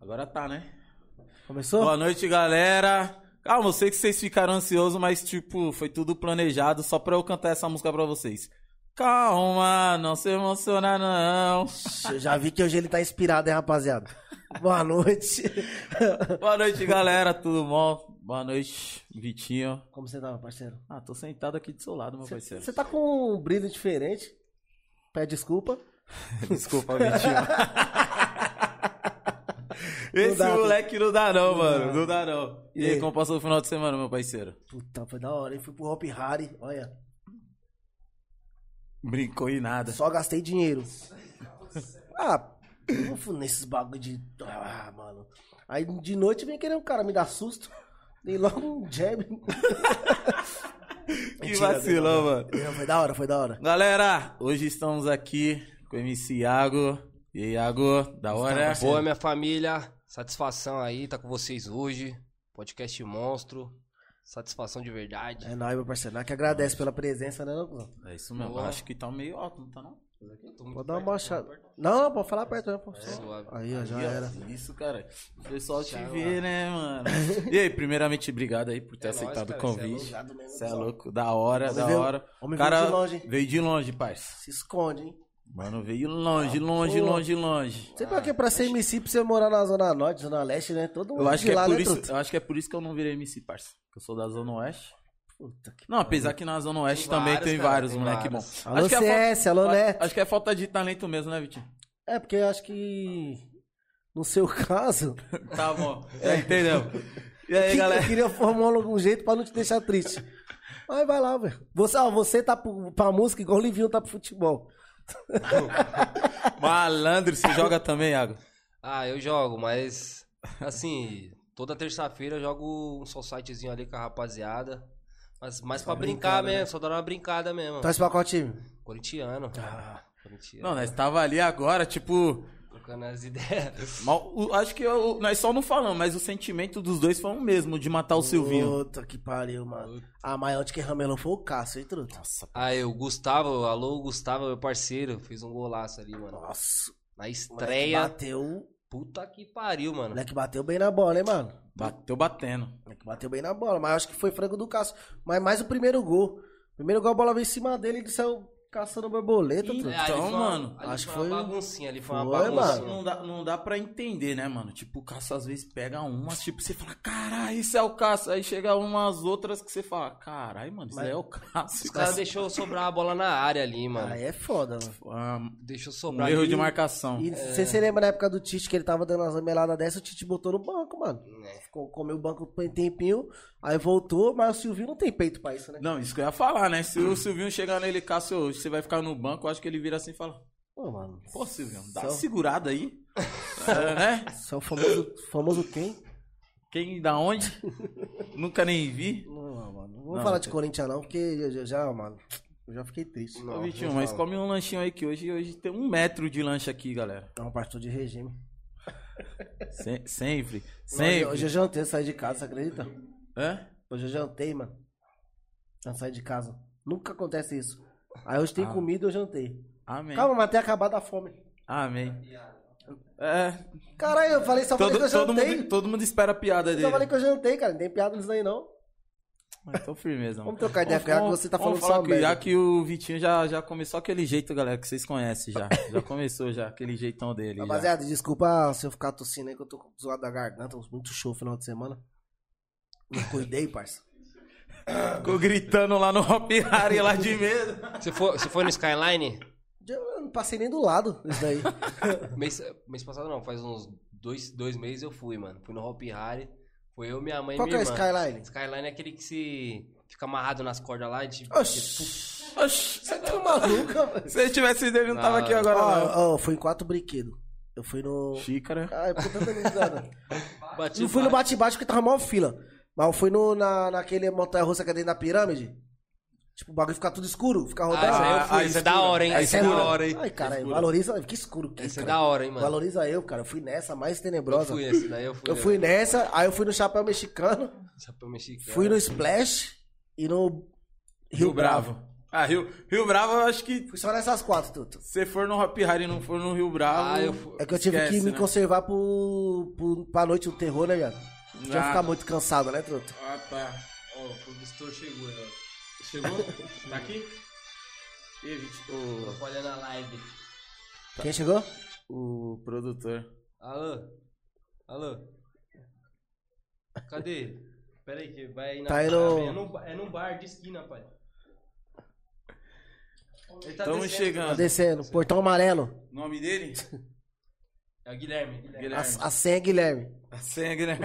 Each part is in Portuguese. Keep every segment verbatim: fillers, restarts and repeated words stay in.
Agora tá, né? Começou? Boa noite, galera. Calma, eu sei que vocês ficaram ansiosos, mas, tipo, foi tudo planejado só pra eu cantar essa música pra vocês. Calma, não se emociona, não. Eu já vi que hoje ele tá inspirado, hein, rapaziada? Boa noite. Boa noite, galera. Tudo bom? Boa noite, Vitinho. Como você tá, meu parceiro? Ah, tô sentado aqui do seu lado, meu Cê, parceiro. Você tá com um brilho diferente. Pede desculpa. Desculpa, Vitinho. Esse dá, moleque não dá não, não mano. dá. Não dá não. E, E aí, aí? como passou o final de semana, meu parceiro? Puta, foi da hora, hein? Fui pro Hopi Hari, olha. Brincou e nada. Só gastei dinheiro. Ah, eu não fui nesses bagulho de... Ah, mano. Aí de noite vem querer um cara me dar susto. Dei logo um jab. Que Mentira, vacilão, mano. Não, foi da hora, foi da hora. Galera, hoje estamos aqui com o M C Iago. E aí, Iago, da hora? Boa, minha família. Satisfação aí, tá com vocês hoje. Podcast monstro. Satisfação de verdade. É nóis, meu parceiro. Nós que agradece pela presença, né, não? É isso mesmo, Boa. acho que tá meio alto, não tá não? Tô muito Pode dar uma perto, baixada. tô perto. Não, não, pode falar perto, né, pô? É, suave. Aí, ó, já Aí, ó, era. Isso, cara. O pessoal te Já, vê, mano. né, mano? E aí, primeiramente, obrigado aí por ter É nóis, aceitado cara, o cê é convite. Obrigado mesmo, Você é pessoal. louco, da hora, Homem da veio- hora. homem Cara, veio de longe, hein? veio de longe, parça. Se esconde, hein? Mano, veio longe, longe, pô. longe, longe. Sei pra quê? Pra ser M C, pra você morar na Zona Norte, Zona Leste, né? Todo mundo Eu acho, de que é lá, por né, isso, truta? eu acho que é por isso que eu não virei M C, parça. Que eu sou da Zona Oeste. Puta que Não, apesar que na Zona Oeste Tem também vários, tem cara, vários, tem moleque bom. vários. Alô, que é C S, alô, fa- Neto. Acho que é falta de talento mesmo, né, Vitinho? É, porque eu acho que... No seu caso... Tá bom, já entendeu. E aí, que- galera? Eu queria formar algum jeito pra não te deixar triste. Mas vai lá, velho. Você, ó, você tá pro, pra música igual o Livinho tá pro futebol. Malandro, você joga também, Iago? Ah, eu jogo, mas assim, toda terça-feira eu jogo um só sitezinho ali com a rapaziada. Mas mais pra brincar brincada, mesmo, né? só dando uma brincada mesmo. Torce pra qual time? Corintiano. Ah. Corintiano. Não, nós tava ali agora, tipo... Trocando as ideias. mal- o- acho que eu- nós só não falamos, mas o sentimento dos dois foi o mesmo, de matar o Silvinho. Puta que pariu, mano. A maior de que ramelou foi o Cássio, hein, truta? Nossa, Aí, o Gustavo, alô, Gustavo, meu parceiro, fez um golaço ali, mano. Nossa. Na O moleque estreia. bateu... Puta que pariu, O mano. moleque bateu bem na bola, hein, mano? bateu batendo. O moleque bateu bem na bola, mas acho que foi frango do Cássio. Mas mais o primeiro gol. Primeiro gol, a bola veio em cima dele e ele saiu caçando borboleta, Ih, truta. É, ali Então, foi uma- mano, ali acho que foi uma foi- baguncinha ali, foi, Foi, uma baguncinha. mano. Não dá, não dá pra entender, né, mano? Tipo, o Cássio às vezes pega umas, tipo, você fala, caralho, isso é o Cássio. Aí chega umas outras que você fala, caralho, mano, isso Mas- é o Cássio. Os caras deixou sobrar a bola na área ali, mano. Aí é foda, mano. Ah, Deixou um sobrar. erro ali. de marcação. E você se lembra na época do Tite que ele tava dando as meladas dessa, o Tite botou no banco, mano. É. Ficou, comeu o banco por um tempinho, aí voltou, mas o Silvinho não tem peito pra isso, né? Não, isso que eu ia falar, né? Se o Silvinho chegar nele, Cássio, hoje você vai ficar no banco, eu acho que ele vira assim e fala, Pô, mano. pô, Silvinho, dá Só- uma segurada aí. É, né? Só o famoso, famoso quem? Quem, da onde? Nunca nem vi. Não, mano. Não vou Não, falar de tem- Corinthians não, porque eu já, já, mano, eu já fiquei triste. Não. Ô, Vitinho, não mas fala. come um lanchinho aí que hoje, hoje tem um metro de lanche aqui, galera. É um pastor de regime. Se- sempre, Hoje, sempre. hoje eu jantei, saí de casa, você acredita? Hã? Hoje eu jantei, mano. Eu saí de casa. Nunca acontece isso. Aí hoje tem Ah. comida e eu jantei. Amém. Calma, mas até acabar da fome. Amém. É, Caralho, eu falei, só falei todo, que eu todo, jantei. mundo, todo mundo espera a piada Eu dele. só falei que eu jantei, cara. Não tem piada nisso daí, não. Então, firmeza, mano. Vamos trocar ideia, porque já que você tá vamos falando falar só que, merda. já que o Vitinho já, já começou aquele jeito, galera, que vocês conhecem já. Já começou já, aquele jeitão dele. já. Rapaziada, desculpa se eu ficar tossindo aí, que eu tô zoado da garganta. Muito show no final de semana. Não cuidei, parça. Ficou gritando lá no Hopi Hari, lá de medo. Você foi, você foi no Skyline? Eu não passei nem do lado isso daí. mês, mês passado não, faz uns dois, dois meses eu fui, mano. Fui no Hopi Hari. Foi eu, minha mãe e Qual que é minha o irmã. Skyline? Skyline é aquele que se fica amarrado nas cordas lá e tipo, Oxi. Oxi, Você tá maluca, mano? se ele tivesse dele, não tava Não. aqui agora, não. Ó, ó, eu fui em quatro brinquedos. Eu fui no... Xícara. Ai, puta da risada. bate, Não fui no bate. bate-bate porque tava mó fila. Mas eu fui no, na, naquele montanha-russa que é dentro da pirâmide. Tipo, o bagulho fica tudo escuro, fica Ah, rodando. esse aí eu Ah, fui, ah, esse é escura. da hora, hein? Ah, Esse é escura. da hora, hein? Ai, caralho, Escuro. valoriza. Que escuro que Esse é cara. da hora, hein, mano? Valoriza eu, cara. Eu fui nessa, mais Eu tenebrosa. fui esse daí, eu fui. Eu fui nessa, aí eu fui no Chapéu Mexicano, Chapéu mexicano. fui no Splash e no Rio, Rio Bravo. Bravo. Ah, Rio, Rio Bravo, eu acho que Fui só nessas quatro, Tuto. se for no Hop Hari e não for no Rio Bravo... Ah, eu fui- É que eu tive esquece, que me né? conservar pro, pro, pra noite do terror, né, viado? Não tinha Ah. ficar muito cansado, né, Tuto? Ah, tá. Ó, o produtor chegou, ó. Chegou? Tá aqui? E, Vit- o, Olha na live. Quem chegou? o produtor. Alô? Alô? Cadê? Pera aí, que vai aí na Tá aí no- É no, é no bar de esquina, pai. Ele tá Tamo descendo. chegando. Tá descendo. Portão amarelo. O nome dele? É o Guilherme. Guilherme. A, Guilherme. a senha é Guilherme. A senha, né?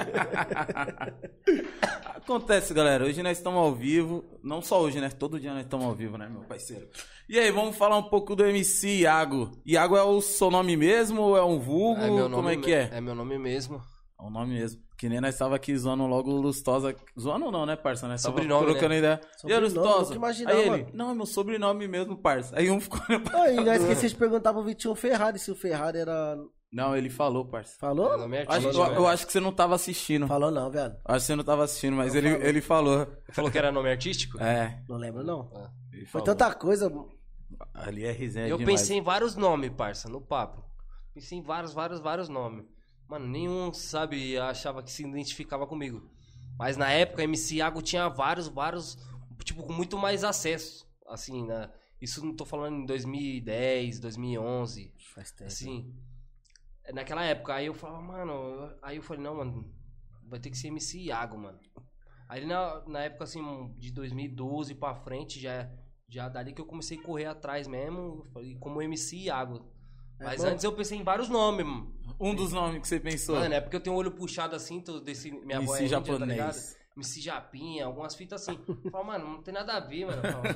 Acontece, galera. Hoje nós estamos ao vivo. Não só hoje, né? Todo dia nós estamos ao vivo, né, meu parceiro? E aí, vamos falar um pouco do M C Iago. Iago é o seu nome mesmo ou é um vulgo? É meu nome Como é que me- é? É meu nome mesmo. É o nome mesmo. Que nem nós tava aqui zoando logo o Lustosa. Zoando não, né, parça? Nós tava Sobrenome, trocando né? ideia. E aí, Sobrenome, Lustosa? nunca imaginava, Aí ele, mano. não, é meu sobrenome mesmo, parça. Aí um ficou... Oi, já esqueci de perguntar pro Vitinho Ferrari se o Ferrari era... Não, ele falou, parça. Falou? Meu nome é Acho, artístico, eu, eu velho. acho que você não tava assistindo. Falou não, viado. Acho que você não tava assistindo, mas Não ele, falou. ele falou. Falou que era nome artístico? É. Não lembro, não. Ele Foi falou. tanta coisa. Ali é resenha Eu demais. pensei em vários nomes, parça, no papo. Pensei em vários, vários, vários nomes. Mano, nenhum, sabe, achava que se identificava comigo. Mas na época, M C Iago tinha vários, vários, tipo, com muito mais acesso. Assim, né? Isso não tô falando em dois mil e dez, dois mil e onze. Faz tempo. Assim, naquela época, aí eu falava, mano, eu- aí eu falei, não, mano, vai ter que ser M C Iago, mano. Aí na, na época, assim, de dois mil e doze pra frente, já, já dali que eu comecei a correr atrás mesmo, eu falei, como M C Iago. É Mas bom. antes eu pensei em vários nomes, mano. Um dos nomes que você pensou. Mano, é porque eu tenho o olho puxado assim, tô desse, minha avó é M C índia, tá ligado? japonês. M C Japinha, algumas fitas assim. Eu falo, mano, não tem nada a ver, mano. Eu falo.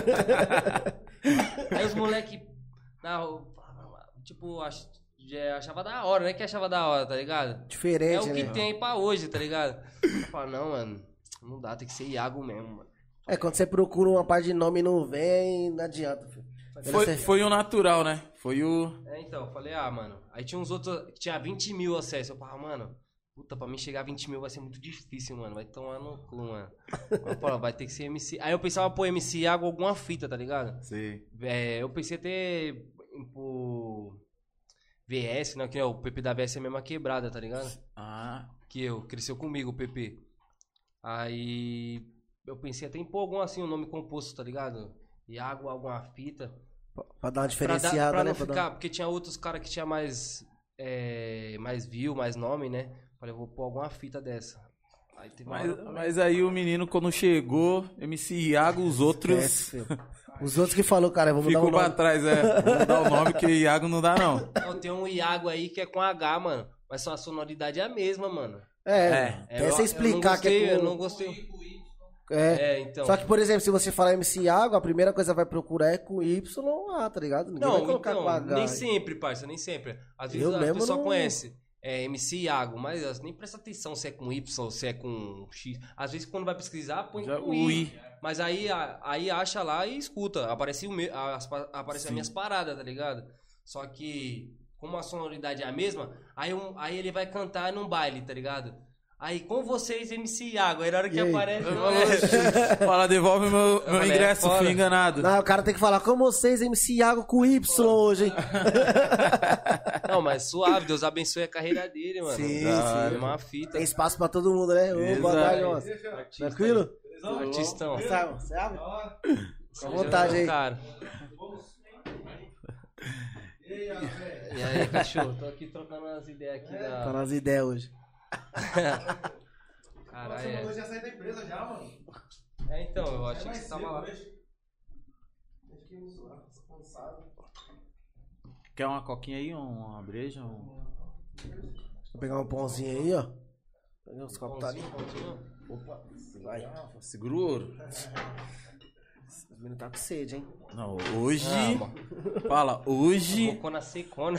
Aí os moleque, na rua, tipo, ach, já achava da hora, né? Que achava da hora, tá ligado? Diferente, É o que né? tem aí pra hoje, tá ligado? Eu falo, não, mano, não dá, tem que ser Iago mesmo, mano. É, quando você procura uma parte de nome e não vem, não adianta, filho. Foi, Você- foi o natural, né? Foi o... É, então, eu falei, ah, mano. Aí tinha uns outros que tinha vinte mil acessos. Eu falava, mano, puta, pra mim chegar a vinte mil vai ser muito difícil, mano. Vai tomar no cu, mano. Eu falava, vai ter que ser M C. Aí eu pensava, pô, M C Iago alguma fita, tá ligado? Sei. É, eu pensei até por V S, né? Que é o P P da V S é a mesma quebrada, tá ligado? Ah, Que eu, cresceu comigo o P P. Aí eu pensei até em pôr algum assim, um nome composto, tá ligado? Iago, alguma fita. Pra dar uma Pra, dar, diferenciada, pra né? não Pra dar- ficar, porque tinha outros caras que tinha mais, é, mais view, mais nome, né? Falei, eu vou pôr alguma fita dessa. Aí teve uma mas, hora- mas aí o menino, quando chegou, M C Iago, os outros Esquece, filho. Os outros que falou, cara, vamos dar ficou um pra nome. trás, é. Vou mudar o nome, porque Iago não dá, não. Não, tem um Iago aí que é com H, mano. Mas só a sonoridade é a mesma, mano. É, É. até eu- você explicar eu não gostei, que é eu com... não gostei. É. É, então. Só que, por exemplo, se você falar M C Iago, a primeira coisa que vai procurar é com Y A, tá ligado? Ninguém vai Não, colocar então, com H. nem sempre, parça, nem sempre. Às vezes Eu a mesmo pessoa não- conhece é, M C Iago, mas elas nem presta atenção se é com Y ou se é com X. Às vezes quando vai pesquisar, põe Já com o I. I. Mas aí, a- aí acha lá e escuta. Aparece, o me, as, pa- aparece as minhas paradas, tá ligado? Só que, como a sonoridade é a mesma, aí, um, aí ele vai cantar num baile, tá ligado? Aí com vocês, M C Iago. Aí na hora que E aí? aparece. Não é. Fala, devolve meu, meu falei, ingresso, é foda. fui enganado. Não, o cara tem que falar com vocês, M C Iago com Y hoje, hein? Não, mas suave, Deus abençoe a carreira dele, mano. Sim, É sim. uma fita. Tem espaço pra todo mundo, né? Ô, boa Exato. tarde, moço. Artista Tranquilo? aí. Artistão. Você abre? Você abre? Seja vontade aí. Cara. E aí, cachorro? Tô aqui trocando umas ideias aqui Tá da. nas ideias hoje. Caralho. É. já saí da empresa já, mano. É, então, eu achei que você tava lá. Quer uma coquinha aí, uma breja? Um... Vou pegar um pãozinho aí, ó. Pegar uns copos tá ali. Pãozinho, Opa, vai. Segura o ouro. O menino tá com sede, hein? Não, hoje... Ah, mano. Fala, hoje... Bocona secona.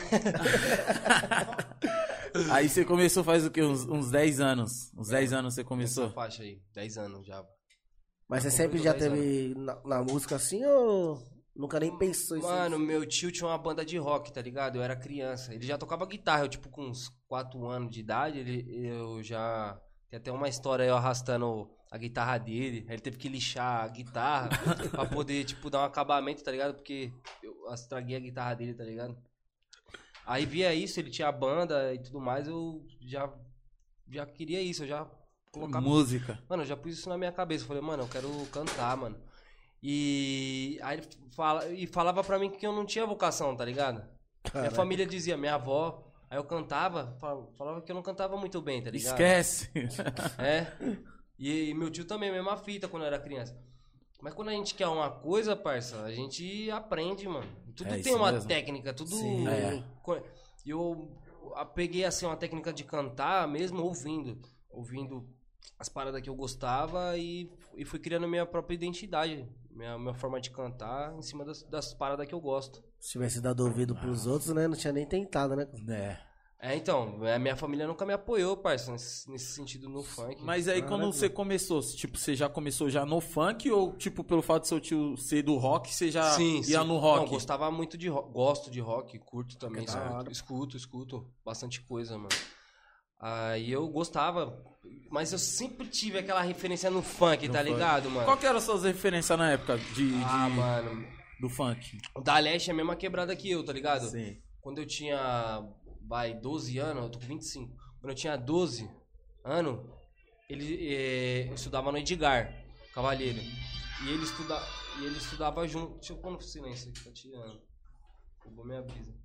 Aí você começou faz o quê? Uns, uns dez anos. Uns dez anos você Essa começou? faixa aí, dez anos já. Mas você Tá sempre completo já dez teve na, na música assim ou nunca nem pensou isso? Mano, meu tio tinha uma banda de rock, tá ligado? Eu era criança. Ele já tocava guitarra, eu tipo com uns quatro anos de idade, ele, eu já Tem até uma história eu arrastando a guitarra dele. Aí ele teve que lixar a guitarra pra poder, tipo, dar um acabamento, tá ligado? Porque eu estraguei a guitarra dele, tá ligado? Aí via isso, ele tinha a banda e tudo mais, eu já, já queria isso, eu já colocava... Música. Mano, eu já pus isso na minha cabeça. Eu falei, mano, eu quero cantar, mano. E aí ele fala, e falava pra mim que eu não tinha vocação, tá ligado? Caraca. Minha família dizia, minha avó... Aí eu cantava, falava que eu não cantava muito bem, tá ligado? Esquece. É. E, e meu tio também, mesma fita quando eu era criança. Mas quando a gente quer uma coisa, parça, a gente aprende, mano. Tudo É tem isso uma mesmo. técnica, tudo... Sim. É. Eu peguei, assim, uma técnica de cantar mesmo ouvindo. Ouvindo as paradas que eu gostava e, e fui criando minha própria identidade. Minha, minha forma de cantar em cima das, das paradas que eu gosto. Se tivesse dado ouvido pros outros, né? Não tinha nem tentado, né? É. É, então, a minha família nunca me apoiou, parça, nesse, nesse sentido no funk. Mas aí quando você começou, tipo, você já começou já no funk ou, tipo, pelo fato de seu tio ser do rock, você já sim, ia sim. no rock? Não, gostava muito de rock, gosto de rock, curto também, Que da sabe? hora. Escuto, escuto bastante coisa, mano. Aí eu gostava, mas eu sempre tive aquela referência no funk, tá funk. ligado, mano? Qual que eram as suas referências na época de, de- Ah, mano, do funk? o da Leste é a mesma quebrada que eu, tá ligado? Sim. Quando eu tinha, vai, doze anos, eu tô com vinte e cinco. Quando eu tinha doze anos, ele, eh, eu estudava no Edgar Cavalheiro. E ele, estuda, e ele estudava junto. Deixa eu pôr no silêncio aqui, tá tirando. Roubou minha brisa.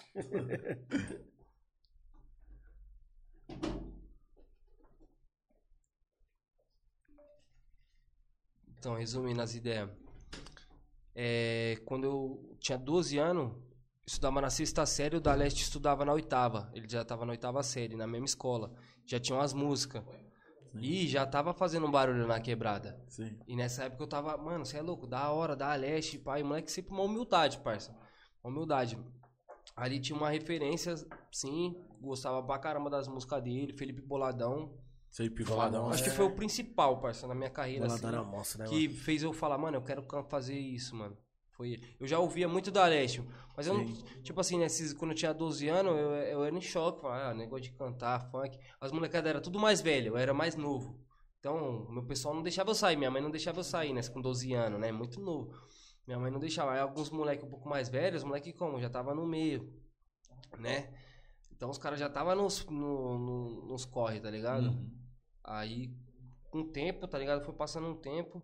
Então, resumindo as ideias. É, quando eu tinha doze anos, estudava na sexta série, o da Leste estudava na oitava. Ele já estava na oitava série, na mesma escola. Já tinha umas músicas. E já tava fazendo um barulho na quebrada. Sim. E nessa época eu tava, mano, você é louco, da hora, da Leste, pai. Moleque, sempre uma humildade, parça. Uma humildade. Ali tinha uma referência, sim, gostava pra caramba das músicas dele, Felipe Boladão. Sei, picoladão. Acho que foi o principal, parça, na minha carreira, assim. Boladão era monstro, né, Que fez eu falar, mano, eu quero can- fazer isso, mano. Foi ele. Eu já ouvia muito da Leste, mas eu não, tipo assim, nesses, quando eu tinha doze anos, eu, eu era em choque, falava, ah, negócio de cantar, funk. As molecadas eram tudo mais velho, eu era mais novo. Então, meu pessoal não deixava eu sair, minha mãe não deixava eu sair, né, com doze anos, né, muito novo. Minha mãe não deixava. Aí alguns moleques um pouco mais velhos, moleque como, já tava no meio, né. Então os caras já tava nos, no, no- nos corre, tá ligado? Uhum. Aí, com o tempo, tá ligado? Foi passando um tempo.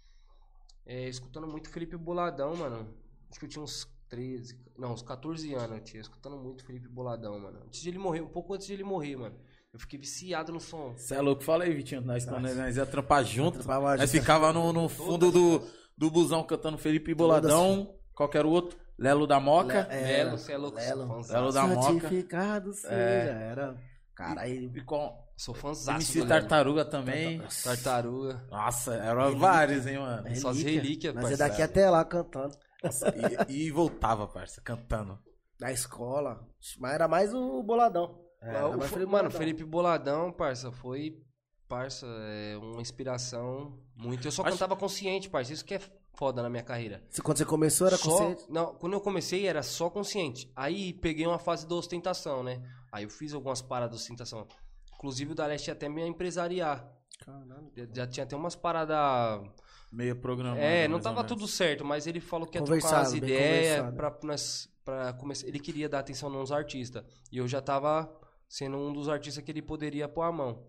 É, escutando muito Felipe Boladão, mano. Acho que eu tinha uns treze. Não, uns quatorze anos eu tinha. Escutando muito Felipe Boladão, mano. Antes de ele morrer, um pouco antes de ele morrer, mano. Eu fiquei viciado no som. Você é louco? Fala aí, Vitinho. Nós, quando nós ia trampar junto. Trampava Nós junto. ficava no, no fundo do, do busão cantando Felipe Boladão. Qualquer outro. Lelo da Moca. É, Lelo, você é louco, Lelo. sou fãzaço. Lelo da Moca. Certificado, sim, É. já era. Caralho. E com Sou fãzaço M C do Lelo. Tartaruga também. Tartaruga. Nossa, eram vários, hein, mano. Só as relíquias, Mas é parceiro. daqui até lá cantando. E, e voltava, parça, cantando. Na escola. Mas era mais o boladão. É, Era o mais Fe- Felipe mano, Boladão. Felipe Boladão, parça, foi, parça, é uma inspiração muito. Eu só Acho- cantava consciente, parça, isso que é foda na minha carreira. Se- Quando você começou, era Só- consciente? Não, quando eu comecei era só consciente. Aí peguei uma fase da ostentação, né? Aí eu fiz algumas paradas de ostentação. Inclusive o da Leste ia até me empresariar. Caralho. Já, já tinha até umas paradas. Meio programado. É, não mais ou tava menos. tudo certo, mas ele falou que ia trocar Conversado, umas bem ideias conversado. pra nós. Pra começar. Ele queria dar atenção nos artistas. E eu já tava sendo um dos artistas que ele poderia pôr a mão.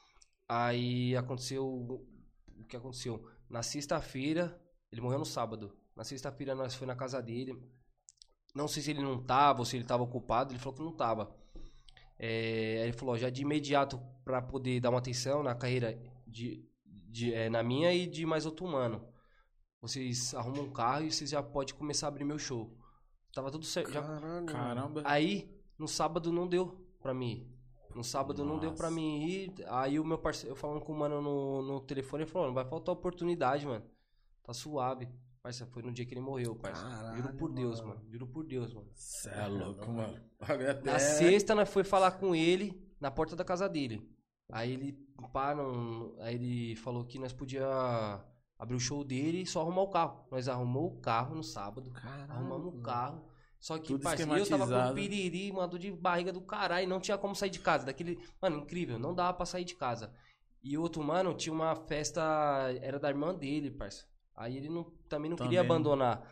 Aí aconteceu. O que aconteceu? Na sexta-feira, ele morreu no sábado. Na sexta-feira nós fomos na casa dele. Não sei se ele não tava ou se ele tava ocupado. Ele falou que não tava. É, aí ele falou, ó, já de imediato pra poder dar uma atenção na carreira de, de, é, na minha e de mais outro humano. Vocês arrumam um carro e vocês já podem começar a abrir meu show. Tava tudo certo. já- Caralho. Caramba. Aí, no sábado não deu pra mim ir. No sábado não deu Nossa. pra mim ir. Aí o meu parceiro, eu falando com o mano no, no telefone, ele falou, não vai faltar oportunidade, mano. Tá suave. Parça, foi no dia que ele morreu, parça. Caralho, Juro por Deus, mano. mano. Juro por Deus, mano. Cê é louco, mano. Até... Na sexta, nós foi falar com ele na porta da casa dele. Aí ele, pá, não, aí ele falou que nós podia abrir o show dele e só arrumar o carro. Nós arrumou o carro no sábado, Caralho, arrumamos o mano. carro. Só que, Tudo parceiro, eu tava com esquematizado. piriri, uma dor de barriga do caralho, não tinha como sair de casa. Daquele, mano, incrível, não dava pra sair de casa. E o outro mano tinha uma festa, era da irmã dele, parça. Aí ele não, também não Também. queria abandonar.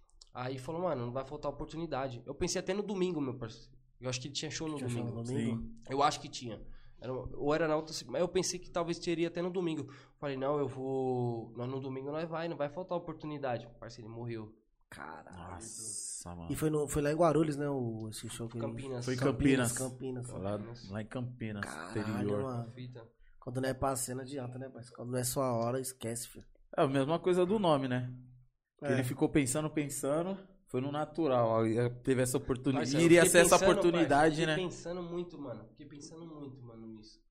Aí falou, mano, não vai faltar oportunidade. Eu pensei até no domingo, meu parceiro. Eu acho que ele tinha show no Tinha show domingo. no domingo? Sim. Eu acho que tinha. Era, ou era na outra, mas eu pensei que talvez teria até no domingo. Falei, não, eu vou. Nós no domingo nós vai, não vai faltar oportunidade. O parceiro ele morreu. Caralho. Nossa, mano. E foi, no, foi lá em Guarulhos, né? O, esse show que ele- Campinas. Foi em Campinas. Campinas. Campinas. Lá, lá em Campinas, Caralho, interior. mano. Fita. Quando não é pra ser, não adianta, né, parceiro? Quando não é sua hora, esquece, filho. É a mesma coisa do nome, né? Que É. Ele ficou pensando, pensando, foi no natural. Aí teve essa oportunidade. Parça, eu Iria fiquei ser essa pensando, oportunidade, parça, né? Fiquei pensando muito, mano. Fiquei pensando muito, mano, nisso.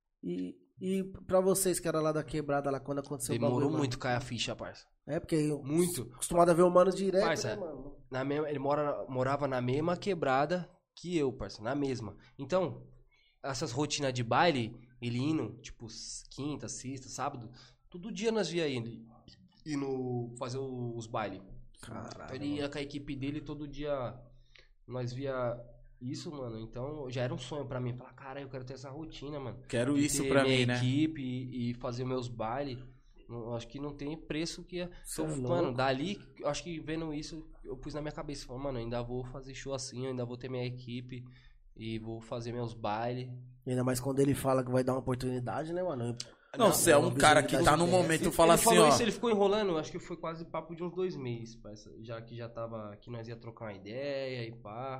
E, e pra vocês que era lá da quebrada, lá quando aconteceu o Demorou bagulho, mano? muito cair a ficha, parça. É, porque eu Muito. acostumado a ver o mano direto, Parça, né, mano? Na mesma, ele mora, morava na mesma quebrada que eu, parça. Na mesma. Então, essas rotinas de baile, ele indo, tipo, quinta, sexta, sábado, todo dia nós via ele indo fazer o- os bailes. Caralho. Ele ia com a equipe dele todo dia. Nós via isso, mano. Então já era um sonho pra mim. Falar, cara, eu quero ter essa rotina, mano. Quero De isso ter pra minha mim, né? equipe e, e fazer meus bailes. Não- Acho que não tem preço que é. Cê é Então, louco. mano, dali, eu acho que vendo isso, eu pus na minha cabeça. Falei, mano, eu ainda vou fazer show assim, eu ainda vou ter minha equipe e vou fazer meus bailes. E ainda mais quando ele fala que vai dar uma oportunidade, né, mano? Não, você é um cara que tá no momento, tu fala ele assim, falou ó. isso, ele ficou enrolando, acho que foi quase papo de uns dois meses, parça, já que já tava, que nós ia trocar uma ideia e pá,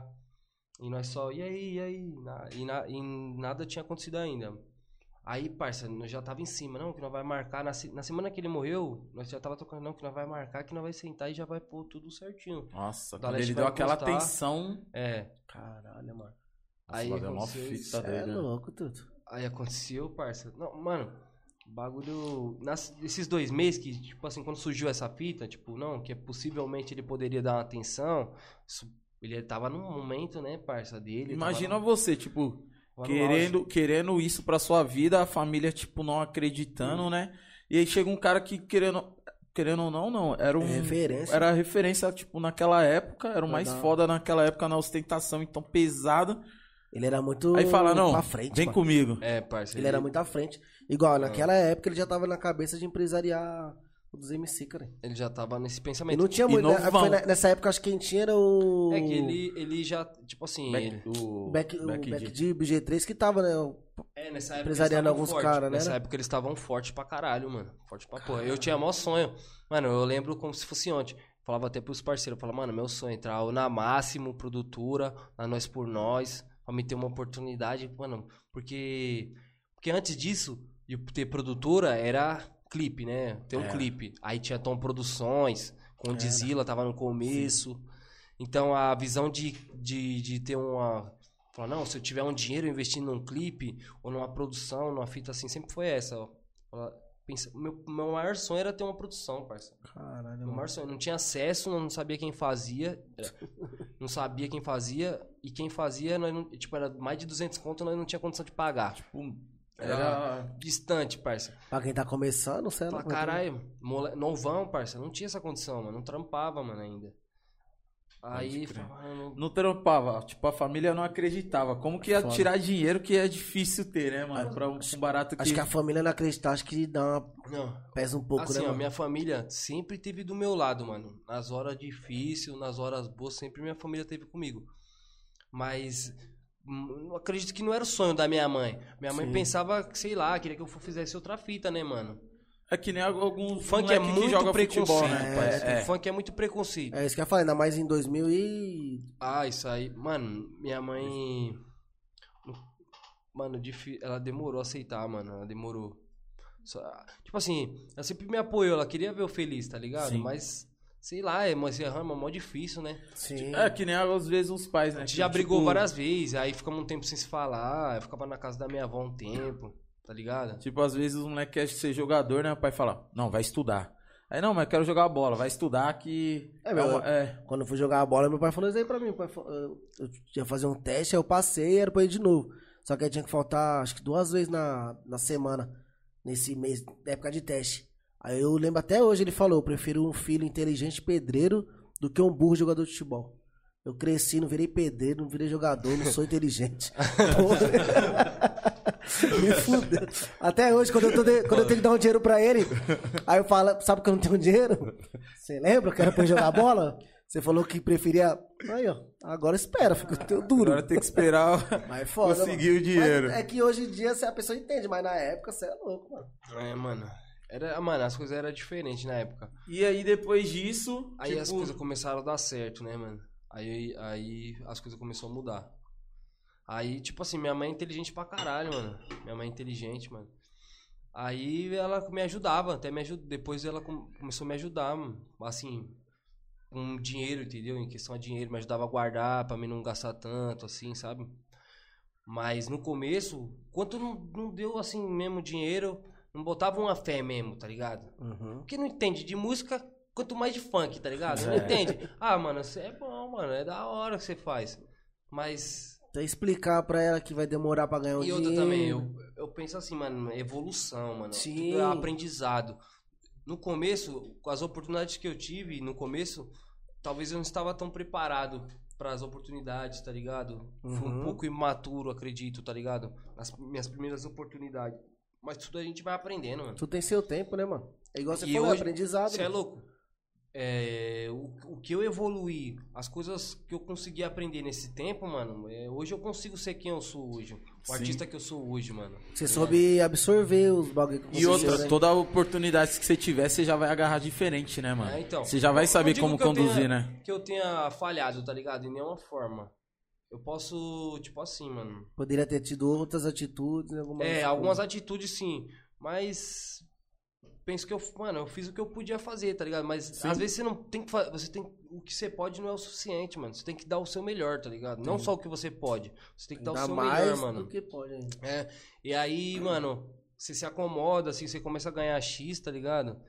e nós só, e aí, e aí, Na- e, na- e nada tinha acontecido ainda. Aí, parça, nós já tava em cima, não, que nós vai marcar, na, se- na semana que ele morreu, nós já tava trocando, não, que nós vai marcar, que nós vai sentar e já vai pôr tudo certinho. Nossa, Da quando Leste ele vai deu aquela encostar. tensão. É, Caralho, mano. aí Nossa, deu mó aconteceu isso. fita Cê é dele, né? louco, tudo. Aí aconteceu, parça. Não, mano, o bagulho. Nas, esses dois meses que, tipo assim, quando surgiu essa fita, tipo, não, que possivelmente ele poderia dar uma atenção. Isso, ele tava num momento, né, parça, dele. Imagina tava você, tipo, no- tava no querendo, auge. querendo isso pra sua vida, a família, tipo, não acreditando, né? E aí chega um cara que, querendo, querendo ou não, não, era um... É referência. Era referência, tipo, naquela época, era o mais Verdade. foda naquela época, na ostentação, então pesado. Ele era muito Aí fala, não, pra frente, vem mano. comigo. É, parça. Ele era muito à frente. Igual, naquela época ele já tava na cabeça de empresariar o dos M C, cara. Ele já tava nesse E pensamento. não tinha E muito. né? novão. Foi ne- nessa época, acho que quem tinha era o. É que ele, ele já, tipo assim. Back, ele- o O Back, o Back Back D. D, G três, que tava, né? o- É, nessa época Empresariando eles alguns estavam fortes. cara, né, Nessa né? época eles estavam fortes pra caralho, mano. Forte pra porra. Eu tinha maior sonho. Mano, eu lembro como se fosse ontem. Falava até pros parceiros. Falava, mano, meu sonho é entrar na Máximo, produtora, na Nós por Nós, pra me ter uma oportunidade, mano. Porque, porque antes disso, de ter produtora, era clipe, né? Ter um É. clipe. Aí tinha Tom Produções, com o Dizila, tava no começo. Então a visão de, de, de ter uma. Falar, não, se eu tiver um dinheiro investindo num clipe, ou numa produção, numa fita assim, sempre foi essa. Ó. Falar, pensa, meu, meu maior sonho era ter uma produção, parça. Caralho, Meu mano. maior sonho. Não tinha acesso, não sabia quem fazia. Não sabia quem fazia. E quem fazia, nós não, tipo, era mais de duzentos conto, nós não tinha condição de pagar. Tipo, Era era... distante, parça. Pra quem tá começando, você é Fala, louco, né? caralho, mole... novão, parça. Não tinha essa condição, mano. Não trampava, mano, ainda. Aí, crer. fala, mano, Não trampava, tipo, a família não acreditava. Como que ia Foda. tirar dinheiro que é difícil ter, né, mano? Pra um, um barato que... Acho que a família não acredita, acho que dá uma... não. pesa um pouco, Assim, né, ó, mano? minha família sempre teve do meu lado, mano. Nas horas difíceis, nas horas boas, sempre minha família teve comigo. Mas hum, acredito que não era o sonho da minha mãe. Minha mãe Sim. pensava, que, sei lá, queria que eu fizesse outra fita, né, mano? É que nem alguns O funk é moleque que muito joga preconceito, futebol, né? parça. É, é. O funk é muito preconceito. É isso que eu ia falar, ainda mais em dois mil e... Ah, isso aí. Mano, minha mãe. Mano, difí- ela demorou a aceitar, mano. Ela demorou. Só- Tipo assim, ela sempre me apoiou, ela queria ver eu feliz, tá ligado? Sim. Mas, sei lá, é, mas é mó difícil, né? Sim. É que nem às vezes os pais, né? A gente que, já brigou tipo, várias vezes, aí ficamos um tempo sem se falar, eu ficava na casa da minha avó um tempo, tá ligado? Tipo, às vezes o moleque quer ser jogador, né? O pai fala, não, vai estudar. Aí, não, mas eu quero jogar bola, vai estudar que... É, meu, uma- é. Quando eu fui jogar a bola, meu pai falou isso aí pra mim. O pai falou, eu, eu ia fazer um teste, aí eu passei e era pra ir de novo. Só que aí tinha que faltar, acho que duas vezes na, na semana, nesse mês, na época de teste. Aí eu lembro até hoje, ele falou, eu prefiro um filho inteligente pedreiro do que um burro jogador de futebol. Eu cresci, não virei pedreiro, não virei jogador, não sou inteligente. Porra. Me fudeu. Até hoje, quando eu, tô de- quando eu tenho que dar um dinheiro pra ele, aí eu falo, sabe que eu não tenho dinheiro? Você lembra que era pra eu jogar bola? Você falou que preferia... Aí, ó, agora espera, fica o teu duro. Agora tem que esperar Mas é foda, conseguir mano. o dinheiro. Mas é que hoje em dia a pessoa entende, mas na época você é louco, mano. É, mano. Era, mano, as coisas eram diferentes na época. E aí, depois disso, Aí tipo, as coisas começaram a dar certo, né, mano? Aí, aí as coisas começaram a mudar. Aí, tipo assim, minha mãe é inteligente pra caralho, mano. Minha mãe é inteligente, mano. Aí ela me ajudava, até me ajudou. Depois ela com- começou a me ajudar, mano. Assim, com dinheiro, entendeu? Em questão de dinheiro, me ajudava a guardar pra mim não gastar tanto, assim, sabe? Mas no começo, quanto não, não deu assim mesmo dinheiro, não botava uma fé mesmo, tá ligado? Uhum. Porque não entende de música, quanto mais de funk, tá ligado? Não É. entende. Ah, mano, você é bom, mano, é da hora que você faz. Mas. Então explicar pra ela que vai demorar pra ganhar um E dinheiro. outra também, eu, eu penso assim, mano, evolução, mano. Sim. Tudo é aprendizado. No começo, com as oportunidades que eu tive, no começo, talvez eu não estava tão preparado para as oportunidades, tá ligado? Fui um Uhum. pouco imaturo, acredito, tá ligado? Nas minhas primeiras oportunidades. Mas tudo a gente vai aprendendo, mano. Tu tem seu tempo, né, mano? É igual você E falou, é hoje- aprendizado. Você é mano. louco? É, o, o que eu evoluí, as coisas que eu consegui aprender nesse tempo, mano, é, hoje eu consigo ser quem eu sou hoje. O Sim. artista que eu sou hoje, mano. Você É. soube absorver os bagulho que E você outra, viu, né? toda oportunidade que você tiver, você já vai agarrar diferente, né, mano? É, então. Você já vai Eu saber não digo como que eu conduzir, tenha- né? Que eu tenha falhado, tá ligado? Em nenhuma forma. Eu posso, tipo assim, mano. Poderia ter tido outras atitudes, algumas É, coisas. algumas atitudes sim, mas penso que eu, mano, eu fiz o que eu podia fazer, tá ligado? Mas Sim. às vezes você não tem que fazer, você tem o que você pode não é o suficiente, mano. Você tem que dar o seu melhor, tá ligado? Não só o que você pode, você tem que dar Ainda o seu mais melhor, mano. do que pode ainda. É, e aí, mano, você se acomoda, assim, você começa a ganhar X, tá ligado?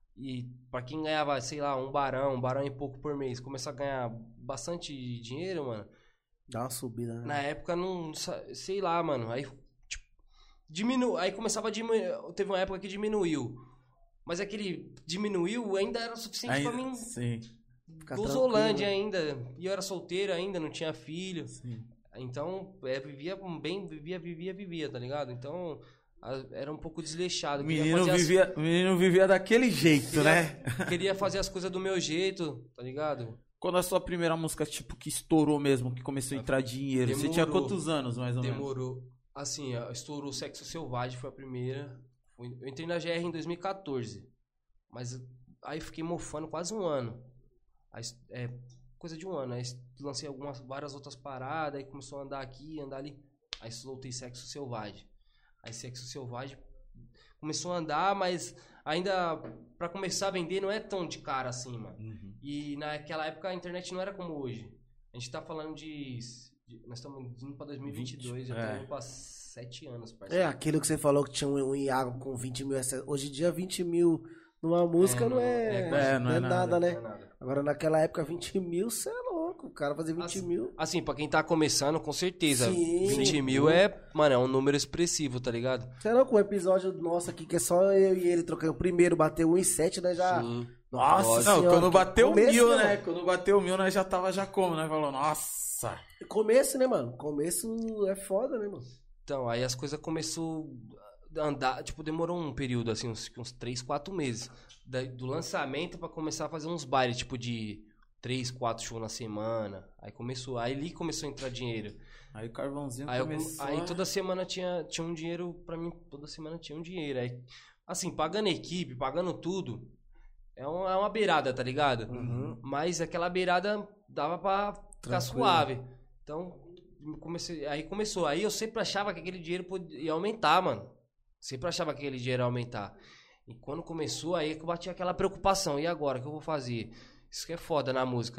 E pra quem ganhava, sei lá, um barão, um barão e pouco por mês, começa a ganhar bastante dinheiro, mano. Dá uma subida, né? Na época, não, sa- sei lá, mano, aí, tipo, diminu... aí começava a diminuir, teve uma época que diminuiu. Mas aquele diminuiu ainda era suficiente pra Aí, mim. sim, Ficar Luzolândia tranquilo. ainda, e eu era solteiro ainda, não tinha filho. sim. Então, é, vivia bem, vivia, vivia, vivia, tá ligado? Então, a- era um pouco desleixado. O Queria menino fazer as- vivia, o menino vivia daquele jeito, queria, né? queria fazer as coisas do meu jeito, tá ligado? Quando a sua primeira música, tipo, que estourou mesmo, que começou a entrar dinheiro, você tinha Demorou. quantos anos, mais ou menos? Demorou. Assim, ó, estourou Sexo Selvagem, foi a primeira. Foi- Eu entrei na G R em dois mil e quatorze. Mas aí fiquei mofando quase um ano. Aí, é, coisa de um ano. Aí lancei algumas, várias outras paradas, aí começou a andar aqui, andar ali. Aí soltei Sexo Selvagem. Aí Sexo Selvagem começou a andar, mas ainda pra começar a vender não é tão de cara assim, mano. Uhum. E naquela época a internet não era como hoje. A gente tá falando de... de- nós estamos indo pra dois mil e vinte e dois, já é. estamos indo pra sete anos, parceiro. É, aquilo que você falou que tinha um, um Iago com vinte mil. essa- Hoje em dia, vinte mil numa música É, não é, é, não é, não é nada, nada, né? Não é nada. Agora, naquela época, vinte mil, você é louco. O cara fazer vinte Assim, mil. Assim, pra quem tá começando, com certeza. Sim. vinte mil é, mano, é um número expressivo, tá ligado? Você é louco, o episódio nosso aqui, que é só eu e ele trocando. O primeiro bateu um e sete, né? Já. Sim. Nossa, Lógico. Não, senhora, quando bateu começo, mil, né, né? mano? Quando bateu mil, nós já tava já como, né? Falou, nossa. Começo, né, mano? Começo é foda, né, mano? Então, aí as coisas começou a andar, tipo, demorou um período, assim, uns, uns três, quatro meses. Da- do lançamento pra começar a fazer uns bailes, tipo, de três, quatro shows na semana. Aí começou, aí ali começou a entrar dinheiro. Aí o carvãozinho Aí, eu- começou. aí toda semana tinha, tinha um dinheiro pra mim, toda semana tinha um dinheiro. Aí, assim, pagando equipe, pagando tudo, é uma, é uma beirada, tá ligado? Uhum. Mas aquela beirada dava pra ficar Tranquilo. suave. Então, comecei, aí começou. Aí eu sempre achava que aquele dinheiro podia, ia aumentar, mano. Sempre achava que aquele dinheiro ia aumentar. E quando começou, aí que eu bati aquela preocupação. E agora, o que eu vou fazer? Isso que é foda na música.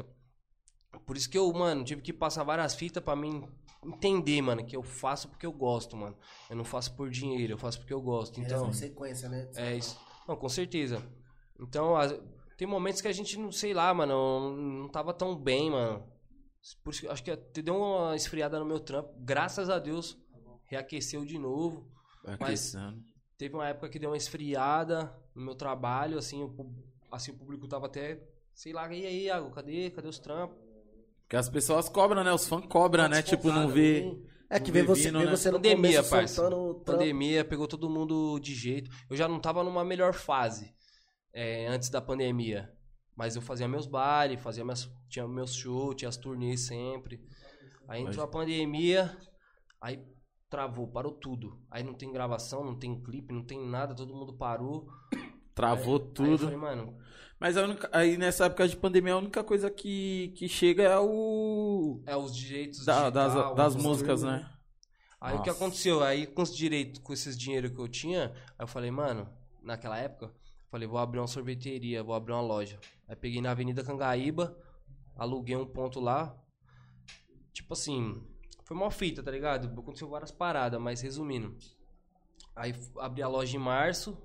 Por isso que eu, mano, tive que passar várias fitas pra mim entender, mano, que eu faço porque eu gosto, mano. Eu não faço por dinheiro, eu faço porque eu gosto. Então, Então, sequência, né? é isso. Não, com certeza. Então, as- tem momentos que a gente não sei lá, mano, não, não tava tão bem, mano. Por isso que eu acho que até deu uma esfriada no meu trampo. Graças a Deus, reaqueceu de novo. Aquecendo. Teve uma época que deu uma esfriada no meu trabalho, assim, o, pu- assim, o público tava até, sei lá, e aí, Iago, cadê? Cadê os trampos? Porque as pessoas cobram, né? Os fãs cobram, né? Tipo, não vê. É que Não vê vê você, vindo, vê né? você no Pandemia, começo parça. soltando o trampo. Pandemia pegou todo mundo de jeito. Eu já não tava numa melhor fase é, antes da pandemia. Mas eu fazia meus bailes, fazia minhas, tinha meus shows, tinha as turnês sempre. Aí entrou a pandemia, aí travou, parou tudo. Aí não tem gravação, não tem clipe, não tem nada, todo mundo parou. Travou Aí, tudo. Aí eu falei, mano... Mas a única, aí nessa época de pandemia, a única coisa que, que chega é o... É os direitos Da, das digital, das os- músicas, né? Aí o que Nossa. aconteceu? Aí com os direitos, com esses dinheiro que eu tinha, aí eu falei, mano, naquela época, eu falei, vou abrir uma sorveteria, vou abrir uma loja. Aí peguei na Avenida Cangaíba, aluguei um ponto lá. Tipo assim, foi uma fita, tá ligado? Aconteceu várias paradas, mas resumindo. Aí f- abri a loja em março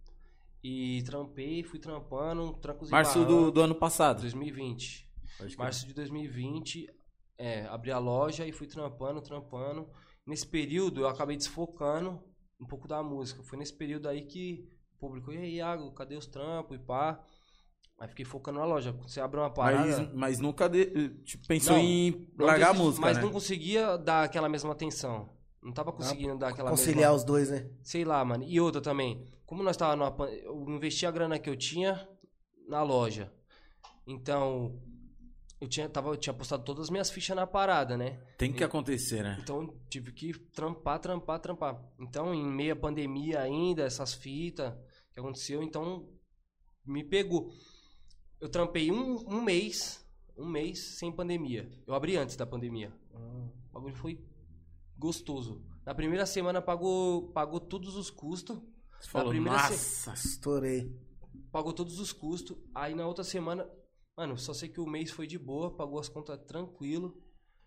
e trampei, fui trampando, trancos e Março do, barrancos. do ano passado. dois mil e vinte. Pode crer. Março de dois mil e vinte, é, abri a loja e fui trampando, trampando. Nesse período eu acabei desfocando um pouco da música. Foi nesse período aí que o público, e aí, Iago, cadê os trampos e pá? Aí fiquei focando na loja. Quando você abre uma parada... Mas, mas nunca de- tipo, pensou Não, em não largar a desisti, música, Mas né? não conseguia dar aquela mesma atenção. Não tava conseguindo dar aquela Conciliar mesma... os dois, né? Sei lá, mano. E outra também. Como nós tava numa... pan- Eu investi a grana que eu tinha na loja. Então... Eu tinha, tava, eu tinha postado todas as minhas fichas na parada, né? Tem que acontecer, né? Então tive que trampar, trampar, trampar. Então, em meio à pandemia ainda, essas fitas que aconteceu, então me pegou. Eu trampei um, um mês, um mês sem pandemia. Eu abri antes da pandemia. O bagulho foi gostoso. Na primeira semana pagou, pagou todos os custos. Você falou, primeira nossa, Estourei. Pagou todos os custos. Aí na outra semana, mano, só sei que o mês foi de boa, pagou as contas tranquilo.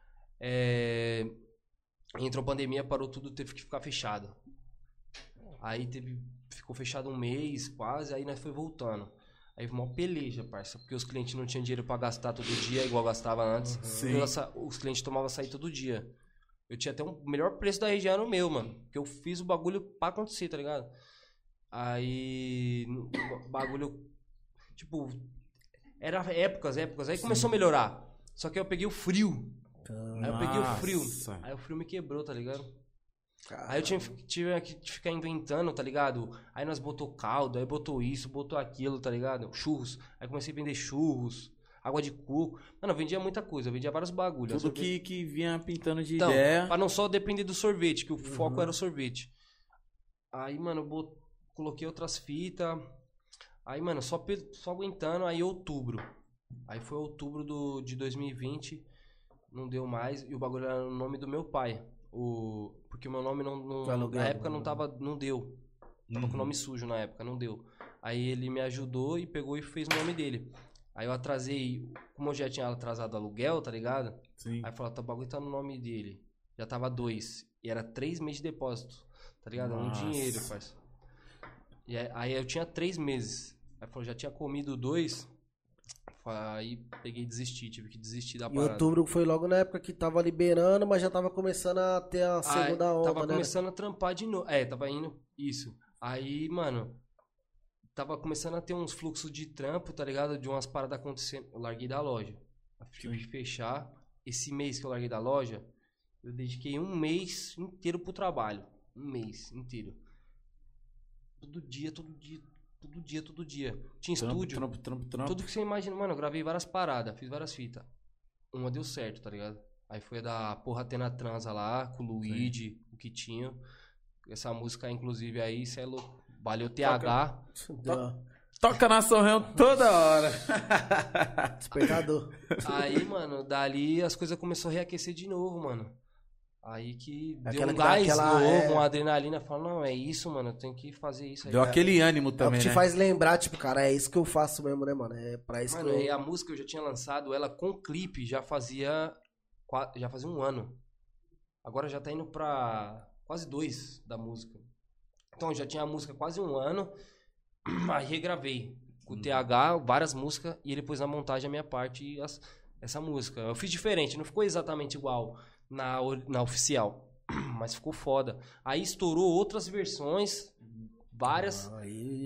É... Entrou pandemia, parou tudo, teve que ficar fechado. Aí teve, ficou fechado um mês quase, aí nós foi voltando. Aí foi uma peleja, parça, porque os clientes não tinham dinheiro pra gastar todo dia, igual gastava antes. Sim. Eu, essa- os clientes tomavam açaí todo dia. Eu tinha até um melhor preço da região era o meu, mano. Porque eu fiz o bagulho pra acontecer, tá ligado? Aí. no- O bagulho. Tipo. Era épocas, épocas. Aí começou a melhorar. Só que eu peguei o frio. Aí eu peguei o frio. Nossa. Aí o frio me quebrou, tá ligado? Caramba. Aí eu tinha, tive que ficar inventando, tá ligado? Aí nós botou caldo, aí botou isso, botou aquilo, tá ligado? Churros. Aí comecei a vender churros, água de coco. Mano, eu vendia muita coisa, eu vendia vários bagulhos. Tudo que, que vinha pintando de Então, ideia. pra não só depender do sorvete, que o foco era o sorvete. Aí, mano, eu bot... coloquei outras fitas. Aí, mano, só, pe- só aguentando, aí outubro. Aí foi outubro do... de dois mil e vinte, não deu mais, e o bagulho era o nome do meu pai. O... Porque o meu nome não, não- Tá alugado, na época não né? tava, não deu. Tava com o nome sujo na época, não deu. Aí ele me ajudou e pegou e fez o nome dele. Aí eu atrasei, como eu já tinha atrasado aluguel, tá ligado? Sim. Aí falou, tá, o bagulho tá no nome dele. Já tava dois. E era três meses de depósito. Tá ligado? Um Nossa. dinheiro, parça. E aí, aí eu tinha três meses. Aí falou, já tinha comido dois. Aí peguei e desisti, tive que desistir da E parada. outubro foi logo na época que tava liberando, mas já tava começando a ter a Aí, segunda onda, tava né? começando a trampar de novo. É, tava indo. Isso. Aí, mano. Tava começando a ter uns fluxos de trampo, tá ligado? De umas paradas acontecendo. Eu larguei da loja. Eu tive que fechar. Esse mês que eu larguei da loja, eu dediquei um mês inteiro pro trabalho. Um mês inteiro. Todo dia, todo dia, todo dia, todo dia. Tinha Trampo, estúdio. trampo, trampo, trampo. Tudo que você imagina, mano, eu gravei várias paradas, fiz várias fitas. Uma deu certo, tá ligado? Aí foi a da Porra Atena Transa lá, com o Luigi, o que tinha. Essa música, inclusive, aí, cê é louco. Valeu T H. Deu Toca na São Real toda hora. despertador. Aí, mano, dali as coisas começaram a reaquecer de novo, mano. Aí que deu Aquela um que dá gás aquela, novo, é. uma adrenalina. Fala, não, é isso, mano, eu tenho que fazer isso aí. Deu aquele ânimo É o também, que te né? faz lembrar, tipo, cara, é isso que eu faço mesmo, né, mano? É pra isso Mano, que eu... e a música eu já tinha lançado ela com clipe, já fazia qua- já fazia um ano. Agora já tá indo pra quase dois da música. Então já tinha a música quase um ano, aí regravei com o T H, várias músicas, e ele pôs na montagem a minha parte e as- essa música. Eu fiz diferente, não ficou exatamente igual na, ori- na oficial, mas ficou foda. Aí estourou outras versões, várias. Ah, aí já...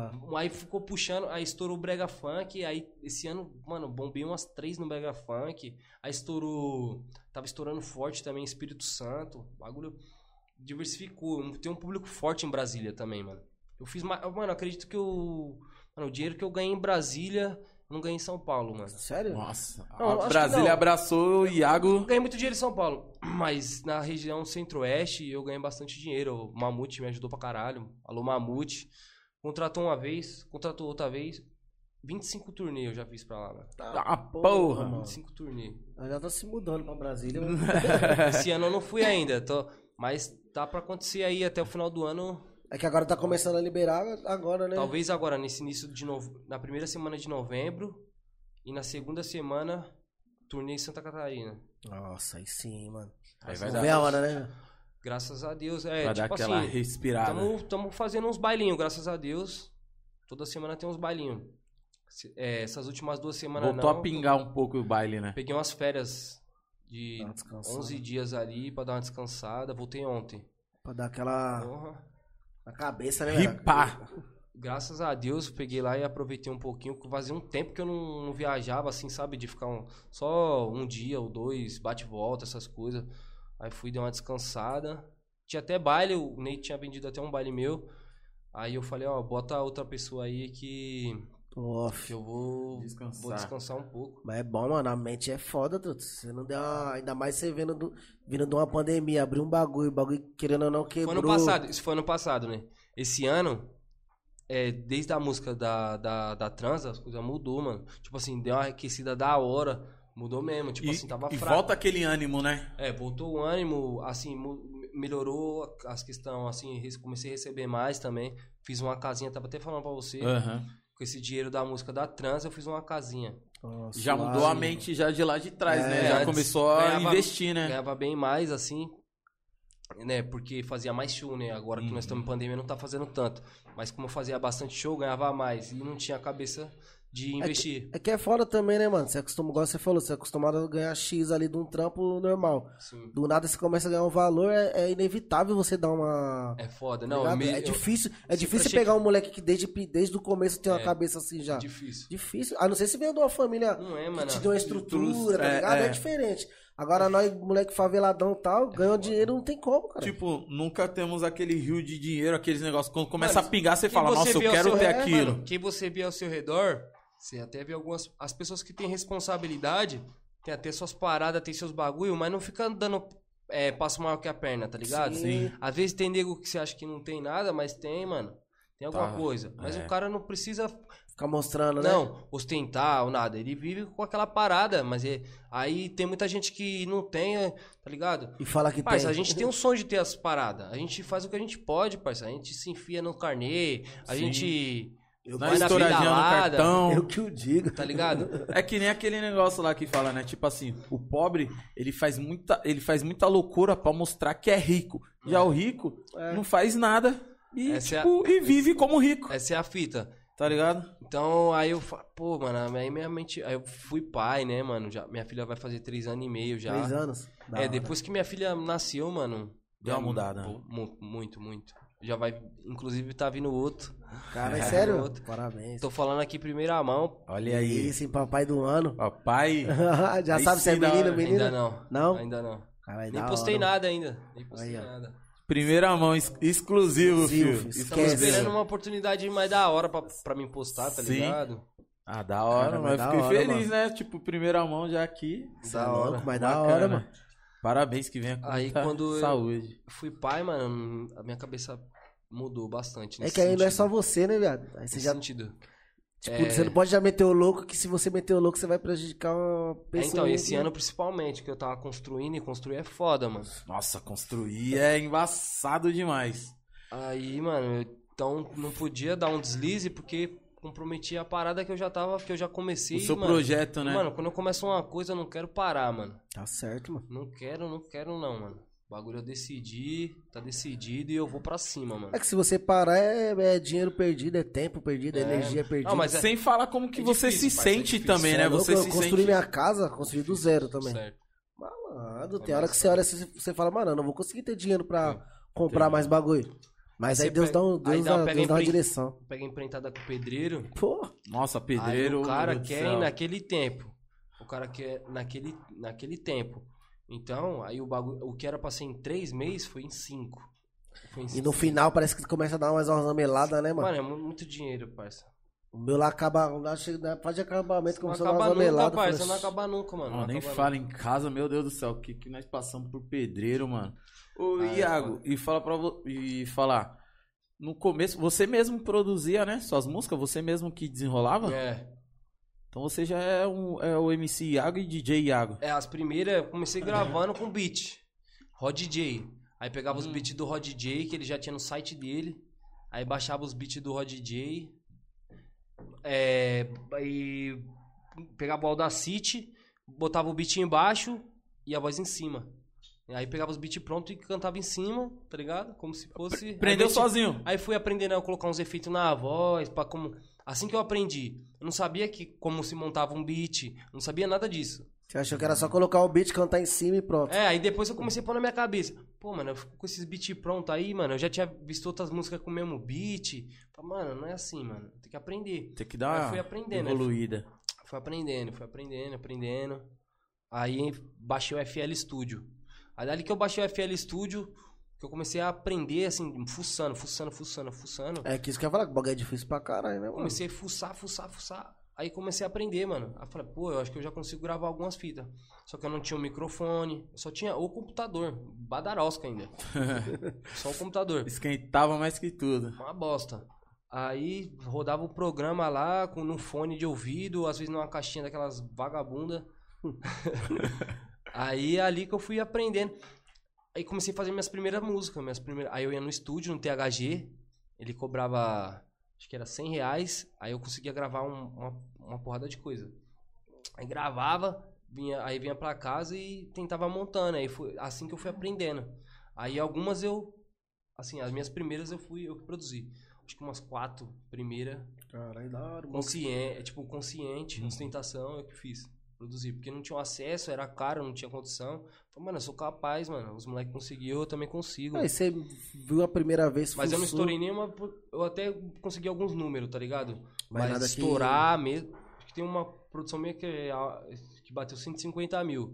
Ah. Aí ficou puxando, aí estourou o Brega Funk, aí esse ano, mano, bombei umas três no Brega Funk, aí estourou, tava estourando forte também Espírito Santo, o bagulho diversificou, tem um público forte em Brasília também, mano. Eu fiz, mano, eu acredito que eu, mano, o dinheiro que eu ganhei em Brasília, eu não ganhei em São Paulo, mano. Sério? Nossa, Não, a acho que Brasília não. abraçou o Iago. Eu ganhei muito dinheiro em São Paulo, mas na região centro-oeste eu ganhei bastante dinheiro. O Mamute me ajudou pra caralho. Alô, Mamute. Contratou uma vez, contratou outra vez. vinte e cinco turnê eu já fiz pra lá, mano. Ah, porra, mano. vinte e cinco turnê. Eu já tô se mudando pra Brasília. Mano. Esse ano eu não fui ainda, tô, mas tá pra acontecer aí até o final do ano. É que agora tá começando a liberar agora, né? Talvez agora, nesse início de novo, na primeira semana de novembro e na segunda semana, turnê em Santa Catarina. Nossa, aí sim, mano. Aí vai Vamos dar, ver a hora, né? Graças a Deus. É, vai dar tipo aquela assim, respirada. estamos fazendo uns bailinhos, graças a Deus. Toda semana tem uns bailinhos. Se- é, essas últimas duas semanas Voltou não. a pingar um pouco o baile, né? Peguei umas férias de Dá uma descansada. onze dias ali pra dar uma descansada. Voltei ontem. Pra dar aquela Porra. na cabeça, né, velho? Ripar. Graças a Deus, peguei lá e aproveitei um pouquinho, porque fazia um tempo que eu não, não viajava, assim, sabe? De ficar um- só um dia ou dois, bate e volta, essas coisas. Aí fui dar uma descansada. Tinha até baile, o Ney tinha vendido até um baile meu. Aí eu falei, ó, bota outra pessoa aí que, Off. que eu vou Descansar. vou descansar um pouco. Mas é bom, mano. A mente é foda, Truto. Você não deu uma... Ainda mais você vendo do... vindo de uma pandemia, abrir um bagulho, o bagulho querendo ou não Foi quebrou. ano passado, isso foi ano passado, né? Esse ano, é, desde a música da, da, da Trans, as coisas mudou, mano. Tipo assim, deu uma aquecida da hora, mudou mesmo. Tipo E, assim, tava e fraco. volta aquele ânimo, né? É, voltou o ânimo, assim, mu- melhorou as questões, assim, re- comecei a receber mais também. Fiz uma casinha, tava até falando pra você, Aham. com esse dinheiro da música da Trans, eu fiz uma casinha. Nossa, Já mudou a suave. mente já de lá de trás, É, né? Já antes começou a ganhava- investir, né? Ganhava bem mais, assim, né, porque fazia mais show, né, agora que nós estamos em pandemia não tá fazendo tanto. Mas como eu fazia bastante show, ganhava mais e não tinha a cabeça de investir. É que é foda também, né, mano? Você acostuma, igual você falou, você é acostumado a ganhar X ali de um trampo normal. Sim. Do nada você começa a ganhar um valor, é, é inevitável você dar uma. É foda, tá não, ligado? eu me- é eu- difícil, é sempre difícil achei pegar que- um moleque que desde, desde o começo tem uma É, cabeça assim já. difícil. Difícil. A não ser se veio de uma família Não é, que mano. te deu uma estrutura, tá É, ligado? É, é. diferente. Agora nós, moleque faveladão e tal, ganhou dinheiro, não tem como, cara. Tipo, nunca temos aquele rio de dinheiro, aqueles negócios. Quando começa Mano, a pingar, você quem fala, você nossa, eu vê ao quero seu- ter é, aquilo. mano, quem você vê ao seu redor, você até vê algumas. As pessoas que têm responsabilidade, tem até suas paradas, tem seus bagulho, mas não fica dando é, passo maior que a perna, tá ligado? Sim. Às vezes tem nego que você acha que não tem nada, mas tem, mano. Tem alguma Tá, coisa. Mas é. o cara não precisa, Ficar mostrando, né? não, ostentar ou nada. Ele vive com aquela parada, mas é- aí tem muita gente que não tem, é, tá ligado? E fala que Parça, tem. a gente tem um sonho de ter as paradas. A gente faz o que a gente pode, parça. A gente se enfia no carnê, a Sim. gente Eu Dá vai na estouradinha no pedalada, cartão. Eu que o digo. tá ligado? É que nem aquele negócio lá que fala, né? Tipo assim, o pobre, ele faz muita, ele faz muita loucura pra mostrar que é rico. Já o rico É. não faz nada e, Essa é a- tipo, e vive como rico, Essa é a fita. tá ligado? Então, aí eu falo, pô, mano, aí minha mente. Aí eu fui pai, né, mano? Já, minha filha vai fazer três anos e meio já. Três anos. Da É, hora. depois que minha filha nasceu, mano. Deu uma já- mudada. pô, mu- muito, muito. Já vai. Inclusive tá vindo outro. Cara, é É. sério? Outro. Parabéns. Tô falando aqui primeira mão. Olha aí. Isso, hein, papai do ano. Ó, pai. Já Aí sabe se é sim, da menino, hora. menina? Ainda não. Não? Ainda não. Caralho, Nem da postei hora, nada ainda. Nem postei Aí, ó. nada. Primeira mão, ex- exclusivo, Exclusivo, filho. filho. Estamos Esquece. esperando uma oportunidade mais da hora pra, pra mim postar, tá Sim. ligado? Ah, da hora, Cara, mas mas da fiquei hora, feliz, né? Tipo, primeira mão já aqui. Cê é louco, mas da Bacana. hora, mano. Parabéns que venha com Aí muita quando eu- saúde. Fui pai, mano, a minha cabeça mudou bastante. É nesse que aí não é sentido. só você, né, viado? Aí você Nesse já. sentido. Tipo, É. você não pode já meter o louco, que se você meter o louco, você vai prejudicar uma É, pessoa. então, esse ano principalmente, que eu tava construindo, e construir é foda, mano. Nossa, construir é embaçado demais. Aí, mano, eu- então não podia dar um deslize, porque comprometia a parada que eu já tava, que eu já comecei. O seu mano. projeto, né? Mano, quando eu começo uma coisa, eu não quero parar, mano. Tá certo, mano. Não quero, não quero não, mano. O bagulho eu decidi, tá decidido e eu vou pra cima, mano. É que se você parar, é, é dinheiro perdido, é tempo perdido, é, É. energia perdida. Não, mas é- Sem falar como que é você difícil, se parça, é sente difícil. também, Cê né? é louco, Você eu se construí sente... minha casa, construí do zero também. Certo. Malandro, tem hora que você olha assim, você fala, mano, eu não vou conseguir ter dinheiro pra Sim. comprar Entendi. mais bagulho. Mas Aí aí Deus pega- dá, um, aí Deus dá- dá, pega Deus dá uma empre- direção. Pega empreitada com o pedreiro. Pô, Nossa, Aí pedreiro. o cara meu Deus do quer céu. ir naquele tempo. O cara quer naquele, naquele tempo. Então, aí o bagulho, o que era pra ser em três meses foi em cinco. Foi em e cinco. no final parece que começa a dar mais uma ramelada, né, mano? Mano, é mu- muito dinheiro, parça. O meu lá acaba, lá chega na fase de acabamento, Não começou a dar acaba uma nunca, ramelada. parça. falei, Não acaba nunca, mano. Ó, Não nem acaba fala em casa, meu Deus do céu, o que, que nós passamos por pedreiro, mano. Ô, Ah, é Iago, foda. e fala pra vo... e falar. No começo, você mesmo produzia, né? Suas músicas, você mesmo que desenrolava? nunca. É. Então você já é, um, é o M C Iago e D J Iago. É, as primeiras eu comecei gravando com beat. Rod J. Aí pegava Hum. os beats do Rod J, que ele já tinha no site dele. Aí baixava os beats do Rod J. É, e pegava o Audacity, botava o beat embaixo e a voz em cima. Aí pegava os beats prontos e cantava em cima, tá ligado? Como se fosse... Prendeu aí, sozinho. Aí fui aprendendo a colocar uns efeitos na voz, para como... Assim que eu aprendi, eu não sabia que, como se montava um beat, não sabia nada disso. Você achou que era só colocar o beat, cantar em cima e pronto. É, aí depois eu comecei a pôr na minha cabeça. Pô, mano, eu fico com esses beats prontos aí, mano. Eu já tinha visto outras músicas com o mesmo beat. Falei, mano, não é assim, mano. Tem que aprender. Tem que dar Aí uma fui aprendendo, evoluída. Fui aprendendo, fui aprendendo, aprendendo. Aí baixei o F L Studio. Aí dali que eu baixei o F L Studio, que eu comecei a aprender, assim, fuçando, fuçando, fuçando, fuçando. É que isso que eu ia falar, que o bagulho é difícil pra caralho, né, mano? Comecei a fuçar, fuçar, fuçar. Aí comecei a aprender, mano. Aí falei, pô, eu acho que eu já consigo gravar algumas fitas. Só que eu não tinha o microfone, eu só tinha o computador. Badarosca ainda. Só o computador. Esquentava mais que tudo. Uma bosta. Aí rodava o programa lá com um fone de ouvido, às vezes numa caixinha daquelas vagabundas. Aí é ali que eu fui aprendendo. Aí comecei a fazer minhas primeiras músicas. Minhas primeiras... Aí eu ia no estúdio, no T H G. Ele cobrava, acho que era cem reais. Aí eu conseguia gravar um- uma, uma porrada de coisa. Aí gravava, vinha, aí vinha pra casa e tentava montando. Aí foi assim que eu fui aprendendo. Aí algumas eu... Assim, as minhas primeiras eu fui eu que produzi. Acho que umas quatro primeiras. Caralho, da hora, mano. Consciente, tipo, consciente, ostentação, eu que fiz. Produzir. Porque não tinha acesso, era caro, não tinha condição. Falei, mano, eu sou capaz, mano. Os moleques conseguiram, eu também consigo. Aí você viu a primeira vez, Mas eu não fuçou. estourei nenhuma. Eu até consegui alguns números, tá ligado? Mas Mas, nada que- estourar mesmo. Acho que tem uma produção minha que, é a- que bateu cento e cinquenta mil.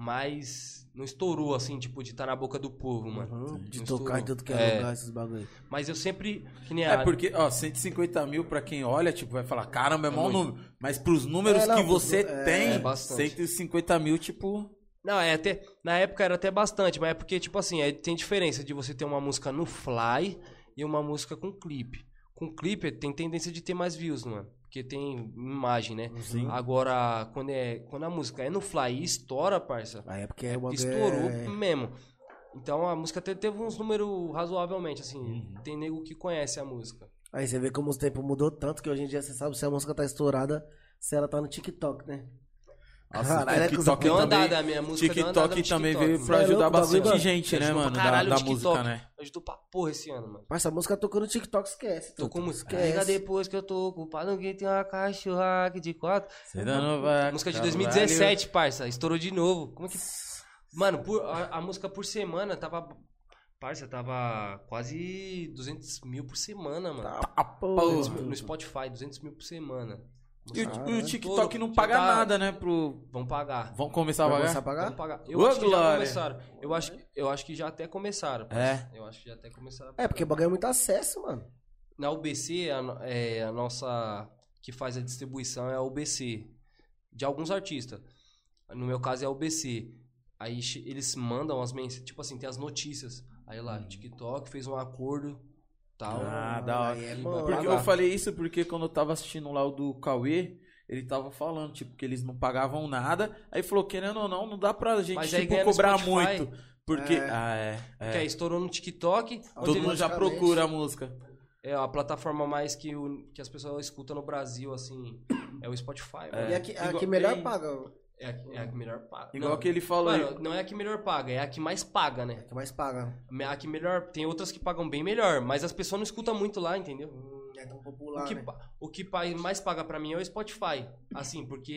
Mas não estourou, assim, tipo, de estar na boca do povo, mano. Uhum, de Não tocar estourou. em tudo que É. é lugar, esses bagulho. Mas eu sempre. Que nem É a- porque, ó, cento e cinquenta mil pra quem olha, tipo, vai falar, caramba, é mau número. Mas pros números É, não, que pros você nu- é, tem, é bastante. cento e cinquenta mil, tipo... Não, é até. Na época era até bastante, mas é porque, tipo assim, aí tem diferença de você ter uma música no fly e uma música com clipe. Com clipe tem tendência de ter mais views, mano. Porque tem imagem, né? Sim. Agora, quando, é, quando a música é no fly e estoura, parça, Aí é porque é o bagulho. estourou é- mesmo. Então a música te- teve uns números razoavelmente, assim. Uhum. Tem nego que conhece a música. Aí você vê como o tempo mudou tanto que hoje em dia você sabe se a música tá estourada, se ela tá no TikTok, né? Nossa, Caralho, o é TikTok Deu uma também, andada, a minha música deu uma andada TikTok no também TikTok, veio mano. pra Cê é ajudar louco, o bagulho, bastante mano. gente, né, Ajudou mano, pra da, caralho da o TikTok. música, né? Ajudou pra porra esse ano, mano. Mas essa música tocou no TikTok, esquece. Tô Tô com música. esquece. Liga depois que eu tô ocupado, ninguém tem uma cachorra aqui de quatro. Cê não vai, Música de caralho. dois mil e dezessete, parça. Estourou de novo. Como é que. Mano, por- a, a música por semana tava. Parça, tava quase duzentos mil por semana, mano. Tá, porra. duzentos mil no Spotify, duzentos mil por semana. E o, Caralho. e o TikTok não Já paga tá- nada, né, pro... Vão pagar. Vão começar a Vai pagar? começar a pagar? Vão pagar. Eu Ô, acho que já glória. começaram. Eu acho, eu acho que já até começaram. parça. Eu acho que já até começaram. a É, porque o bagulho é muito acesso, mano. Na U B C, a, no- é, a nossa que faz a distribuição é a U B C. De alguns artistas. No meu caso é a U B C. Aí che- eles mandam as mensagens, tipo assim, tem as notícias. Aí lá, TikTok fez um acordo, tal. Ah, da hora. Aí é E bom. vai Porque pagar. eu falei isso porque quando eu tava assistindo lá o do Cauê, ele tava falando, tipo, que eles não pagavam nada. Aí falou, querendo ou não, não dá pra gente, Mas aí tipo, ganha no cobrar Spotify. muito. Porque... É. Ah, é. Que é. aí estourou no TikTok. onde Todo ele- mundo já automaticamente- procura a música. É a plataforma mais que, o, que as pessoas escutam no Brasil, assim, é o Spotify. mano. E a que, a igual- que melhor tem- paga. É, a, é a que melhor paga. Igual Não, que ele falou aí. Mano, não é a que melhor paga, é a que mais paga, né? A que mais paga. A que melhor. Tem outras que pagam bem melhor, mas as pessoas não escutam muito lá, entendeu? Hum, é tão popular, O que, né? pa- o que pa- mais paga pra mim é o Spotify. Assim, porque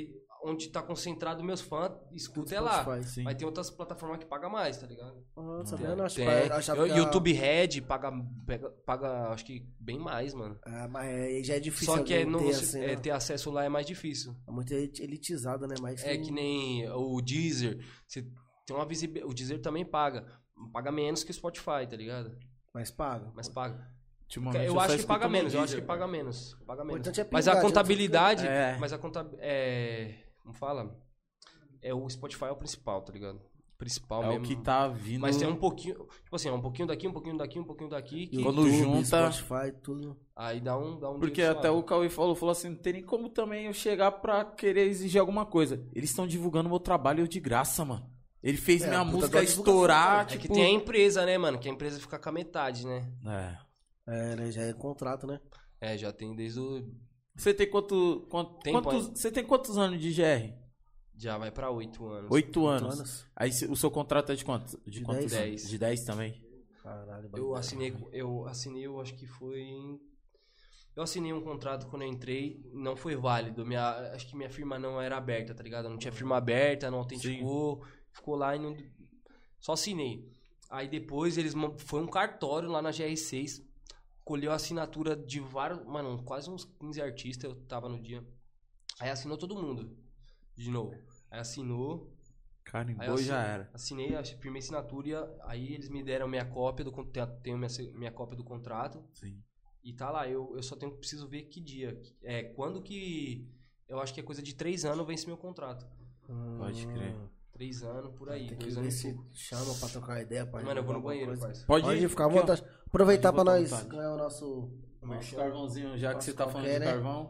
onde tá concentrado meus fãs, escuta é lá. Spotify, sim. Mas tem outras plataformas que pagam mais, tá ligado? Ah, sabia? Não, acho que Tem. achava Eu- que a- YouTube Red paga, pega- paga, acho que bem mais, mano. Ah, mas aí já é difícil Só que é, alguém não, ter, você- assim, é, né? ter acesso lá é mais difícil. É muito elitizado, né? Mas É que nem o Deezer. Você tem uma visibilidade. O Deezer também paga. Paga menos que o Spotify, tá ligado? Mas paga. Mas paga. Ultimamente Eu só acho que escuto paga no menos, eu acho Deezer, que paga cara. menos. Paga menos. importante é Mas pingar, a já contabilidade. É. Mas a contabilidade. É. Como fala? É o Spotify é o principal, tá ligado? O principal É mesmo. o que tá vindo. Mas tem um pouquinho. Tipo assim, é um pouquinho daqui, um pouquinho daqui, um pouquinho daqui. Que Quando junta- Spotify, tudo. aí dá um. Dá um Porque dinheiro até o suave. Cauê falou, falou assim, não tem nem como também eu chegar pra querer exigir alguma coisa. Eles estão divulgando meu trabalho de graça, mano. Ele fez É, minha puta música da divulgação, estourar, É tipo... que tem a empresa, né, mano? Que a empresa fica com a metade, né? É. É, né? Já é contrato, né? É, já tem desde o. Você tem quanto, quanto, Tempo, quantos, você tem quantos anos de G R? Já vai pra oito anos. Oito Oito anos. anos. Aí se- o seu contrato é de quanto? De, De quantos? dez. anos? De dez também. Caralho, Eu bagulho. assinei, eu assinei, eu acho que foi em... Eu assinei um contrato quando eu entrei, não foi válido. Minha, acho que minha firma não era aberta, tá ligado? Não tinha firma aberta, não autenticou, ficou lá e não... Só assinei. Aí depois eles... man- Foi um cartório lá na G R seis, colheu a assinatura de vários... Mano, quase uns quinze artistas eu tava no dia. Aí assinou todo mundo, de novo. Aí assinou... Carimbou Aí eu e já assinei- era. Assinei, ach- firmei assinatura e a- aí eles me deram minha cópia do con- tenho tenho minha, se- minha cópia do contrato Sim. e tá lá. Eu, eu só tenho preciso ver que dia. É, quando que. Eu acho que é coisa de três anos vence meu contrato. Pode crer. Três anos por aí. Tem que Dois ver anos e se pouco. chama pra trocar ideia, pra Mano, eu vou no alguma banheiro, coisa. parça. Pode, Pode ir, ficar à aqui, ó. vontade. Aproveitar Pode pra botar à nós vontade. ganhar o nosso... Nosso carvãozinho, já que Nosso você tá falando qualquer, de né? carvão.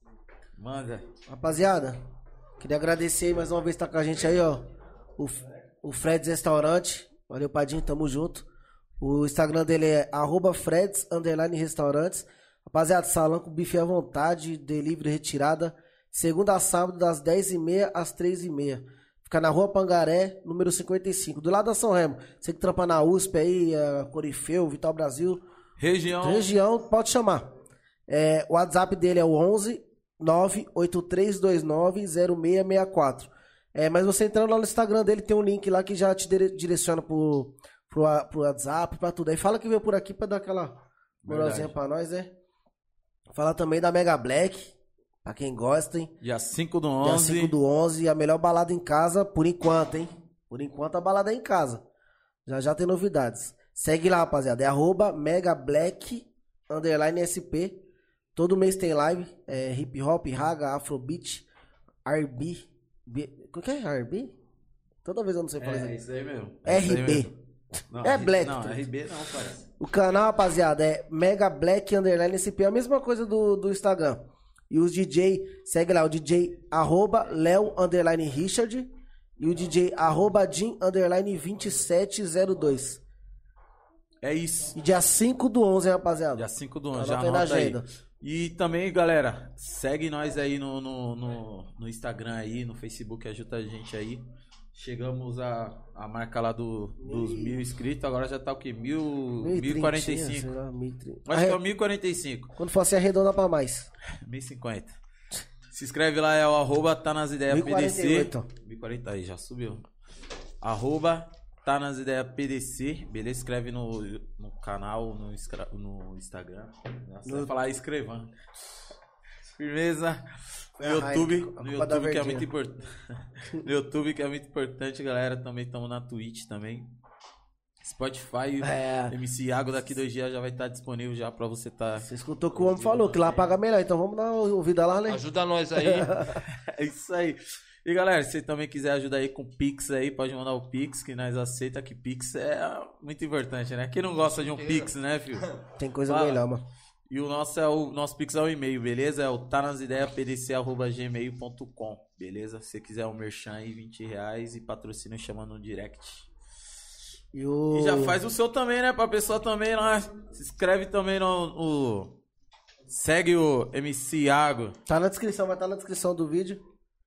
Manda. Rapaziada, queria agradecer aí mais uma vez estar com a gente aí, ó. O, o Freds Restaurante. Valeu, Padinho, tamo junto. O Instagram dele é arroba Freds underline restaurantes. Rapaziada, salão com bife à vontade, delivery retirada. Segunda a sábado, das dez e meia às três e meia. Fica na rua Pangaré, número cinquenta e cinco. Do lado da São Remo. Você que trampa na U S P aí, a Corifeu, Vital Brasil. Região. Região, pode chamar. É, o WhatsApp dele é o onze nove oito três dois nove zero seis seis quatro. É, mas você entrando lá no Instagram dele, tem um link lá que já te dire- direciona pro, pro, wa- pro WhatsApp, pra tudo. Aí fala que veio por aqui pra dar aquela moralzinha Verdade. pra nós, né? Fala também da Mega Black, pra quem gosta, hein? Dia cinco do Dia onze. cinco do onze, a melhor balada em casa, por enquanto, hein? Por enquanto a balada é em casa. Já já tem novidades. Segue lá, rapaziada. É arroba Mega Black underline S P. Todo mês tem live. É, hip hop, raga, afrobeat, R B. B- O que é R B? Toda vez eu não sei falar É, isso. isso aí mesmo. É isso aí R B. mesmo. Não, É R- Black, Não, tá? R B não, parece. O canal, rapaziada, é Mega Black Underline S P. A mesma coisa do, do Instagram. E os D J, segue lá, o D J arroba Leo Underline Richard e o D J arroba Jim Underline vinte e sete zero dois. É isso. E dia cinco do onze, hein, rapaziada. Dia cinco do onze, já Anota aí na anota aí. agenda. E também, galera, segue nós aí no, no, no, no Instagram aí, no Facebook, ajuda a gente aí. Chegamos a, a marca lá do, dos mil inscritos, agora já tá o quê? Mil, mil e quarenta e cinco. sei lá, mil e trinta. Acho que é o Arre- mil e quarenta e cinco. Quando for assim, arredonda pra mais. mil e cinquenta. Se inscreve lá, é o arroba tá nas ideias mil e quarenta e P D C. oito. mil e quarenta aí, já subiu. Arroba tá nas ideias P D C, beleza? Escreve no, no canal, no, escra- no Instagram. Nossa, No- vai falar escrevendo. Firmeza. No É a YouTube, Heineken, a no culpa da YouTube que é verdinha. muito importante. No YouTube que é muito importante, galera. Também estamos na Twitch também. Spotify, É. M C Iago daqui dois dias já vai estar disponível já pra você tá. Você escutou o que o homem falou, que lá paga melhor. Então vamos dar uma ouvida lá, né? Ajuda nós aí. É isso aí. E galera, se você também quiser ajudar aí com Pix aí, pode mandar o Pix, que nós aceita que Pix é muito importante, né? Quem não gosta de um Pix, né, filho? Tem coisa Fala. melhor, mano. E o nosso é o nosso Pix é o e-mail, beleza? É o tá nas ideias p d c arroba gmail ponto com, beleza? Se você quiser um merchan aí, vinte reais e patrocínio chamando no direct. E, o... E já faz o seu também, né? Pra pessoa também lá. Se inscreve também no. no- Segue o M C Iago. Tá na descrição, vai estar na descrição do vídeo.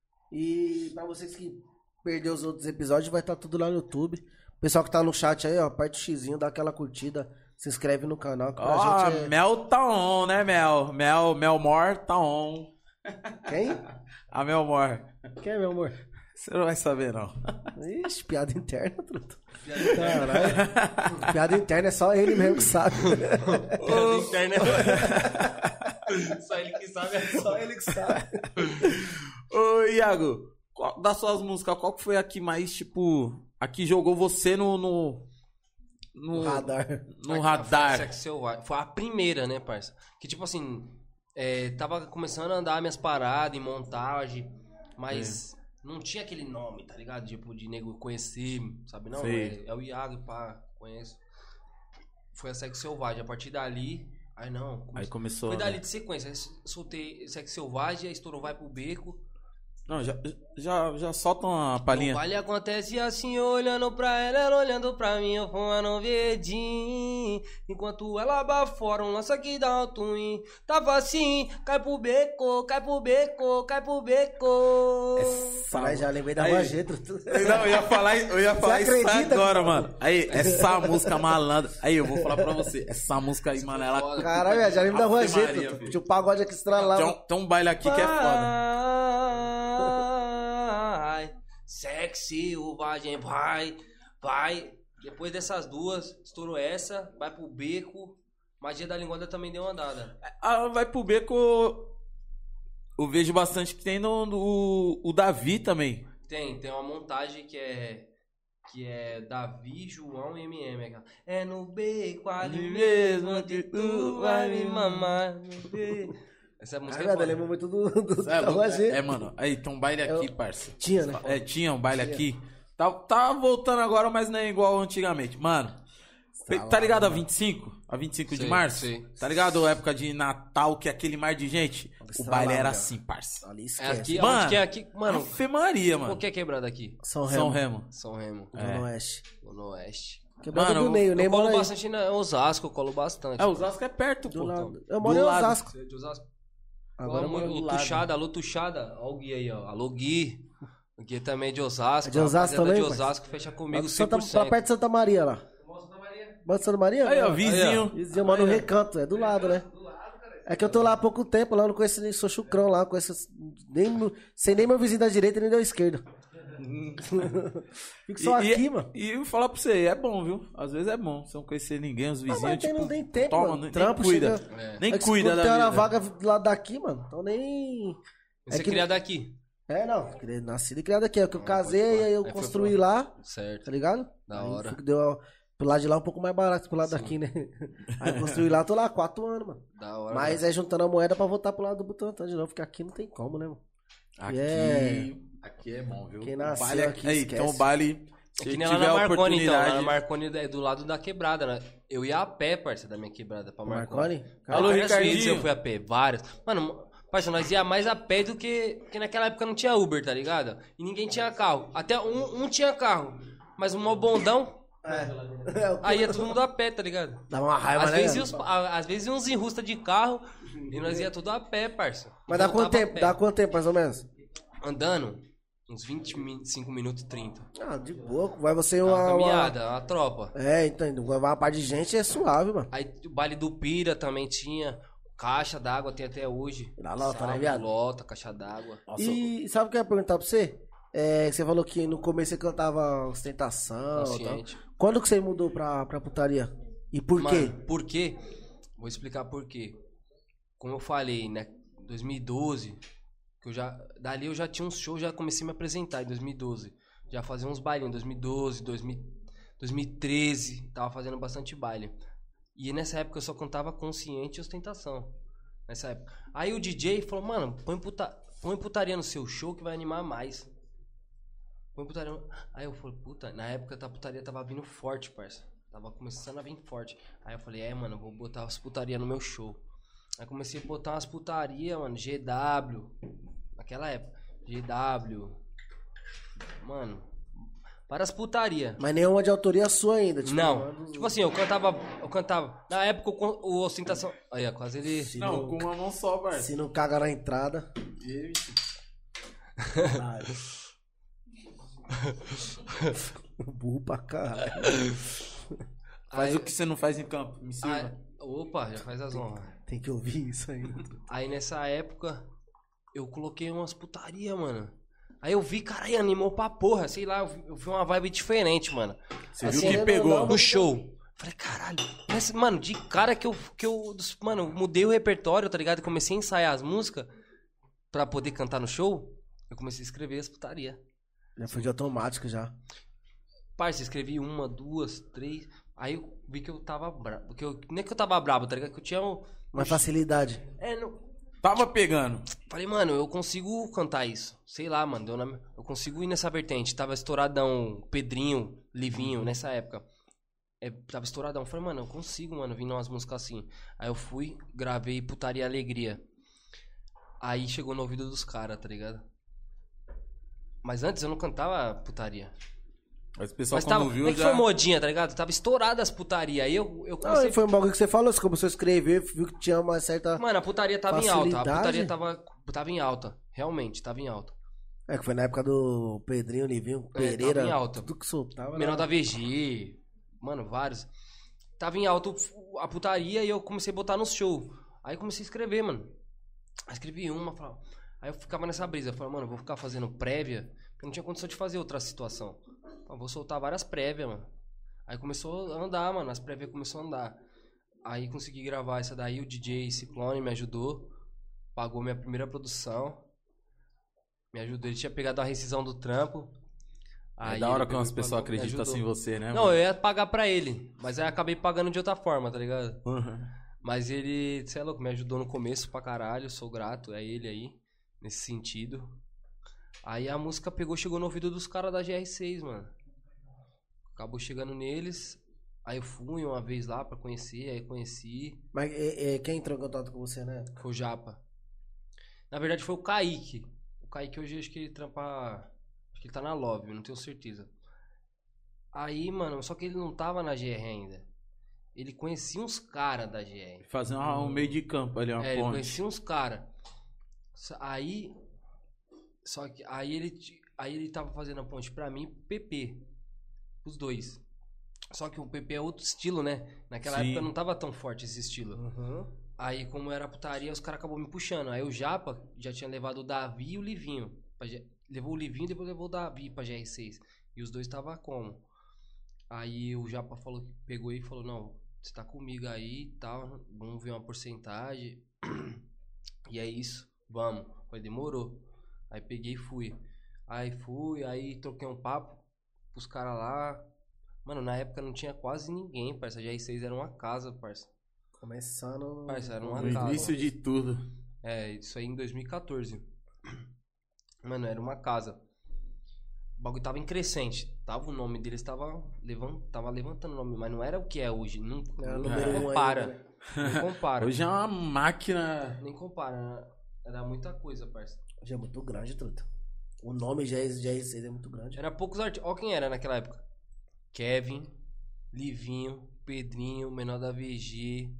E pra vocês que perderam os outros episódios, vai estar tudo lá no YouTube. O pessoal que tá no chat aí, ó, aperta o xizinho, dá aquela curtida, se inscreve no canal. Que pra Ó, gente é... Mel tá on, né, Mel? Mel, Mel Mor tá on. Quem? A Mel Mor. Quem é, meu amor? Você não vai saber, não. Ixi, piada interna, truta. Caralho. Piada interna é só ele mesmo que sabe. Piada interna é... Só ele que sabe. Só ele que sabe. Ô, Iago, qual, das suas músicas, qual que foi a que mais, tipo, a que jogou você no... No, no, No radar. No Foi a radar. Sexual Vibe. Foi a primeira, né, parça? Que tipo assim, é, tava começando a andar minhas paradas em montagem, mas não tinha aquele nome, tá ligado? Tipo, de nego conhecer, sabe? Não, Sei. é, é o Iago, pá, conheço. Foi a Sexo Selvagem. A partir dali, aí não. Aí começou... Foi dali né? de sequência. Aí soltei Sexo Selvagem, aí estourou Vai pro Beco. Não, já, já, já solta uma palhinha. O baile acontece assim, eu olhando pra ela, ela olhando pra mim, eu fumando verdinho. Enquanto ela bafora um lança que dá um twin. Tava assim, cai pro beco, cai pro beco, cai pro beco. Caralho, já lembrei da Aí- Rogério. Não, eu ia falar, eu ia falar isso acredita, agora, cara? mano. Aí, essa música malandra. Aí, eu vou falar pra você. Essa música aí, mano, ela... foda. Caralho, já lembro da Ave Maria, Rogério. filho. Tinha o pagode aqui estralado. Tem um, tem um baile aqui que é foda. Vai, sexy, selvagem, vai, vai. Depois dessas duas, estourou essa, vai pro beco. Magia da Linguada também deu uma andada. Ah, vai pro beco. Eu vejo bastante que tem no, no- o Davi também. Tem, tem uma montagem que é que é Davi, João e M M. aquela. É no beco ali mesmo que tu vai me mamar. No beco. Essa música Caralho, é eu lembro foda. muito do, do É, da Rogério. é, mano. Aí, tem um baile aqui, parça. Tinha, né? É, tinha um baile Tinha. aqui. Tá, tá voltando agora, mas não é igual antigamente. Mano, Tá tá lá, ligado a mano. vinte e cinco? A vinte e cinco de Sei, março? sei. Tá ligado a época de Natal, que é aquele mar de gente? O Estralava, baile era cara. assim, parça. Ali É esquece. aqui, Mano, onde que é aqui? Mano, Ave Maria, qual mano. que é quebrada aqui? São São Remo. Remo. São Remo. Zona Oeste. No Oeste. Quebrada Mano, do Ney. O Ney Eu mora colo aí. bastante na Osasco, eu colo bastante. É, Osasco é perto, Do pô. lado. Eu moro Do em lado. Osasco. Você é de Osasco? Agora eu moro Cola do muito. lado. Tuxada, alô Tuxada. Ó o Gui aí, ó. Alô Gui. O Gui também é de Osasco. É de Osasco rapaziada também, de parceiro? Osasco, fecha comigo Santa, cem por cento. tá perto de Santa Maria lá. Bota Santa Maria? Aí, ó, Não. vizinho. Vizinho, mano, no Recanto. É do lado, né? É que eu tô lá há pouco tempo, lá eu não conheço nem, sou chucrão lá, conheço nem, meu- sem nem meu vizinho da direita nem da esquerda. Fico só E- aqui, e, mano. E eu falar pra você, é bom, viu? Às vezes é bom. Você não conhecer ninguém, os Ah, vizinhos, mas tem, tipo, não tem tempo, toma, mano. nem Trampo, cuida. chega- É. Nem É que cuida se da tem hora vida. vaga do lado daqui, mano. Então nem. Você É é que- criado aqui. É, não. Nascido e criado aqui. É que eu Ah, casei pode e falar. aí eu Aí foi construí pra- lá, Certo. tá ligado? Da Aí hora. foi que deu pro lado de lá um pouco mais barato que pro lado Sim. daqui, né? Aí construí lá, tô lá há quatro anos, mano. Da hora. Mas é juntando a moeda pra voltar pro lado do Butantã de novo, porque aqui não tem como, né, mano? Aqui É. aqui é bom, viu? Quem O nasceu baile aqui aí, esquece. então o baile, É se que nem tiver lá a na Marconi, então. Lá oportunidade... na Marconi é do lado da quebrada, né? Eu ia a pé, parça, da minha quebrada pra Marconi. Marconi? Alô, Várias Ricardinho. vezes eu fui a pé, várias. Mano, parça, nós ia mais a pé do que... Porque naquela época não tinha Uber, tá ligado? E ninguém tinha carro. Até um, um tinha carro. Mas um mó bondão, É, o que- aí ia todo mundo a pé, tá ligado? Dá uma raiva, Às né? vezes, os, a- às vezes uns enrusta de carro e nós ia tudo a pé, parça. Mas dá Voltava quanto a tempo? pé. Dá quanto tempo, mais ou menos? Andando, uns vinte e cinco minutos, trinta. Ah, de boa. Vai você É uma... uma uma- caminhada, uma tropa. É, então, vai uma parte de gente é suave, mano. Aí o baile do Pira também tinha. Caixa d'água tem até hoje. Na lota, né, Sábado, viado? Lota, caixa d'água. Nossa, E sabe o que eu ia perguntar pra você? É, você falou que no começo você cantava ostentação e tal. Consciente. Quando que você mudou pra, pra putaria? E por quê? Mano, por quê? Vou explicar por quê. Como eu falei, né? dois mil e doze, que eu já, dali eu já tinha uns shows, já comecei a me apresentar em dois mil e doze. Já fazia uns bailinhos em dois mil e doze, dois mil, dois mil e treze, tava fazendo bastante baile. E nessa época eu só cantava Consciente e Ostentação. Nessa época. Aí o D J falou, mano, põe, puta, põe putaria no seu show que vai animar mais. Põe putaria. no- Aí eu falei, puta, na época a putaria tava vindo forte, parça. Tava começando a vir forte. Aí eu falei, é, mano, eu vou botar as putaria no meu show. Aí comecei a botar umas putaria, mano, G W. Naquela época. G W. Mano, várias putaria. Mas nenhuma de autoria sua ainda. Tipo, Não, uma dos- tipo assim, eu cantava. Eu cantava. Na época o, con- o ostentação. Aí, ó, quase ele. Se não, não, com uma mão só, parça. se não caga na entrada. Caralho. Burro pra caralho. Faz Aí- o que você não faz em campo, me ensina. Aí- opa, já faz as honras. Tem que ouvir isso ainda. Aí nessa época, eu coloquei umas putaria, mano. Aí eu vi, caralho, animou pra porra. Sei lá, eu vi, eu vi uma vibe diferente, mano. Você assim, viu que pegou. No show. Falei, caralho. Mas, mano, de cara que eu, que eu... Mano, mudei o repertório, tá ligado? E comecei a ensaiar as músicas pra poder cantar no show. Eu comecei a escrever as putaria. Já foi de automático, já. Parça, escrevi uma, duas, três. Aí eu vi que eu tava brabo. Que eu, nem é que eu tava brabo, tá ligado? Que eu tinha um... Uma facilidade. É, não... Tava pegando. Falei, mano, eu consigo cantar isso. Sei lá, mano. Deu na... Eu consigo ir nessa vertente. Tava estouradão, Pedrinho, Livinho, nessa época. É, tava estouradão. Falei, mano, eu consigo, mano, vindo umas músicas assim. Aí eu fui, gravei Putaria Alegria. Aí chegou no ouvido dos caras, tá ligado? Mas antes eu não cantava putaria. Mas o pessoal Mas quando tava, viu não é que já... foi modinha, tá ligado? Tava estourada as putaria. Aí eu, eu comecei... Não, foi um bagulho que você falou, você começou a escrever, viu que tinha uma certa... Mano, a putaria tava em alta. A facilidade. putaria tava, tava em alta. Realmente, tava em alta. É, que foi na época do Pedrinho, Livinho, É, Pereira, tava em alta. tudo que soltava. Menor né? da V G. Mano, vários. Tava em alta a putaria e eu comecei a botar no show. Aí comecei a escrever, mano. Aí escrevi uma, falava... Aí eu ficava nessa brisa. Eu falei, mano, eu vou ficar fazendo prévia, porque eu não tinha condição de fazer outra situação. Eu vou soltar várias prévias, mano. Aí começou a andar, mano. As prévias começaram a andar. Aí consegui gravar essa daí. O D J Ciclone me ajudou. Pagou minha primeira produção. Me ajudou. Ele tinha pegado a rescisão do trampo. É Aí da hora ele quando as pegou e pessoas pagou, me acreditam ajudou. assim em você, né? Não, mano? eu ia pagar pra ele. Mas aí acabei pagando de outra forma, tá ligado? Uhum. Mas ele, você é louco, me ajudou no começo pra caralho. Sou grato a ele aí. Nesse sentido. Aí a música pegou, chegou no ouvido dos caras da G R seis, mano. Acabou chegando neles. Aí eu fui uma vez lá pra conhecer, aí conheci. Mas é, é, quem entrou em contato com você, né? Foi o Japa. Na verdade foi o Kaique. O Kaique hoje acho que ele trampa. Acho que ele tá na Love, não tenho certeza. Aí, mano, só que ele não tava na G R ainda. Ele conhecia uns caras da G R. Fazer um, um meio de campo ali, uma É, ele ponte. conhecia uns caras. Aí. Só que aí ele, aí ele tava fazendo a ponte pra mim e P P. Os dois. Só que o P P é outro estilo, né? Naquela Sim. época não tava tão forte esse estilo. Uhum. Aí, como era putaria, os caras acabou me puxando. Aí o Japa já tinha levado o Davi e o Livinho. pra G- Levou o Livinho e depois levou o Davi pra G R seis. E os dois tava como? Aí o Japa falou, pegou e falou, não, você tá comigo aí e tal, vamos ver uma porcentagem. E é isso, vamos. Falei, demorou. Aí peguei e fui. Aí fui, aí troquei um papo pros caras lá. Mano, na época não tinha quase ninguém, parça. A G R seis era uma casa, parça. Começando... Parça, era uma No casa. início de tudo. É, isso aí em dois mil e quatorze. Mano, era uma casa. O bagulho tava em crescente. Tava o nome deles, tava, levant, tava levantando o nome, mas não era o que é hoje. Não, Era o não número um compara. ainda, né? Não compara. Hoje é uma máquina. Nem compara. Era muita coisa, parça. Já é muito grande, truta. O nome G R seis é muito grande. Era poucos artistas. Ó quem era naquela época. Kevin, Livinho, Pedrinho, Menor da V G,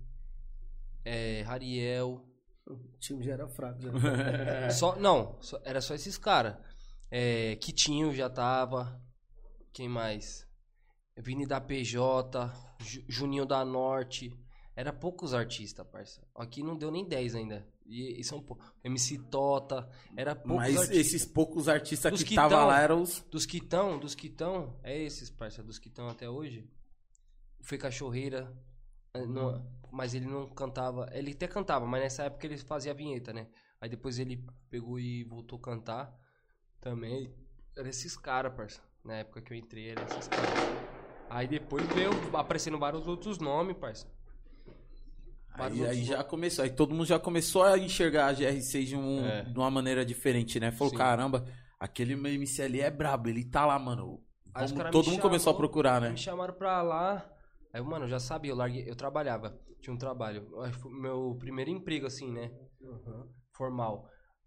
é, Rariel. O time já era fraco. Já. Só, não, só- era só esses caras. É, Kitinho já tava. Quem mais? Vini da P J, Ju- Juninho da Norte. Era poucos artistas, parça. Aqui não deu nem dez ainda. E, e são pou- M C Tota. Era poucos Mas artistas. esses poucos artistas Dos que que estavam tão- lá eram os. Dos que tão, dos que tão. É esses, parça, dos que tão até hoje. Foi Cachorreira. eh, não- mas ele não cantava. Ele até cantava, mas nessa época ele fazia a vinheta, né? Aí depois ele pegou e voltou a cantar também. Era esses caras, parça. Na época que eu entrei, era esses caras. Aí depois veio aparecendo vários outros nomes, parça. Vários Aí, outros aí já nomes. começou. Aí todo mundo já começou a enxergar a G R seis de, um- É. de uma maneira diferente, né? Falou, Sim. caramba, aquele meu M C ali é brabo, ele tá lá, mano. Aí os Vamos- caras todo me mundo começou a chamou, procurar, né? Me chamaram pra lá. Aí, eu, mano, eu já sabia, eu larguei, eu trabalhava. Tinha um trabalho. Aí foi meu primeiro emprego, assim, né? Formal.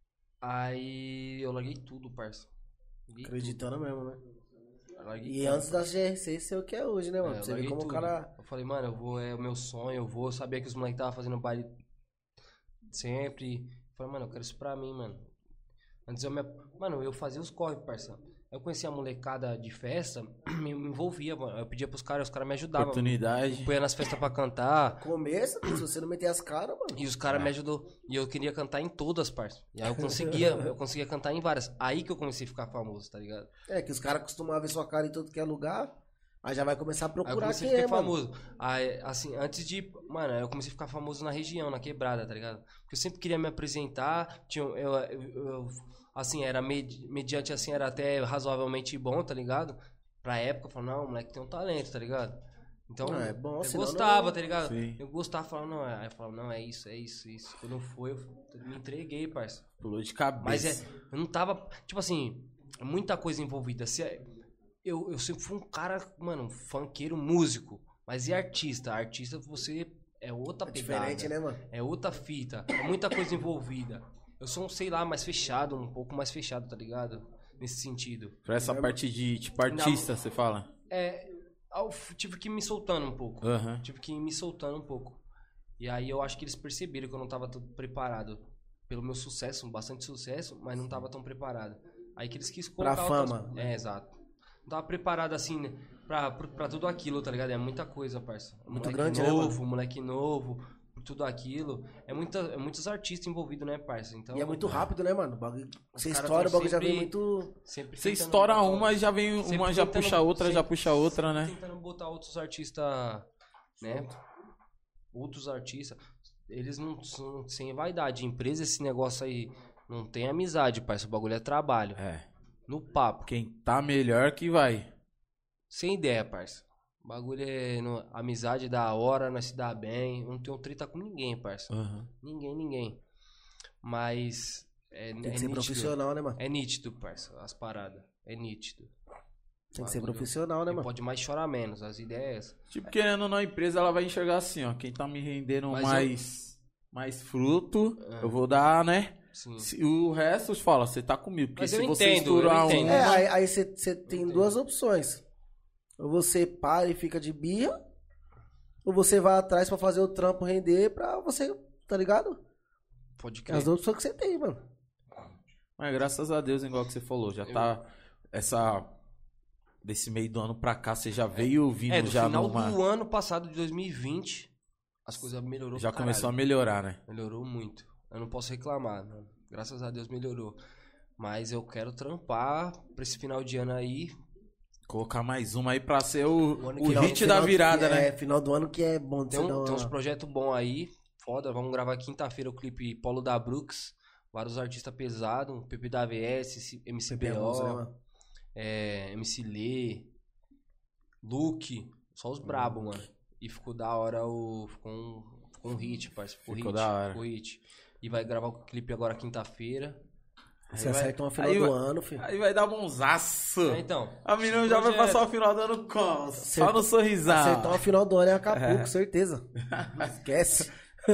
Aí eu larguei tudo, parça. Larguei Acreditando mesmo, né? tudo. Eu larguei E tudo. antes da G R seis ser o que é hoje, né, mano? É, eu Você vê larguei como o tudo. cara... Eu falei, mano, eu vou, é o meu sonho, eu vou. Eu sabia que os moleques estavam fazendo baile sempre. Eu falei, mano, eu quero isso pra mim, mano. Antes eu me... Mano, eu fazia os corre, parça. Eu conhecia a molecada de festa, me envolvia, mano. Eu pedia pros caras, os caras me ajudavam. Oportunidade. Me punha nas festas pra cantar. Começo, se você não meter as caras, mano. E os caras me ajudou. E eu queria cantar em todas, parça. E aí eu conseguia, eu conseguia cantar em várias. Aí que eu comecei a ficar famoso, tá ligado? É, que os caras costumavam ver sua cara em todo que é lugar. Aí já vai começar a Aí eu procurar comecei quem a é, ficar mano. famoso. Aí, assim, antes de... Mano, eu comecei a ficar famoso na região, na quebrada, tá ligado? Porque eu sempre queria me apresentar. Tinha, eu, eu, eu, assim, era med, mediante, assim, era até razoavelmente bom, tá ligado? Pra época, eu falava, não, o moleque tem um talento, tá ligado? Então, Ah, é bom, eu senão gostava, não- tá ligado? Sim. Eu gostava, falava, não, é. Aí eu falava, não, é isso, é isso, é isso. Quando foi, eu me entreguei, parça. Pulou de cabeça. Mas é, eu não tava, tipo assim, muita coisa envolvida. Se é- eu, eu sempre fui um cara, mano, funkeiro, músico. Mas e artista? Artista, você é outra É pegada. diferente, né, mano? É outra fita. É muita coisa envolvida. Eu sou um, sei lá, mais fechado, um pouco mais fechado, tá ligado? Nesse sentido. Pra essa parte de, tipo, artista, você fala? É, eu tive que ir me soltando um pouco. Aham. Tive que ir me soltando um pouco. E aí eu acho que eles perceberam que eu não tava tão preparado pelo meu sucesso, bastante sucesso, mas não tava tão preparado. Aí que eles quis colocar... Pra outras- fama. É, exato. Não tava preparado assim, né, pra, pra, pra tudo aquilo, tá ligado? É muita coisa, parça. Muito Moleque grande, né, novo, moleque novo, tudo aquilo. É, muita, é muitos artistas envolvidos, né, parça? Então, E é muito rápido, né, mano? O bagulho- Você caras estoura, o tão bagulho já vem sempre- muito... sempre Você tentando estoura botar- uma e já vem sempre uma, já tentando- puxa outra, já sempre- puxa outra, né? Tentando botar outros artistas, né? Outros artistas. Eles não são sem vaidade. Empresa, esse negócio aí, não tem amizade, parça. O bagulho é trabalho. É. No papo. Quem tá melhor que vai. Sem ideia, parça. O bagulho é no- amizade da hora, nós se dá bem. Eu não tenho treta com ninguém, parça. Aham. Ninguém, ninguém. Mas é, Tem que é ser nítido. profissional, né, mano? É nítido, parça, as paradas. É nítido. Tem que ser Bagulho- profissional, né, Quem mano? pode mais chorar menos. As ideias. Tipo, querendo ou não, a empresa ela vai enxergar assim, ó. Quem tá me rendendo Mas eu- mais, mais fruto, É. eu vou dar, né? Sim. Se- o resto fala, você tá comigo. Porque Mas se eu você entendo, eu estourar entendo. uma... É, aí, aí você você tem duas opções. Ou você para e fica de birra, ou você vai atrás pra fazer o trampo render pra você, tá ligado? Pode É crer. as duas opções que você tem, mano. Mas graças a Deus, igual que você falou, já tá essa... Desse meio do ano pra cá, você já veio vindo É, do já final numa... do ano passado, de dois mil e vinte, as coisas melhorou Já pra começou a caralho. melhorar, né? Melhorou muito. Eu não posso reclamar, mano. Graças a Deus melhorou. Mas eu quero trampar pra esse final de ano aí. Colocar mais uma aí pra ser o, O ano o que- hit Final- da virada, é, né? É, final do ano que é bom de Tem, você um- dar uma... tem uns projetos bons aí. Foda. Vamos gravar quinta-feira o clipe Polo da Brooks. Vários artistas pesados. Pepe da A V S, M C B É bom, né, O, mano? é, M C Lê, Luke. Só os brabo, mano. E ficou da hora o... Ficou um, ficou um hit, parceiro. Ficou, Ficou hit. da hora. Ficou hit. E vai gravar o clipe agora quinta-feira. Você Aí vai- acerta uma final aí do vai- ano, filho. Aí vai dar bonzaço. É, então. A menina já vai projeto. passar o final do ano como? Só Acertou- no sorrisal. Acertar uma final do ano é Acapulco, certeza. Esquece.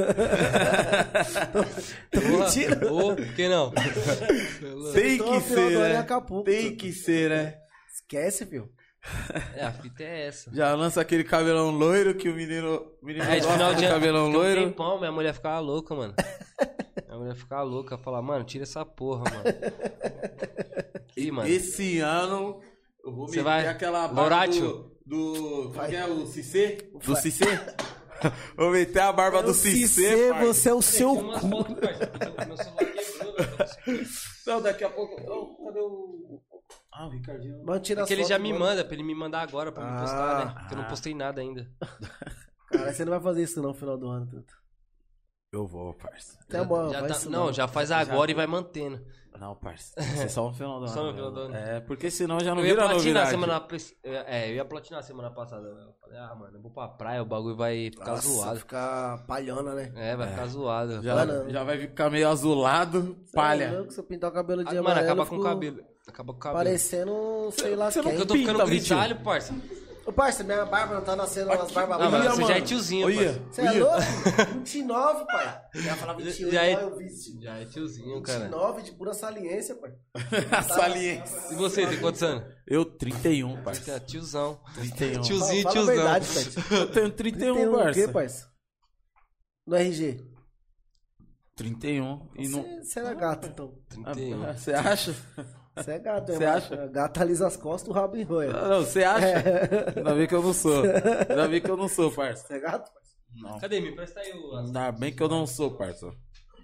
Tô mentindo. Ô, por que não? Tem Acertou que uma final ser, do ano em né? Acapulco. Tem que ser, né? Esquece, filho. É, a fita é essa. Já lança aquele cabelão loiro que o menino, o menino É, de gosta final do de ano. cabelão fiquei um loiro. tempão, minha mulher ficava louca, mano. Minha mulher ficava louca, falar, mano, tira essa porra, mano. Ih, mano. Esse ano eu vou Você meter vai- aquela barba Loratio? do... do... Como que é? O Cicê? Do Cicê? Vou meter a barba do Se Cicê, pai. você é o seu Tem umas cu. fotos, parceiro. Meu celular quebrou, velho. Não, daqui a pouco... Oh, cadê o... Ah, o Ricardinho. Vamos tirar É que ele as já fotos, me mano. manda, pra ele me mandar agora, pra me Ah. postar, né? Porque eu não postei nada ainda. Cara, você não vai fazer isso não no final do ano, Tuto. Eu vou, parça. Tá bom, Já vai tá- isso não, já faz agora e vai mantendo. Não, parça. Você só no final do ano. Só no final do ano. É, porque senão já não Eu ia vira platinar novidade. semana... pre- É, eu ia platinar semana passada. Eu falei, ah, mano, eu vou pra praia, o bagulho vai ficar Nossa, zoado. ficar palhona, né? É, vai ficar zoado. Já, Mano. já vai ficar meio azulado, Cê é palha. louco, se eu pintar o cabelo de Ah, mano, amarelo, acaba eu com o fico cabelo. Acaba com o cabelo. parecendo, sei lá você quem. Eu tô Pinta, ficando Vitinho. grisalho, parça. Ô, parça, minha barba não tá nascendo umas barbas Não, mas longas. você já é tiozinho, Olha, parça. Você é louco? vinte e nove, pai. Já falava vinte e oito, Já é- já eu vi. Já é tiozinho, cara. vinte e nove de pura saliência, pai. Saliência. E você, tem quantos anos? Eu, trinta e um, Você parça. é tiozão. trinta e um. Tiozinho, Fala a tiozão. verdade, pai. Eu tenho trinta e um, trinta e um o quê, parça. parça? No R G. trinta e um. E não... Você, você era gato, então. trinta e um. Ah, você acha? Você é gato, hein, Você mano? acha? Gato alisa as costas, o rabo enroia. Não, não, você acha? É. Ainda bem que eu não sou. Ainda bem que eu não sou, parça. Você é gato? Não. Cadê? Me presta aí o... Ainda bem que eu não sou, parça.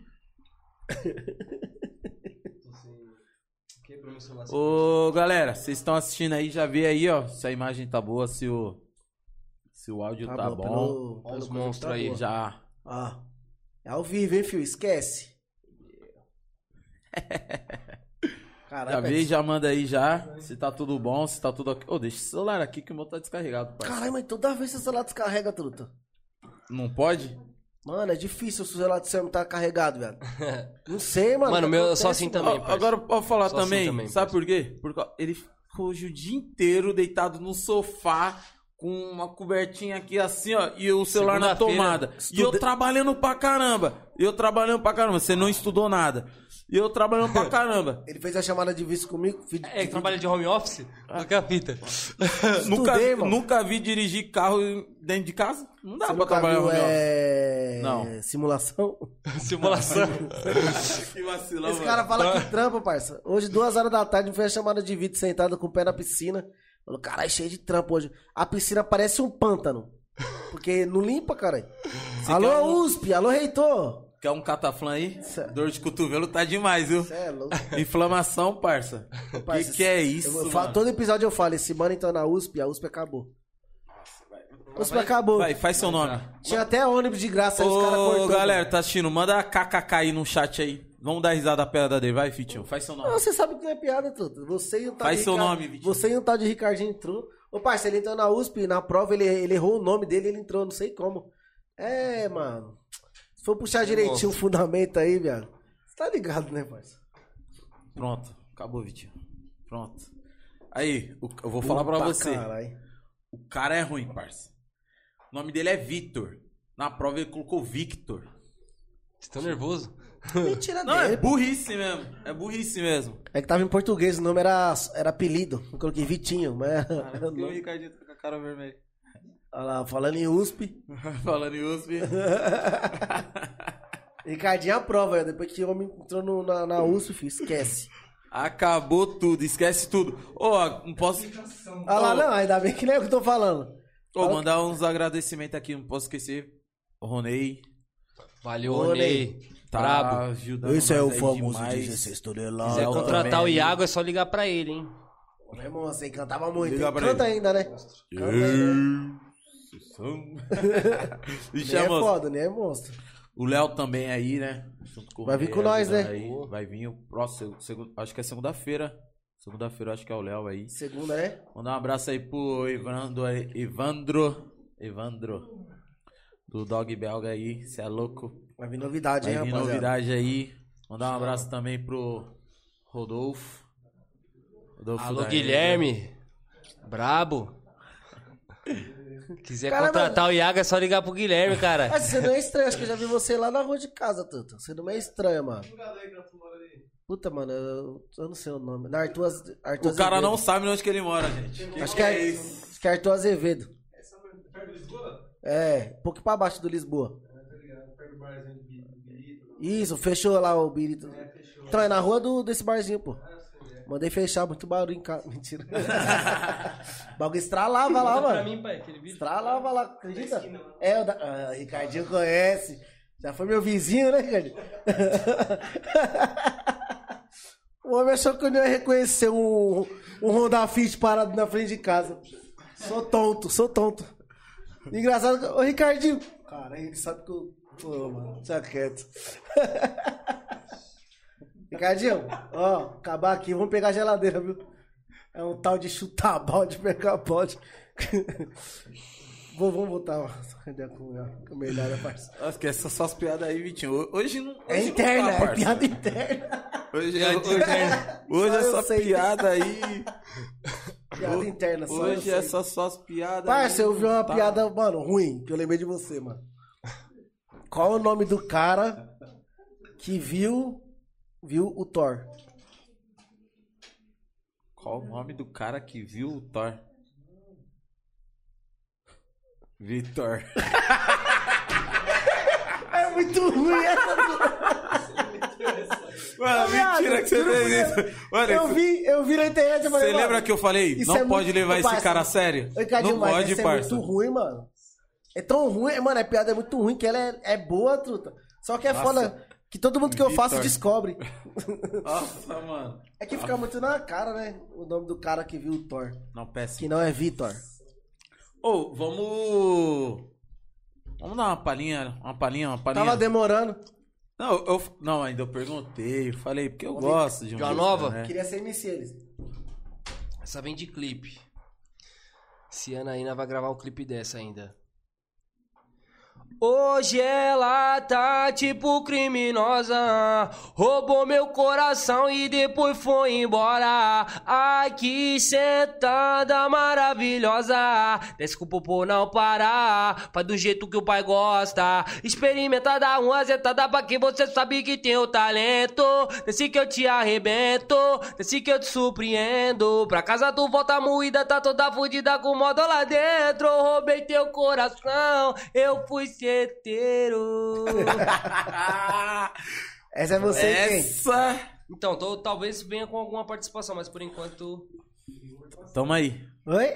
Quebrou meu celular. Ô, galera, vocês estão assistindo aí, já vê aí, ó, se a imagem tá boa, se o, se o áudio tá, bom. Pelo, Olha os pelo monstros aí. computador. Já. Ó. É ao vivo, hein, filho? Esquece. Caraca, Já vê, já manda aí já, se tá tudo bom, se tá tudo ok. Ô, deixa o celular aqui que o meu tá descarregado, parça. Caralho, mas toda vez seu celular descarrega, truta. Não pode? Mano, é difícil o celular do seu não tá carregado, velho. Não sei, mano. Mano, o o que meu acontece, só assim mano? também. Ó, parça. agora pode falar Só assim também, também, sabe parça. por quê? Porque ele ficou hoje o dia inteiro deitado no sofá com uma cobertinha aqui assim, ó, e o celular na Segunda-feira, tomada. E estuda- eu trabalhando pra caramba. E eu trabalhando pra caramba. Você não estudou nada. E eu trabalhando pra caramba. Ele fez a chamada de vídeo comigo. fi- É, que trabalha de home office? Do que a fita. nunca, Estudei, mano. nunca vi dirigir carro dentro de casa. Não dá Você pra nunca trabalhar viu, home office. é... Não. Simulação? Simulação. Que vacilão, Esse mano. cara fala que trampa, parça. Hoje, duas horas da tarde, fez a chamada de vídeo sentado com o pé na piscina. Falou, caralho, cheio de trampo hoje. A piscina parece um pântano. Porque não limpa, caralho. Alô, quer um- U S P, alô, reitor. Quer um cataflã aí? Cê- Dor de cotovelo tá demais, viu? Cê é louco. Inflamação, parça. Parça, que que é isso, eu falo- mano? todo episódio eu falo, esse mano entrou na U S P, a U S P acabou. A U S P acabou. Vai, faz seu nome. Tinha até ônibus de graça, aí os caras Ô, cortou. galera, mano. tá assistindo? Manda a K K K aí no chat aí. Vamos dar risada da pedra dele. Vai, Fitinho. Faz seu nome. Não, você sabe que não é piada, truta. Você e o tal Faz de seu Ricardo- nome, Vitinho. Você e o tal de Ricardinho entrou. Ô, parça, ele entrou na U S P, na prova ele, ele errou o nome dele, ele entrou, não sei como. É, mano. Se for puxar direitinho o fundamento aí, velho. Você tá ligado, né, parça? Pronto. Acabou, Vitinho. Pronto. Aí, o- eu vou falar pra Opa, você. Caralho. O cara é ruim, parça. O nome dele é Vitor. Na prova ele colocou Victor. Você tá nervoso? Mentira Não, é dele. pô. burrice mesmo. É burrice mesmo. É que tava em português, o nome era, era apelido. Eu coloquei Vitinho, mas. Cara, o Ricardinho tá com a cara vermelha. Olha lá, falando em U S P. Falando em U S P. Ricardinho aprova, depois que o homem entrou no- na, na U S P, filho, esquece. Acabou tudo, esquece tudo. Ô, não posso. Olha lá, Ô, não, ainda bem que não é o que eu tô falando. Ô, mandar uns agradecimentos aqui, não posso esquecer. O Ronei. Valeu, Ô, Ney. Tá Brabo. ajudando Esse é nós o aí famoso demais. dezesseis toneladas. Se quiser Léo contratar também o aí. Iago, é só ligar pra ele, hein? Meu irmão, você cantava muito. Liga hein? pra Canta ele. ainda, né? Canta ainda. E Nem é chama foda, nem é monstro. o Léo também aí, né? Junto com o Vai vir Rei, com nós, ajudando né? aí. Vai vir o próximo, segu- acho que é segunda-feira. Segunda-feira acho que é o Léo aí. Segunda, né? Mandar um abraço aí pro Evandro, aí- Evandro, Evandro, do Dog Belga aí, cê é louco. Vai vir novidade, hein, Vai vir rapaziada? novidade aí. Mandar um abraço também pro Rodolfo. Rodolfo Alô, da Guilherme. Brabo. Quiser Caramba. contratar o Iago, é só ligar pro Guilherme, cara. Mas você não é estranho, acho que eu já vi você lá na rua de casa, Tuta. Você não é estranho, mano. Puta, mano, eu, eu não sei o nome. Na Arthur, Az- Arthur O cara Azevedo. não sabe onde que ele mora, gente. Acho que é, isso? acho que é Arthur Azevedo. É, um pouco pra baixo do Lisboa. Isso, fechou lá o Birito. Então é na rua do, desse barzinho, pô. Mandei fechar, muito barulho em casa. Mentira. O bagulho estralava lá, mano. pai, aquele vídeo. Estralava lá, acredita? É, o da... Ah, Ricardinho conhece. Já foi meu vizinho, né, Ricardinho? O homem achou que eu não ia reconhecer um, um Honda Fit parado na frente de casa. Sou tonto, sou tonto. Engraçado, ô Ricardinho. Cara, ele sabe que eu. Pô, mano, deixa quieto. Ricardinho, ó, acabar aqui, vamos pegar a geladeira, viu? É um tal de chutar balde, pegar balde. Vou, vamos voltar com a melhor, parceiro. Acho que essas suas piadas aí, Vitinho. Hoje não. Hoje É não interna, tá, é parça. piada interna. Hoje, é- hoje, é- hoje Só eu essa sei. piada aí. Piada interna, só eu Hoje sei. essas suas piadas. Parça, aí eu vi uma não tá. piada, mano, ruim, que eu lembrei de você, mano. Qual é o nome do cara que viu, viu o Thor? Qual o nome do cara que viu o Thor? Vitor. É muito ruim essa. Mano, viado, mentira que você juro por fez Deus. isso. Mano, Eu isso- vi, eu vi na internet e falei, Você lembra que eu falei? isso Não é pode muito- levar Ô, esse parça, cara a sério. Ô, Ricardinho, Não mas pode, essa parça. é muito ruim, mano. É tão ruim, mano, a piada é muito ruim que ela é, é boa, truta. Só que é Nossa. foda que todo mundo que eu faço Vitor. descobre. Nossa, mano. É que fica muito na cara, né? O nome do cara que viu o Thor. Não, péssimo. Que não é Vitor. Ô, vamos... Vamos dar uma palhinha, uma palhinha, uma palhinha. Tava demorando. Não, eu... Não, ainda eu perguntei, eu falei, porque eu Ô, gosto de de uma música, nova? né? Queria ser M C eles. Essa vem de clipe. Esse ano ainda vai gravar um clipe dessa ainda. Hoje ela tá tipo criminosa, roubou meu coração e depois foi embora. Ai que sentada maravilhosa, desce com o popô não parar, faz do jeito que o pai gosta. Experimenta dar uma azetada pra que você sabe que tem o talento. Desce que eu te arrebento, desce que eu te surpreendo. Pra casa tu volta moída, tá toda fudida com modo lá dentro. Roubei teu coração, eu fui certeiro. Essa é você e quem? Essa... Então, tô- talvez venha com alguma participação, mas por enquanto. Tamo aí. Oi?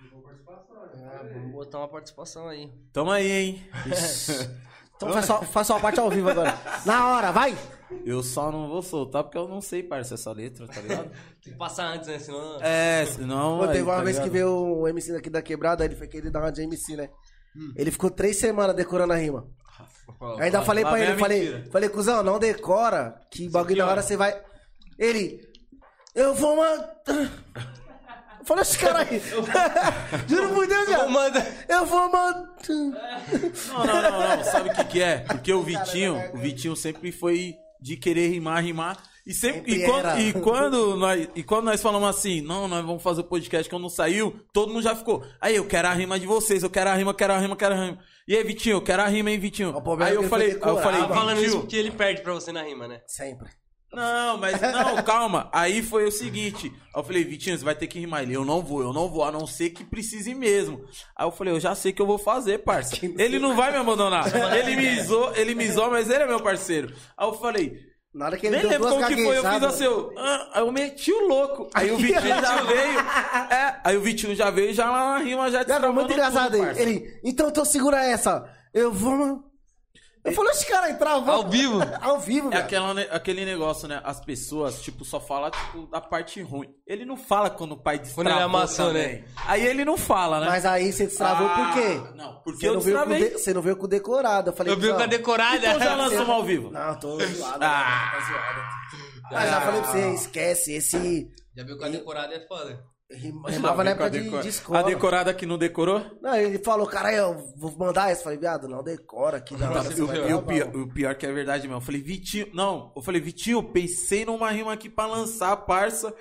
Ah, vamos botar uma participação aí. Tamo aí, hein? Então faz só, faz só a parte ao vivo agora. Na hora, vai! Eu só não vou soltar porque eu não sei, parça, essa letra, tá ligado? Tem que passar antes, né? Senão. É, senão... Pô, aí, teve uma tá vez que ligado? veio um M C daqui da quebrada, ele foi querer dar uma de M C, né? Ele ficou três semanas decorando a rima. Eu ainda falei lá pra vem ele, a falei, mentira. falei, cuzão, não decora, que bagulho na hora você vai. Ele, eu vou matar. Eu falei, esse cara aí. Juro por Deus, cara. Eu vou matar. Não, não, não, não. Sabe o que que é? Porque o Vitinho, o Vitinho sempre foi de querer rimar, rimar. E sempre, Sempre e, quando, era. e, quando nós, e quando nós falamos assim, não, nós vamos fazer o podcast que eu não saiu, todo mundo já ficou. Aí, eu quero a rima de vocês, eu quero a rima, eu quero a rima, eu quero a rima. E aí, Vitinho, eu quero a rima, hein, Vitinho? O problema Aí é eu que falei, ele foi aí eu falei, decorar, Falando isso Vitinho, porque ele perde pra você na rima, né? Sempre. não, mas não, calma. Aí foi o seguinte. Aí eu falei, Vitinho, você vai ter que rimar. Ele, eu não vou, eu não vou, a não ser que precise mesmo. Aí eu falei, eu já sei que eu vou fazer, parça. Ele não vai me abandonar. Ele me zoou, ele me zoou, mas ele é meu parceiro. Aí eu falei, Na hora que ele nem deu lembro duas como que foi, eu fiz gaguejadas- assim, eu, ah, aí eu meti o louco. Aí o Vitinho já veio. É, aí o Vitinho já veio, já lá na rima, já Cara, destravando muito engraçado tudo, ele. parça. Ele, então, então segura essa. Eu vou. Eu falei, esse cara aí travou. Ao vivo? Ao vivo, É velho. aquela, ne- aquele negócio, né? As pessoas, tipo, só falam, tipo, da parte ruim. Ele não fala quando o pai destravou Quando ele amassou, também. né? Aí ele não fala, né? Mas aí você destravou Ah, por quê? não, porque você eu não, veio com destravei. de- você não veio com decorado. Eu falei, Eu vi com a "Cuzão, decorada. Então já lançamos ao vivo. Não, tô zoado. Ah. Tá zoado. Mas já falei pra você, esquece. Esse. Já viu que a decorada é foda. rim- Rimava na época de, Decora- de escola. A decorada que não decorou? Não, ele falou, cara, eu vou mandar essa. Eu falei, viado, não decora aqui. Não, Nossa, você vai E o gravar, pior, mano. o pior que é verdade mesmo. Eu falei, Vitinho. Não, eu falei, Vitinho, eu pensei numa rima aqui pra lançar, parça.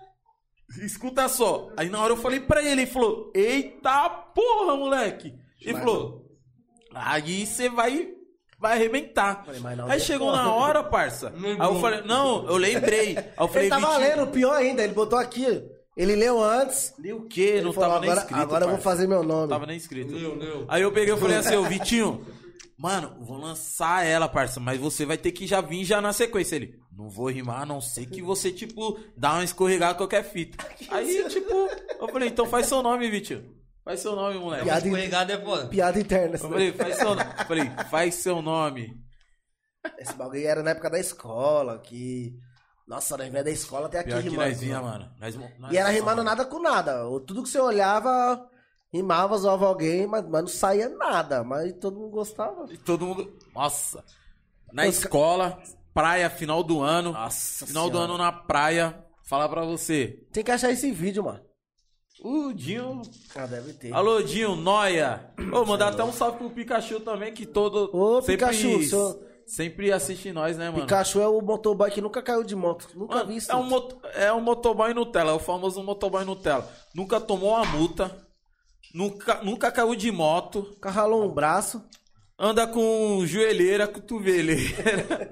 Escuta só. Aí na hora eu falei pra ele, ele falou, eita porra, moleque. Ele Mas falou, aí você vai, vai arrebentar. Falei, mas não Aí decora. chegou na hora, parça. Aí eu falei, não, eu lembrei. Aí eu falei, Ele tava Vitinho, lendo, pior ainda, ele botou aqui. Ele leu antes. li o quê? Ele Não falou, tava nem agora, escrito, agora eu vou parça. fazer meu nome. Não tava nem escrito. Leu, leu. Aí eu peguei e falei assim, ô Vitinho, mano, vou lançar ela, parça, mas você vai ter que já vir já na sequência. Ele, não vou rimar, a não ser que você, tipo, dá uma escorregada qualquer fita. Aí, tipo, eu falei, então faz seu nome, Vitinho. Faz seu nome, moleque. Piada, in- Escorregada é foda. piada interna. Eu falei, faz seu nome. Eu falei, faz seu nome. Esse bagulho era na época da escola, que... Nossa, nós vinha da escola até aqui Pior que rimando. nós vinha, mano. Nós, nós E era rimando nada com nada. Ou tudo que você olhava, rimava, zoava alguém, mas, mas não saía nada. Mas todo mundo gostava. E todo mundo... Nossa. Na Os ca- escola, praia, final do ano. Nossa Final do Senhora. ano na praia. Falar pra você. Tem que achar esse vídeo, mano. O Dinho... Ah, deve ter. Alô, Dinho, Noia. Ô, mandar até um salve pro Pikachu também, que todo... Ô, sempre, Pikachu, seu- sempre assiste nós, né, mano? Pikachu é o motoboy que nunca caiu de moto. Nunca Mano, vi isso. é, um moto, é um motoboy Nutella, é o famoso motoboy Nutella. Nunca tomou uma multa, nunca, nunca caiu de moto, Nunca ralou um braço. anda com joelheira, cotoveleira.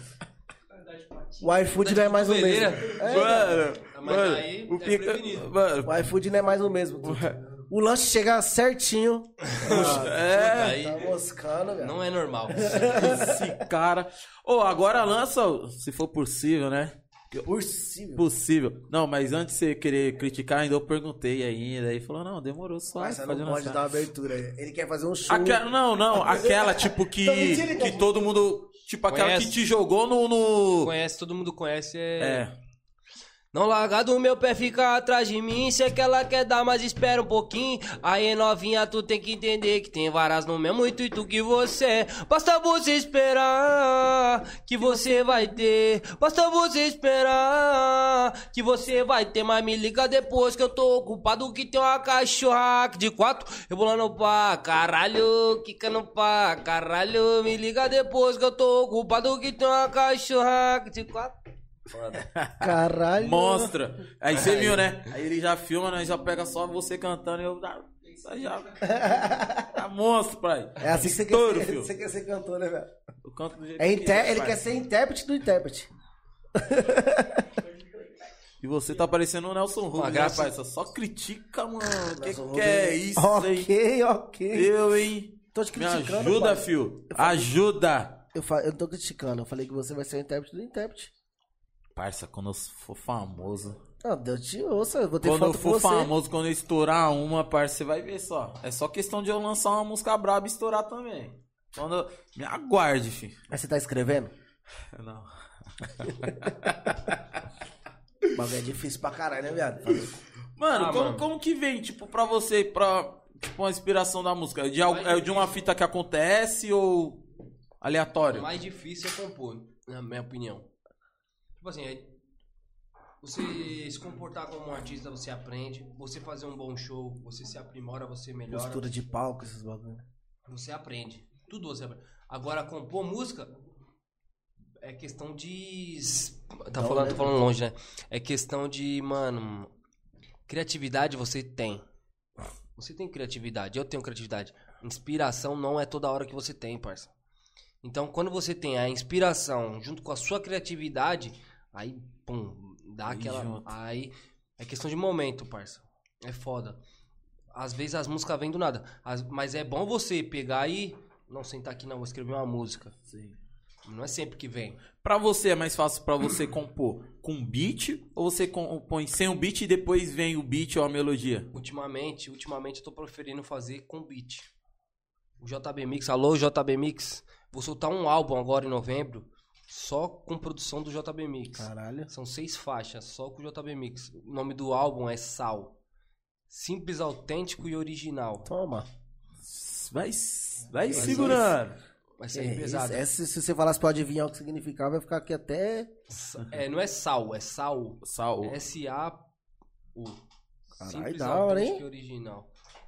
O iFood não é mais o mesmo. Cotoveleira? É, Mano, Mas mano, aí o é Pica- prevenido. mano, o iFood não é mais o mesmo. O lanche chega certinho. Ah, É, aí- tá moscando, velho. Não é normal. esse cara. Ô, agora lança, se for possível, né? Possível. Possível. Não, mas antes de você querer criticar, ainda eu perguntei ainda. Aí falou, não, demorou só. Mas você pode não pode lançar. dar uma abertura. Ele quer fazer um show. Aquela, não, não, aquela tipo que, Então, mentira, ele que quer- todo mundo. Tipo aquela Conhece? que te jogou no. no... Conhece, todo mundo conhece. É. É. Não larga do meu pé, fica atrás de mim. Se é que ela quer dar, mas espera um pouquinho. Aí, novinha, tu tem que entender que tem varas no mesmo intuito que você. Basta você esperar que você vai ter. Basta você esperar que você vai ter. Mas me liga depois que eu tô ocupado, que tem uma cachorra de quatro rebolando pra caralho, quicando pra caralho. Me liga depois que eu tô ocupado, que tem uma cachorra de quatro. Foda. Caralho. Mostra. Aí você viu, né? Aí ele já filma, nós já pega só você cantando e eu já. já, já monstro, pai. É assim que você quer, Estouro, ser, filho. você quer ser cantor, né, velho? Eu canto do jeito É que inter... quiser, Ele pai. quer ser intérprete do intérprete. E você tá parecendo o Nelson Rubens, né, graça- pai? Você só critica, mano. O que, Nelson que é Rubens. isso aí? Ok, ok. Eu, hein? Tô te Me criticando. ajuda, pai. fio. Eu falei- Ajuda. Eu, fa... eu não tô criticando. Eu falei que você vai ser o intérprete do intérprete. Parça, quando eu for famoso. Não, Deus te ouça. Eu vou ter Quando eu foto for com você. famoso, quando eu estourar uma, parça, você vai ver só. É só questão de eu lançar uma música braba e estourar também. Quando eu... Me aguarde, filho. Mas você tá escrevendo? Não. O bagulho é difícil pra caralho, né, viado? Mano, Ah, como, mano. como que vem, tipo, pra você, pra, tipo, uma inspiração da música? De, al- é de uma fita que acontece ou O aleatório? mais difícil é compor, na minha opinião. Tipo assim, é- você se comportar como um artista, você aprende. Você fazer um bom show, você se aprimora, você melhora. Postura de palco, esses bagulho. Você aprende. Tudo você aprende. Agora, compor música é questão de. Tá Não, falando, né, tô falando longe, né? É questão de, mano. Criatividade você tem. Você tem criatividade, eu tenho criatividade. Inspiração não é toda hora que você tem, parça. Então, quando você tem a inspiração junto com a sua criatividade, aí, pum, dá Aí aquela. junto. Aí é questão de momento, parça. É foda. Às vezes as músicas vêm do nada. As- mas é bom você pegar e. Não, sentar aqui não, vou escrever uma música. Sim. Não é sempre que vem. Pra você é mais fácil pra você compor com beat ou você compõe sem o beat e depois vem o beat ou a melodia? Ultimamente, ultimamente eu tô preferindo fazer com beat. O J B Mix, alô J B Mix, vou soltar um álbum agora em novembro, só com produção do J B Mix. Caralho. São seis faixas, só com o J B Mix. O nome do álbum é Sal. Simples, autêntico e original. Toma. Vai, vai segurando. Vai É, sair isso, pesado. é, se, se você falasse pra adivinhar o que significava, vai ficar aqui até. É, não é Sal, é Sal. Sal. S A U. Caralho, Simples, da hora, autêntico hein? e original.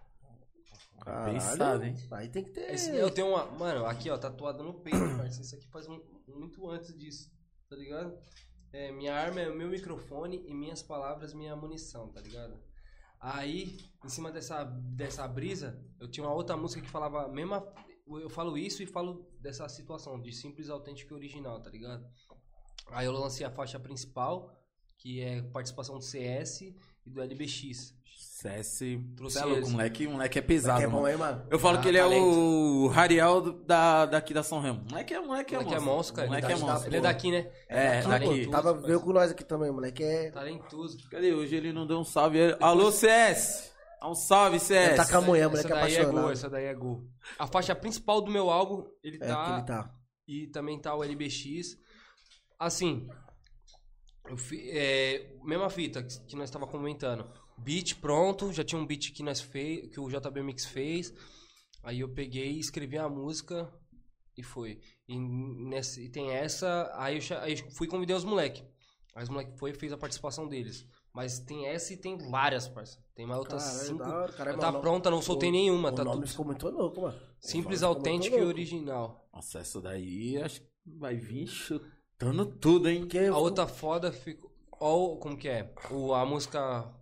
Pensado, hein? Aí tem que ter. Esse- eu tenho uma. Mano, aqui ó, tatuado no peito, parceiro. Isso aqui faz um- muito antes disso, tá ligado? É, minha arma é o meu microfone e minhas palavras, minha munição, tá ligado? Aí, em cima dessa, dessa brisa, eu tinha uma outra música que falava a mesma. Eu falo isso e falo dessa situação, de simples, autêntico e original, tá ligado? Aí eu lancei a faixa principal, que é participação do C S e do L B X. C S. Trouxe Cê é louco, esse. moleque, moleque é pesado, Que é mano. bom, hein, mano? Eu falo Ah, que ele é talento. o Rariel do- da, daqui da São Remo. Moleque é, moleque é Moleque é monstro. monstro, cara. Moleque ele, é tá- monstro. ele é daqui, né? É, Daqui, daqui. pô. Tava, Tudo, veio com nós aqui também, moleque. É. Talentoso. Cadê? Hoje ele não deu um salve. Ele- Alô, C S! Dá um salve, C S! Ele tá com a mulher, moleque Essa daí é apaixonado. gol, essa daí é gol. A faixa principal do meu álbum, ele É tá, que ele tá. e também tá o L B X. Assim, eu fi, é, mesma fita que, que nós tava comentando. Beat pronto, já tinha um beat que nós fez, que o J B Mix fez. Aí eu peguei, escrevi a música e foi. E, nessa, e tem essa, aí eu, cha- aí eu fui e convidei os moleques. Aí os moleques foi e fez a participação deles. Mas tem essa e tem várias, parça. Tem mais outras Caralho, cinco. da hora, caralho, tá mano. pronta, não soltei O- nenhuma, O tá nome tudo ficou muito louco, mano. simples, Ficou autêntico muito e louco. original. Nossa, essa daí acho que vai vir chutando tudo, hein? Porque A outra foda ficou. Ó, como que é? O, a música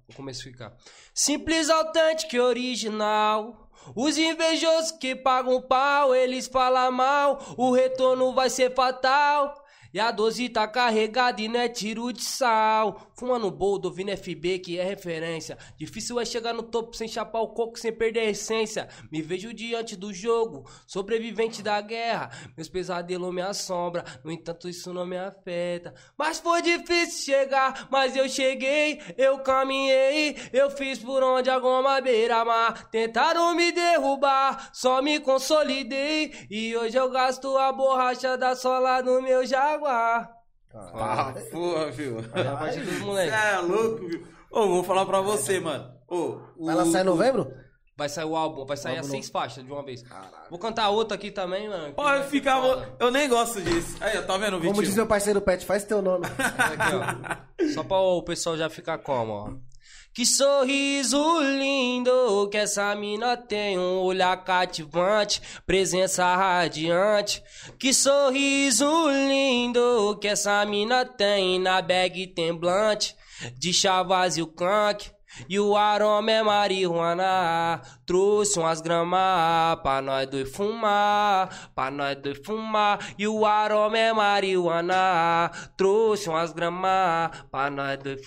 No começo fica. Simples, autêntico e original. Os invejosos que pagam pau, eles falam mal. O retorno vai ser fatal. E a doze tá carregada e não é tiro de sal. Fumando boldo, ouvindo F B que é referência. Difícil é chegar no topo sem chapar o coco, sem perder a essência. Me vejo diante do jogo, sobrevivente da guerra. Meus pesadelos me assombram, no entanto isso não me afeta. Mas foi difícil chegar, mas eu cheguei. Eu caminhei, eu fiz por onde a goma beira-mar. Tentaram me derrubar, só me consolidei. E hoje eu gasto a borracha da sola do meu Jaguar. Ah, porra, viu? Você é louco, viu? Ô, vou falar pra você, mano. Ô, o... Ela sai em novembro? Vai sair o álbum, vai sair as seis faixas de uma vez. Caralho. Vou cantar outra aqui também, mano. Pode ficar. Eu nem gosto disso. Aí, ó, tá vendo o vídeo? Como diz meu parceiro Pet, faz teu nome. Aqui, ó. Só pra o pessoal já ficar como, ó. Que sorriso lindo, que essa mina tem um olhar cativante, presença radiante. Que sorriso lindo, que essa mina tem na bag temblante, de chavaz e o canque. E o aroma é marihuana, trouxe umas gramas pra nós dois fumar, pra nós dois fumar. E o aroma é marihuana, trouxe umas gramas pra nós dois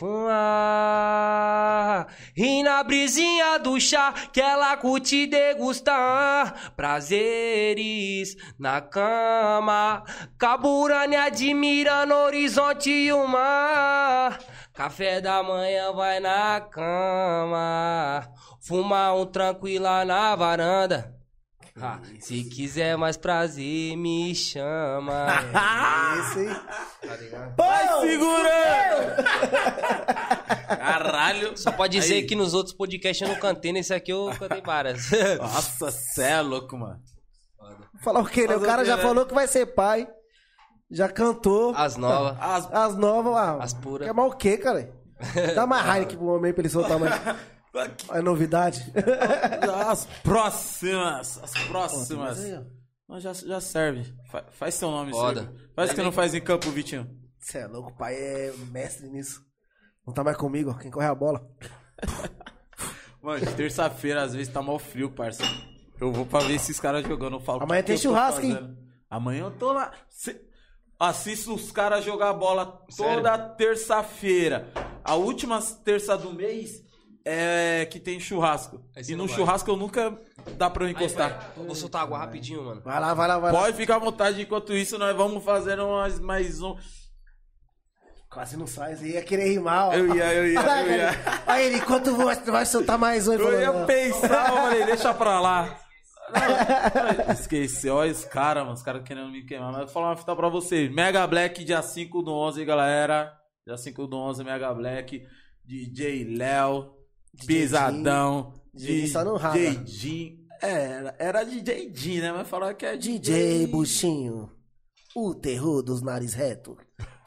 fumar. E na brisinha do chá que ela curte degustar, prazeres na cama, Caburane admirando o horizonte e o mar. Café da manhã vai na cama, fumar um tranquila na varanda. Ah, se quiser mais prazer, me chama. Esse aí. Tá ligado? Vai segurando! Caralho. Só pode dizer Aí. que nos outros podcasts eu não cantei, nesse aqui eu cantei várias. Nossa, cê é louco, mano. Falar o quê, né? O cara já falou que vai ser pai. Já cantou. As novas. As... As novas lá. As puras. Quer mal o quê, cara? Dá mais Heineken pro homem pra ele soltar mais. É novidade. As próximas. As próximas. Mas aí, ó. Mas já, já serve. Fa- faz seu nome, Foda. Silvio. Faz o que não faz em campo, Vitinho. Você é louco, o pai é mestre nisso. Não tá mais comigo, ó. Quem corre a bola. Mano, de terça-feira, às vezes tá mal frio, parça. Eu vou pra ver esses caras jogando. Eu falo, Amanhã "O que tem que eu tô churrasco, hein?" fazendo?" Amanhã eu tô lá. Cê- Assisto os caras jogar bola toda Sério? terça-feira. A última terça do mês é que tem churrasco. Aí você E no não vai. churrasco eu nunca dá pra eu Aí, encostar. vai. Vou soltar água rapidinho, mano. Vai lá, vai lá, vai lá. Pode ficar à vontade. Enquanto isso, nós vamos fazer umas, mais um. Quase não sai. Você ia querer rimar, ó. Eu ia, eu ia, Olha eu ia. Aí ele, enquanto vai, vai soltar mais um. Ele Eu falou, ia não. pensar, eu falei, deixa pra lá. Não, esqueci, olha os caras, mano, os caras querendo me queimar. Mas eu vou falar uma fita pra vocês. Mega Black, dia cinco do onze, galera. Dia cinco do onze, Mega Black. D J Léo, D J Pesadão. D J só não rala. D J Jim. Era, era D J Jim, né? Mas falaram que é D D J J. Buchinho. O terror dos nariz reto.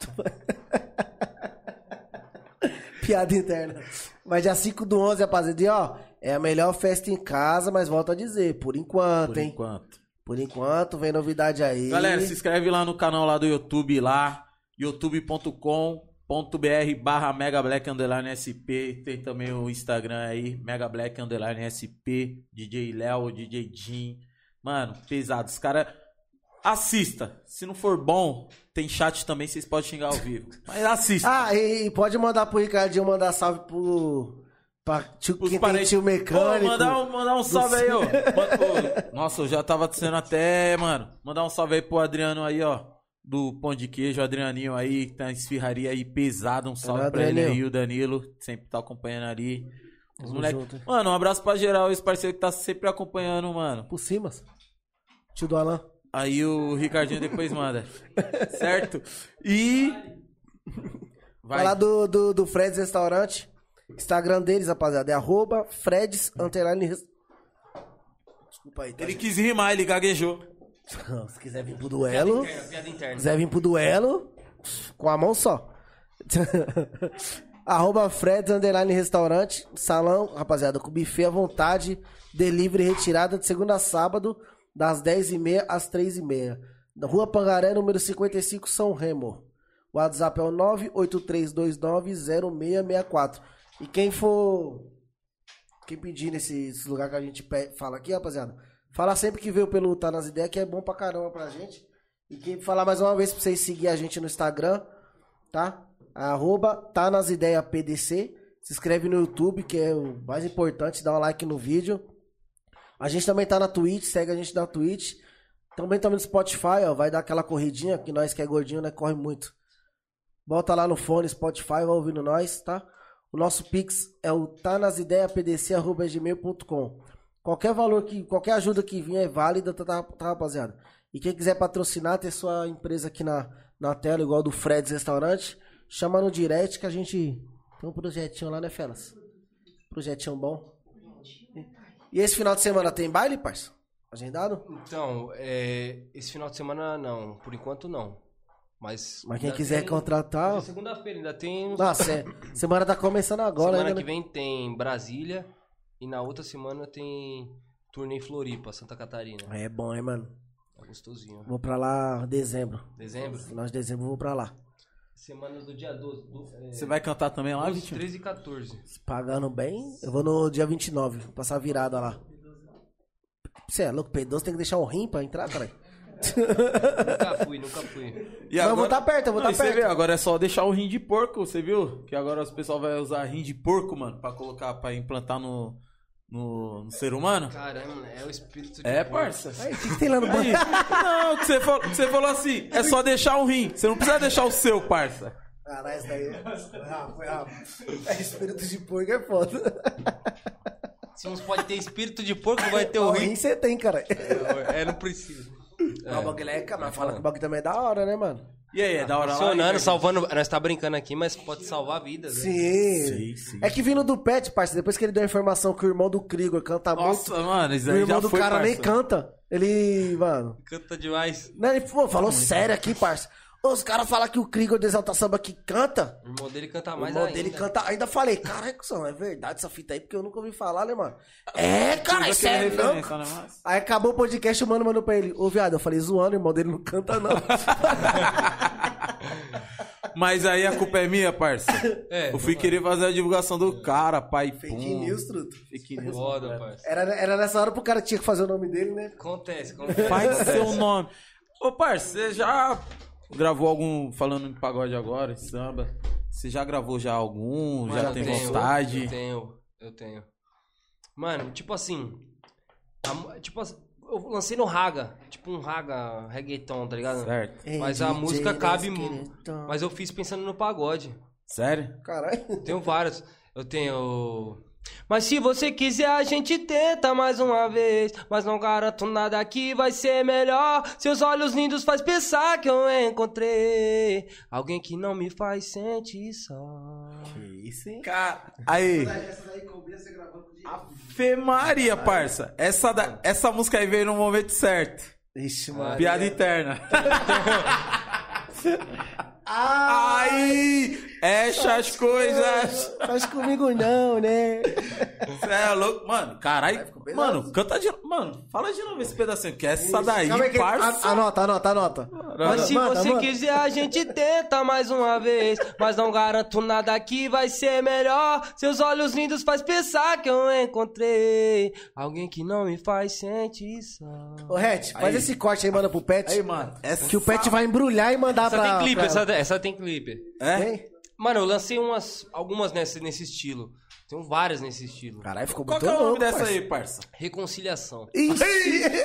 Piada interna. Mas dia cinco do onze, rapaziada, e, ó, é a melhor festa em casa, mas volto a dizer, por enquanto, Por hein? enquanto. Por enquanto, vem novidade aí. Galera, se inscreve lá no canal lá do YouTube, lá, youtube ponto com ponto br barra Mega Black Underline S P. Tem também o Instagram aí, Mega Black Underline S P, D J Léo, D J Jim. Mano, pesado. Os caras, assista. Se não for bom, tem chat também, vocês podem xingar ao vivo. Mas assista. Ah, e, e pode mandar pro Ricardinho mandar salve pro... Pra tio, Os quem tem parentes- tio mecânico. Ô, mandar, um, mandar um salve aí, ó. Ô, nossa, eu já tava sendo até, mano. Mandar um salve aí pro Adriano aí, ó. Do Pão de Queijo, o Adrianinho aí, que tá na esfirraria aí pesado. Um salve Valeu, pra ele Adrianinho. aí, o Danilo, que sempre tá acompanhando ali. Os Tamo moleque... junto. Mano, um abraço pra geral, esse parceiro que tá sempre acompanhando, mano. Por cima. Tio do Alan. Aí o Ricardinho depois manda. Certo? E. Vai. Falar do, do, do Fred's Restaurante. Instagram deles, rapaziada, é arroba Fred's Underline Res- Desculpa aí, tá? Ele quis rimar, ele gaguejou. Se quiser vir pro duelo, Piada interna, piada interna. quiser vir pro duelo, com a mão só. Arroba Fred's Underline Restaurante, salão, rapaziada, com buffet à vontade, delivery retirada de segunda a sábado, das dez e meia às três e meia. Na Rua Pangaré, número cinquenta e cinco, São Remo. O WhatsApp é o nove oito três dois nove zero seis seis quatro. E quem for... Quem pedir nesse, nesse lugar que a gente pe- fala aqui, rapaziada, fala sempre que veio pelo Tá Nas Ideias, que é bom pra caramba pra gente. E quem falar mais uma vez pra vocês seguir a gente no Instagram, tá? Arroba Tá Nas Ideias P D C. Se inscreve no YouTube, que é o mais importante, dá um like no vídeo. A gente também tá na Twitch, segue a gente na Twitch. Também estamos no Spotify, ó, vai dar aquela corridinha, que nós que é gordinho, né, corre muito. Bota lá no fone, Spotify, vai ouvindo nós, tá? O nosso Pix é o tá nas ideias p d c arroba gmail ponto com. Qualquer valor que, qualquer ajuda que vinha é válida, tá, tá, tá, rapaziada? E quem quiser patrocinar, ter sua empresa aqui na, na tela, igual do Fred's Restaurante, chama no direct que a gente tem um projetinho lá, né, Felas? Projetinho bom. E esse final de semana tem baile, parça? Agendado? Então, é, esse final de semana não, por enquanto não. Mas, Mas quem ainda quiser tem- contratar... hoje é segunda-feira, ainda tem uns... Nossa, é, semana tá começando agora, semana ainda, que né? vem tem Brasília e na outra semana tem turnê em Floripa, Santa Catarina. É bom, hein, mano? É gostosinho. Vou pra lá em dezembro. Dezembro? Final de dezembro eu vou pra lá. Semana do dia doze. Do, é, Você vai cantar também lá, doze, Vitinho? treze e quatorze. Pagando bem, eu vou no dia vinte e nove, passar a virada lá. Você é louco, P doze tem que deixar um rim pra entrar, cara? Nunca fui, nunca fui. E Mas eu vou tá perto, eu vou Não, tá e você perto. vê, agora é só deixar o rim de porco, você viu? Que agora os pessoal vai usar rim de porco, mano, pra colocar, pra implantar no, no, no ser humano. Caramba, é o espírito de É, porco. parça. Aí, o que, que tem lá no banco? Aí, não, que você falou, que você falou assim, é só deixar um rim. Você não precisa deixar o seu, parça. Caralho, isso daí. Ah, foi rápido. É, espírito de porco é foda. Se uns pode ter espírito de porco, vai ter o O rim. rim você tem, cara. É, não precisa. É. O bagulho é, cara, mas fala falando. que o bagulho também é da hora, né, mano? E aí, é da hora lá? Funcionando, aí, salvando. Nós tá brincando aqui, mas pode salvar vidas. Né? Sim. Sim, sim. É que vindo do Pet, parceiro, depois que ele deu a informação que o irmão do Krigor canta Nossa, muito, mano, isso o aí irmão já do foi, cara parça. nem canta. Ele, mano... Canta demais. Né, ele pô, falou sério aqui, parça. Os caras falam que o Krigor do Exalta Samba que canta. O irmão dele canta O mais irmão ainda. dele canta. Ainda falei, caralho, cuzão, é verdade essa fita aí, porque eu nunca ouvi falar, né, mano? É, cara, Tudo isso é aquele louco. referência, né, mas- Aí acabou o podcast, o mano mandou pra ele. Ô, viado, eu falei, zoando, o irmão dele não canta, não. Mas aí a culpa é minha, parça. É, Eu fui querer fazer a divulgação do cara, pai. Fake pum. news, truto. Fake news. Foda, parça. Era, era nessa hora pro cara tinha que fazer o nome dele, né? Acontece, acontece. Faz seu nome. Ô, parça, você já gravou algum, falando em pagode agora, em samba, você já gravou já algum? Mano, já eu tem tenho, vontade? Eu tenho, eu tenho. Mano, tipo assim. a- tipo assim, eu lancei no Raga. Tipo um Raga reggaeton, tá ligado? Certo. Mas a D J música cabe. Desqueretão. Mas eu fiz pensando no pagode. Sério? Caralho. Tenho vários. Eu tenho. Mas se você quiser, a gente tenta mais uma vez. Mas não garanto nada que vai ser melhor. Seus olhos lindos faz pensar que eu encontrei alguém que não me faz sentir só. Que isso, hein? Cara, aí. Essa daí combina você gravando com o Ave Maria, parça. Essa, da, essa música aí veio no momento certo. Ixi, mano. Piada interna. Ah, Aí, echa as coisas. faz comigo não, né? Você é louco. Mano, caralho. ficou pesado. Mano, canta de Mano, fala de novo esse pedacinho, que essa daí, Calma aí que- parça. a- Anota, anota, anota. Mas se Manda, você manda. quiser, a gente tenta mais uma vez. Mas não garanto nada que vai ser melhor. Seus olhos lindos faz pensar que eu encontrei alguém que não me faz sentir só. Ô, Ret, faz Aí. esse corte aí, manda pro Pet. Aí, mano. Essa... Que o Pet vai embrulhar e mandar Essa pra... tem clipe, pra essa, ela. essa tem clipe. É? Tem? Mano, eu lancei umas, algumas nesse, nesse estilo. Tem várias nesse estilo. Caralho, ficou Qual muito que é o nome louco, dessa parça. aí, parça? Reconciliação. Ixi,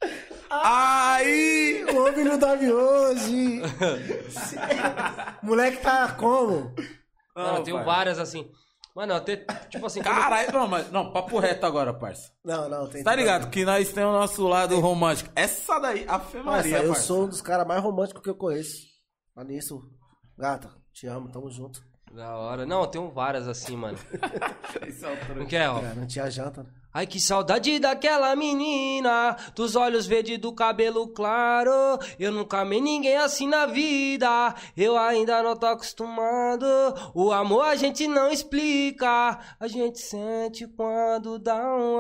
Aí! o homem não dorme hoje. Moleque tá como? Mano, eu tenho parça. várias assim. Mano, até, tipo assim... quando- Caralho, não, mas, não, papo reto agora, parça. Não, não, tem... Tá ligado? Que nós temos o nosso lado romântico. Essa daí, a Fê Parça, Maria, eu parça. sou um dos caras mais românticos que eu conheço. Olha nisso. Gata, te amo, tamo junto. Da hora. Não, eu tenho várias assim, mano. Esse é o truque. Não quer, ó? Garantir a janta. Né? Ai, que saudade daquela menina, dos olhos verdes, do cabelo claro. Eu nunca amei ninguém assim na vida, eu ainda não tô acostumado. O amor a gente não explica, a gente sente quando dá um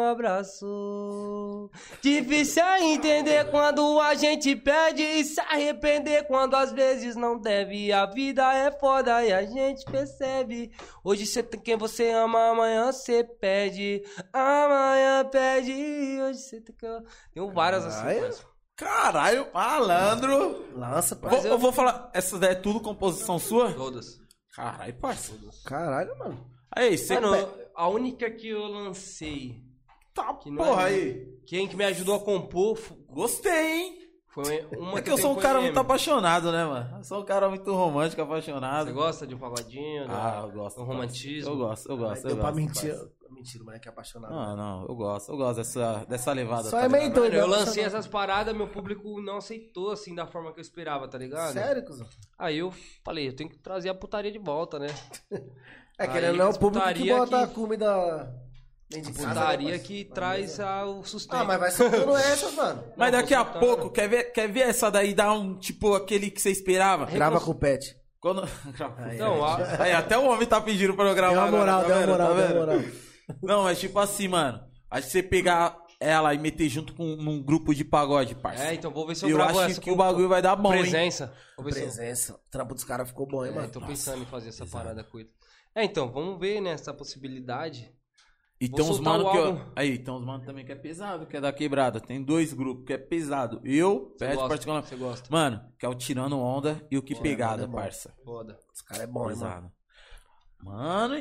abraço. Difícil é entender quando a gente perde e se arrepender quando às vezes não deve. A vida é foda e a gente percebe. Hoje você tem quem você ama, amanhã você perde. Amanhã Amanhã pede, hoje você tem que... Tem várias assim, Caralho. parça. Caralho, malandro. Lança, Vou, parça. eu vou falar, essa daí é tudo composição sua? Todas. Caralho, parça. Caralho, mano. Aí, você... Mano, a única que eu lancei, Tá, que não porra, é- aí. quem que me ajudou a compor f- Gostei, hein? foi uma É que eu eu sou um tenho cara com muito M. apaixonado, né, mano? Eu sou um cara muito romântico, apaixonado. Você gosta de um pagodinho? Ah, do- eu gosto. do romantismo? Eu gosto, eu gosto, eu Deu pra gosto. mentir. parça. Mentira, o moleque é apaixonado. Não, não, eu gosto, eu gosto dessa, dessa levada. Só tá é meio ligado? doido. Mano, eu Não, lancei não. essas paradas, meu público não aceitou assim da forma que eu esperava, tá ligado? Sério, cuzão? Aí eu falei, eu tenho que trazer a putaria de volta, né? É que Aí, ele não é o as público que putaria bota a que- comida dentro de casa, né, Putaria parça? que Vai traz mesmo. a, o sustento. Ah, mas vai soltando essas, mano. Mas Não, daqui vou a soltar, pouco, né? quer ver, quer ver essa daí dar um, tipo, aquele que você esperava? Grava com o pet. Quando... Então, a- Aí, até o homem tá pedindo pra eu gravar Deu uma agora, moral, tá deu uma vendo? moral, Tá deu uma vendo? moral. Não, mas tipo assim, mano. Acho que você pegar ela e meter junto com um grupo de pagode, parça. É, então vou ver se eu, eu gravo acho essa que com o bagulho vai dar bom, hein? presença. Vou ver se eu- Presença. O trampo dos caras ficou bom, hein, É, mano? tô pensando em fazer essa parada com ele. É, então, vamos ver, né, essa possibilidade. E Vou tem uns soltar mano o que... álbum. Eu... Aí, tem uns mano também que é pesado, que é da quebrada. Tem dois grupos que é pesado. Eu, Você Pet gosta, particular. você gosta. Mano, que é o Tirando Onda e o Que Pegada, mano, é bom. parça. Foda. Os caras é bom, hein, mano? Pesado. Mano,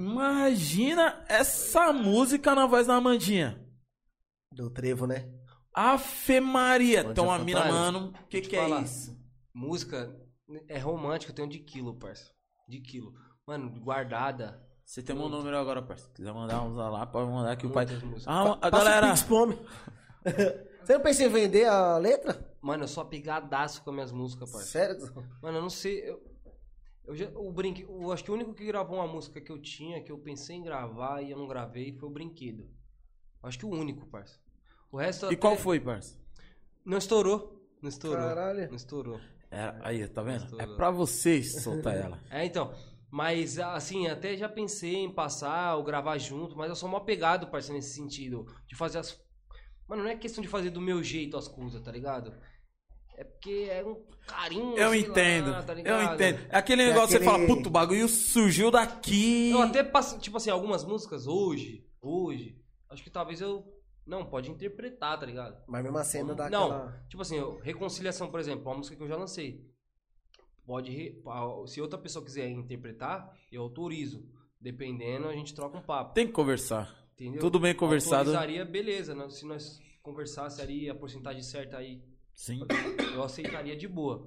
imagina essa música na voz da Amandinha. Do trevo, né? Afe Maria. Onde Então já a mina, fantasma? mano, o que Vou te que é falar. isso? Música é romântica, eu tenho de quilo, parça. De quilo. Mano, guardada. Você tem meu número agora, parceiro. Se quiser mandar uns lá, pode mandar aqui o pai. Muitas músicas. Ah, a Passa o galera. Pix pro homem. Você não pensa em vender a letra? Mano, eu sou apegadaço com as minhas músicas, parça. Sério, cuzão? Mano, eu não sei. Eu, eu já, o brinque, eu acho que o único que gravou uma música que eu tinha, que eu pensei em gravar e eu não gravei, foi o Brinquedo. Acho que o único, parça. O resto E até- qual foi, parceiro? Não estourou. Não estourou. Caralho. Não estourou. É, aí, tá vendo? Estourou. É pra vocês soltar ela. É, então. Mas, assim, até já pensei em passar ou gravar junto, mas eu sou mó apegado, parceiro, nesse sentido. De fazer as. Mano, não é questão de fazer do meu jeito as coisas, tá ligado? É porque é um carinho. Eu sei entendo. lá, tá eu ligado? entendo. É aquele É negócio que aquele- você fala, puto, o bagulho surgiu daqui. Eu até passo, tipo assim, algumas músicas hoje, hoje, acho que talvez eu. Não, pode interpretar, tá ligado? Mas mesmo assim ainda dá Não, aquela... tipo assim, eu- Reconciliação, por exemplo, uma música que eu já lancei. Pode. re- a- Se outra pessoa quiser interpretar, eu autorizo. Dependendo, a gente troca um papo. Tem que conversar. Entendeu? Tudo bem conversado. Autorizaria, beleza. né? Se nós conversasse ali a porcentagem certa aí, Sim. eu aceitaria de boa.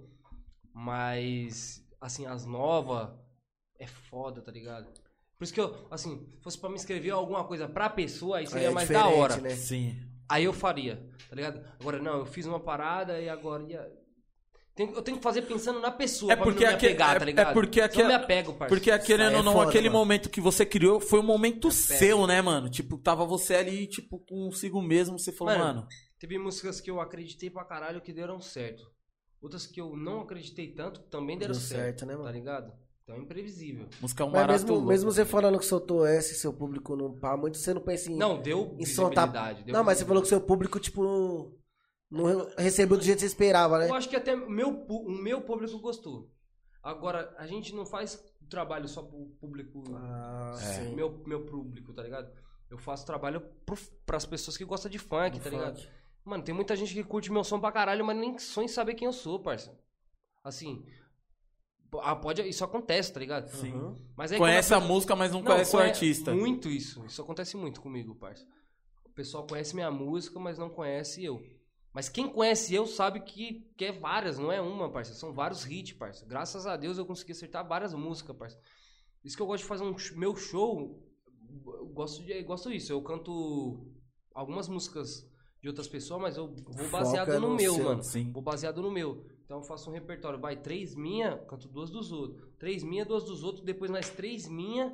Mas, assim, as novas é foda, tá ligado? Por isso que eu, assim, fosse pra me escrever alguma coisa pra pessoa, aí seria É mais da diferente, hora. né? Sim. Aí eu faria, tá ligado? Agora, não, eu fiz uma parada e agora ia... Tem- eu tenho que fazer pensando na pessoa É pra porque mim não me aquele- apegar, é- tá ligado? é porque Senão aquele- eu me apego, parceiro. Porque querendo Isso aí ou é não, foda, aquele mano. momento que você criou foi um momento seu, né, mano? Tipo, tava você ali, tipo, consigo mesmo, você falou, Mano, mano. Teve músicas que eu acreditei pra caralho que deram certo. Outras que eu não acreditei tanto que também deram Deu certo, certo, né, mano? tá ligado? Então é imprevisível. Música é um Mas barato mesmo, louco. mesmo você falando que soltou essa e seu público não pá muito, você não pensa em... Não, deu em soltar... visibilidade. deu Não, mas você falou que visibilidade. seu público, tipo, não recebeu do jeito que você esperava, né? Eu acho que até o meu, pu- o meu público gostou. Agora, a gente não faz trabalho só pro público... Ah, É. sim. Meu, meu público, tá ligado? Eu faço trabalho pro, pras pessoas que gostam de funk, Do tá funk. ligado? Mano, tem muita gente que curte meu som pra caralho, mas nem sonha em saber quem eu sou, parça. Assim, ah, pode, isso acontece, tá ligado? Sim. Uhum. Mas aí Conhece quando a música, mas não, Não, conhece o conhe- artista. Muito isso. Isso acontece muito comigo, parça. O pessoal conhece minha música, mas não conhece eu. Mas quem conhece eu sabe que, que é várias, não é uma, parça. São vários hits, parça. Graças a Deus eu consegui acertar várias músicas, parça. Isso que eu gosto de fazer um sh- meu show. Eu gosto, de, eu gosto disso. Eu canto algumas músicas de outras pessoas, mas eu vou baseado Foca no, no meu, seu, mano. sim. Vou baseado no meu. Então eu faço um repertório. Vai, três minha, canto duas dos outros. Três minha, duas dos outros. Depois mais três minha.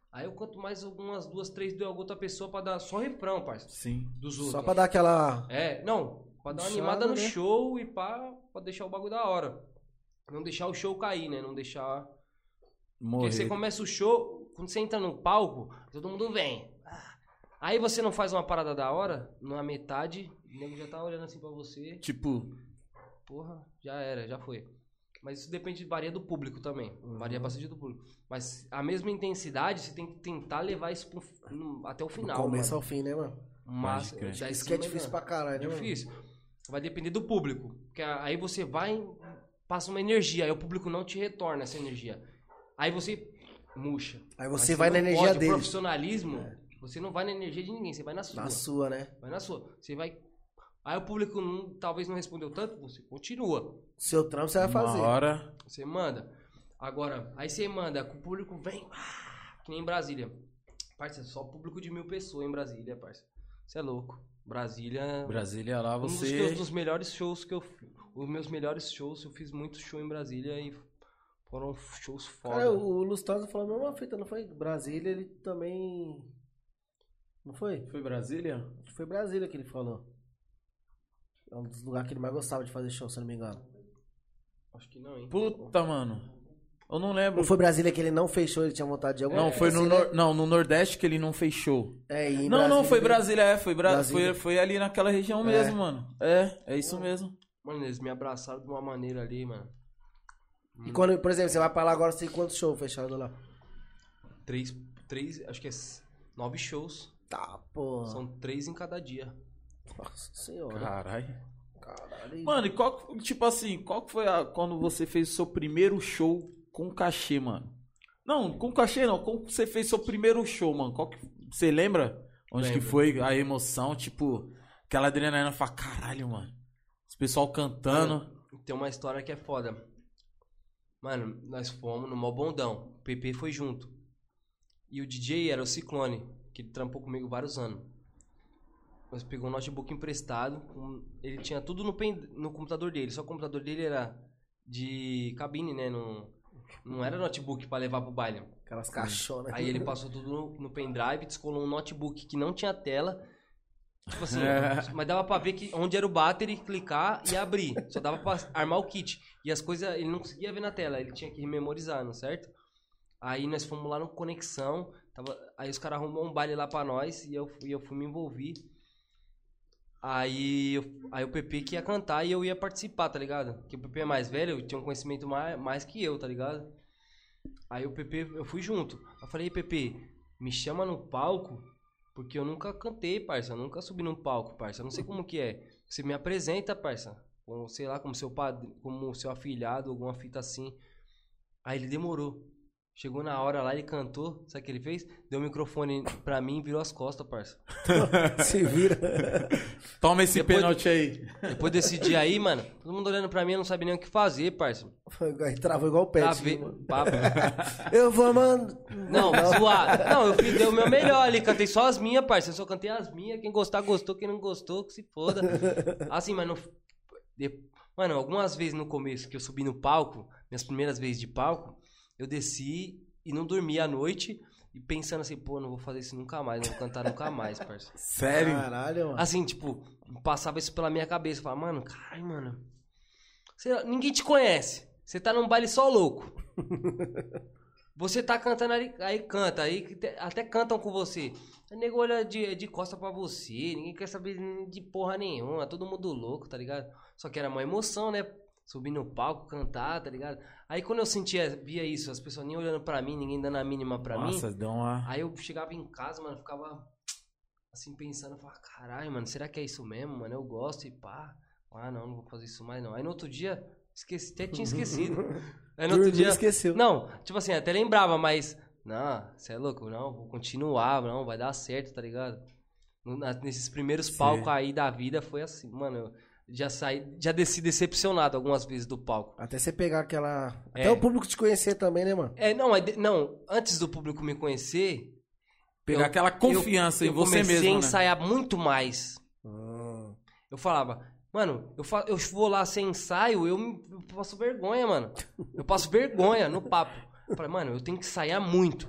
Aí eu canto mais algumas duas, três de outra pessoa pra dar só refrão, parça. Sim. Dos outros. Só pra dar aquela... É, não, pra dar uma Puxada, animada no né? show e pá, pra deixar o bagulho da hora. Não deixar o show cair, né? Não deixar... Morrer. Porque você começa o show, quando você entra no palco, todo mundo vem. Aí você não faz uma parada da hora, na metade, o nego já tá olhando assim pra você. Tipo... Porra, já era, já foi. Mas isso depende, varia do público também. Varia bastante do público. Mas a mesma intensidade, você tem que tentar levar isso pro, no, até o Do final. começo mano. ao fim, né, mano? Mas, Pode crer. já Isso que é difícil pra caralho, né, mano? Difícil. Vai depender do público. Porque aí você vai, passa uma energia, aí o público não te retorna essa energia. Aí você murcha. Aí Mas você vai na não energia pode, dele. O profissionalismo, você não vai na energia de ninguém, você vai na sua. Na sua, né? Vai na sua. Você vai... Aí o público não, talvez não respondeu tanto, você continua. Seu trampo você vai fazer. Uma hora... Você manda. Agora, aí você manda, o público vem, ah, que nem em Brasília. Parça, só público de mil pessoas em Brasília, parça. Você é louco. Brasília... Brasília lá, Um dos, você... meus, dos melhores shows que eu... Os meus melhores shows, eu fiz muito show em Brasília e foram shows foda. Cara, o Lustosa falou a mesma fita, não foi? Brasília, ele também... Não foi? Foi Brasília? Acho que foi Brasília que ele falou. É um dos lugares que ele mais gostava de fazer show, se eu não me engano. Acho que não, hein? Puta, mano. Eu não lembro. Não foi Brasília que ele não fechou, ele tinha vontade de alguma Não, foi no, Brasília- nor... não, no Nordeste que ele não fez show. É, e em Não, não, foi ele- Brasília, é, foi, Bra... Brasília. foi, foi ali naquela região mesmo, mano. É, é isso mesmo. Mano, eles me abraçaram de uma maneira ali, mano. E quando, por exemplo, você vai pra lá agora, você tem quantos shows fechados lá? Três, três, acho que é s- nove shows. Tá, porra. São três em cada dia. Nossa senhora. Caralho. Caralho. Mano, e qual, tipo assim, qual que foi a, quando você fez o seu primeiro show com cachê, mano? Não, com cachê não, como você fez seu primeiro show, mano? Qual que, você lembra? Onde Lembro. que foi a emoção, tipo, aquela adrenalina, fala, caralho, mano. Os pessoal cantando. Tem uma história que é foda. Mano, nós fomos no mó bondão. O P P foi junto. E o D J era o Ciclone, que ele trampou comigo vários anos. Nós pegou um notebook emprestado. um- Ele tinha tudo no, pen- no computador dele. Só que o computador dele era de cabine, né? Não, não era notebook pra levar pro baile. Aquelas caixonas. Aí ele passou tudo no, no pendrive, descolou um notebook que não tinha tela. Tipo assim, É. mas dava pra ver que onde era o battery, clicar e abrir. Só dava pra armar o kit. E as coisas ele não conseguia ver na tela, ele tinha que memorizar, não é certo? Aí nós fomos lá no Conexão. Tava, aí os caras arrumou um baile lá pra nós e eu, fui- eu fui me envolver. Aí, eu- aí o P P que ia cantar e eu ia participar, tá ligado? Porque o P P é mais velho, tinha um conhecimento mais, mais que eu, tá ligado? Aí o P P, eu fui junto. Eu falei, P P, me chama no palco, porque eu nunca cantei, parça. Eu nunca subi num palco, parça. Eu não sei como que é. Você me apresenta, parça. Como, sei lá, como seu padre, como seu afilhado, alguma fita assim. Aí ele demorou. Chegou na hora lá, ele cantou. Sabe o que ele fez? Deu o microfone pra mim e virou as costas, parça. Se vira. Toma esse Depois- pênalti aí. Depois desse dia aí, mano, todo mundo olhando pra mim, eu não sabia nem o que fazer, parça. Aí travou igual o pet. Travei- mano. papo. Eu vou, mano. Não, zoado. Não, eu fiz, dei o meu melhor ali, cantei só as minhas, parça. Eu só cantei as minhas. Quem gostar, gostou. Quem não gostou, que se foda. Assim, mas não. de- Mano, algumas vezes no começo que eu subi no palco, minhas primeiras vezes de palco, eu desci e não dormi à noite. E pensando assim, pô, não vou fazer isso nunca mais, não vou cantar nunca mais, parça. Sério? Caralho, mano. Assim, tipo, passava isso pela minha cabeça. Eu falava, mano, caralho, mano. Sei lá, ninguém te conhece. Você tá num baile só louco. Você tá cantando ali, aí canta, aí que te- até cantam com você. O nego olha de, de costa pra você, ninguém quer saber de porra nenhuma, todo mundo louco, tá ligado? Só que era uma emoção, né? Subir no palco, cantar, tá ligado? Aí quando eu sentia, via isso, as pessoas nem olhando pra mim, ninguém dando a mínima pra mim. Nossa, deu uma... Aí eu chegava em casa, mano, ficava assim pensando, eu falava, caralho, mano, será que é isso mesmo, mano? Eu gosto e pá. Ah, não, não vou fazer isso mais não. Aí no outro dia, esqueci, até tinha esquecido. Aí no outro Dormiu, dia, esqueceu. não, tipo assim, até lembrava, mas não, você é louco, não, vou continuar, não, vai dar certo, tá ligado? No- na- Nesses primeiros Sim. palcos aí da vida foi assim, mano, eu já saí, já desci decepcionado algumas vezes do palco. Até você pegar aquela... É. Até o público te conhecer também, né, mano? É, não, aí de- não, antes do público me conhecer, Pegar eu- aquela confiança eu, em você eu comecei mesmo, a né? ensaiar muito mais. Ah. Eu falava, mano, eu, fa- eu vou lá sem ensaio, eu, me- eu passo vergonha, mano. Eu passo vergonha no papo. Eu falei, mano, eu tenho que ensaiar muito.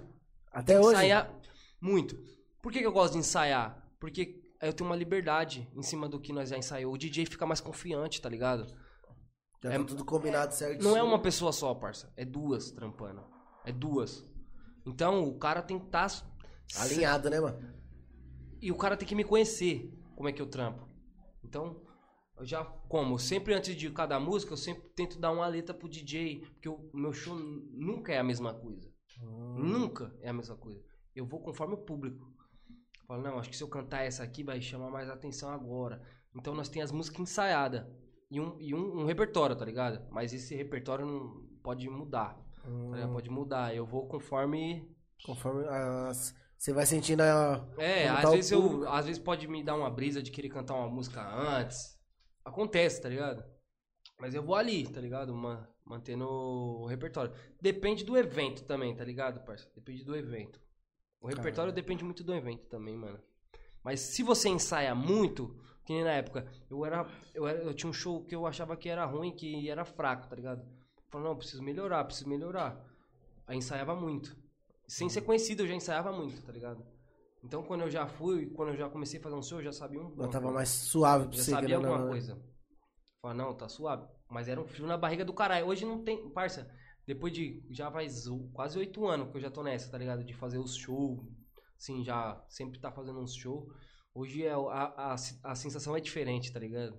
Até hoje? Ensaiar muito. Por que, que eu gosto de ensaiar? Porque aí eu tenho uma liberdade em cima do que nós já ensaiou. O D J fica mais confiante, tá ligado? Já É- tá tudo combinado certinho. Não é uma pessoa só, parça. É duas trampando. É duas. Então, o cara tem que estar... Alinhado, né, mano? E o cara tem que me conhecer, como é que eu trampo. Então, eu já, como, sempre antes de cada música, eu sempre tento dar uma letra pro D J, porque o meu show nunca é a mesma coisa. Hum. Nunca é a mesma coisa. Eu vou conforme o público. Eu falo, não, acho que se eu cantar essa aqui vai chamar mais atenção agora. Então, nós temos as músicas ensaiadas e, um, e um, um repertório, tá ligado? Mas esse repertório não pode mudar. Hum. Tá ligado? Pode mudar. Eu vou conforme... Conforme as... Você vai sentindo a... É, como às tá o vezes, eu, público. às vezes pode me dar uma brisa de querer cantar uma música antes. Acontece, tá ligado? Mas eu vou ali, tá ligado? Ma- mantendo o repertório. Depende do evento também, tá ligado, parça? Depende do evento. O repertório depende muito do evento também, mano. Mas se você ensaia muito, que nem na época, eu era, eu era, eu tinha um show que eu achava que era ruim, que era fraco, tá ligado? Eu falei, não, preciso melhorar, preciso melhorar. Aí ensaiava muito. Sem ser conhecido, eu já ensaiava muito, tá ligado? Então, quando eu já fui, quando eu já comecei a fazer um show, eu já sabia um Já tava pouco. mais suave pra Já você. sabia querendo ou alguma não, né? coisa. Falei, não, tá suave. Mas era um frio na barriga do caralho. Hoje não tem... Parça, depois de... Já faz o- quase oito anos que eu já tô nessa, tá ligado? De fazer os shows. Assim, já sempre tá fazendo uns shows. Hoje é, o- a, a, a sensação é diferente, tá ligado?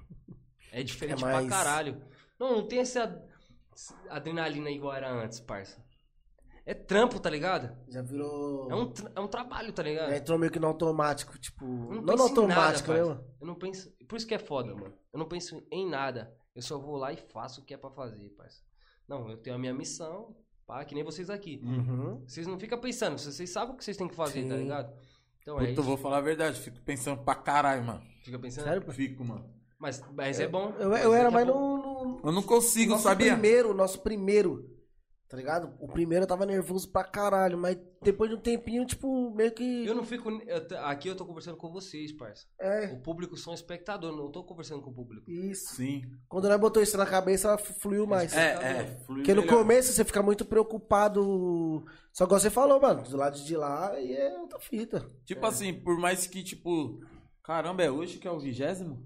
É diferente É mais- pra caralho. Não, não tem essa essa adrenalina igual era antes, parça. É trampo, tá ligado? Já virou... É um, tra- é um trabalho, tá ligado? Já entrou meio que no automático, tipo... Eu Não, penso no em automático, nada, né, parça. mano? Eu não penso. Por isso que é foda, mano. Eu não penso em nada. Eu só vou lá e faço o que é pra fazer, parça. Não, eu tenho a minha missão, pá, que nem vocês aqui. Uhum. Vocês não ficam pensando, vocês sabem o que vocês têm que fazer, Sim. tá ligado? Então é Puta, eu isso. vou falar a verdade, fico pensando pra caralho, mano. Fica pensando. Sério, pô? Fico, mano. Mas, mas é bom. Eu, Mas eu é era que é mais bom. no... no... Eu não consigo, nosso sabia? primeiro, nosso primeiro, tá ligado? O primeiro eu tava nervoso pra caralho, mas depois de um tempinho, tipo, meio que... Eu não fico. eu t- aqui eu tô conversando com vocês, parça. É, O público são espectador, não tô conversando com o público. isso. Sim. Quando nós botou isso na cabeça, fluiu mais. É, é. fluiu Porque no melhor. começo você fica muito preocupado. Só que você falou, mano, do lado de lá e é outra fita. Tipo assim, por mais que, tipo... Caramba, é hoje que é o vigésimo?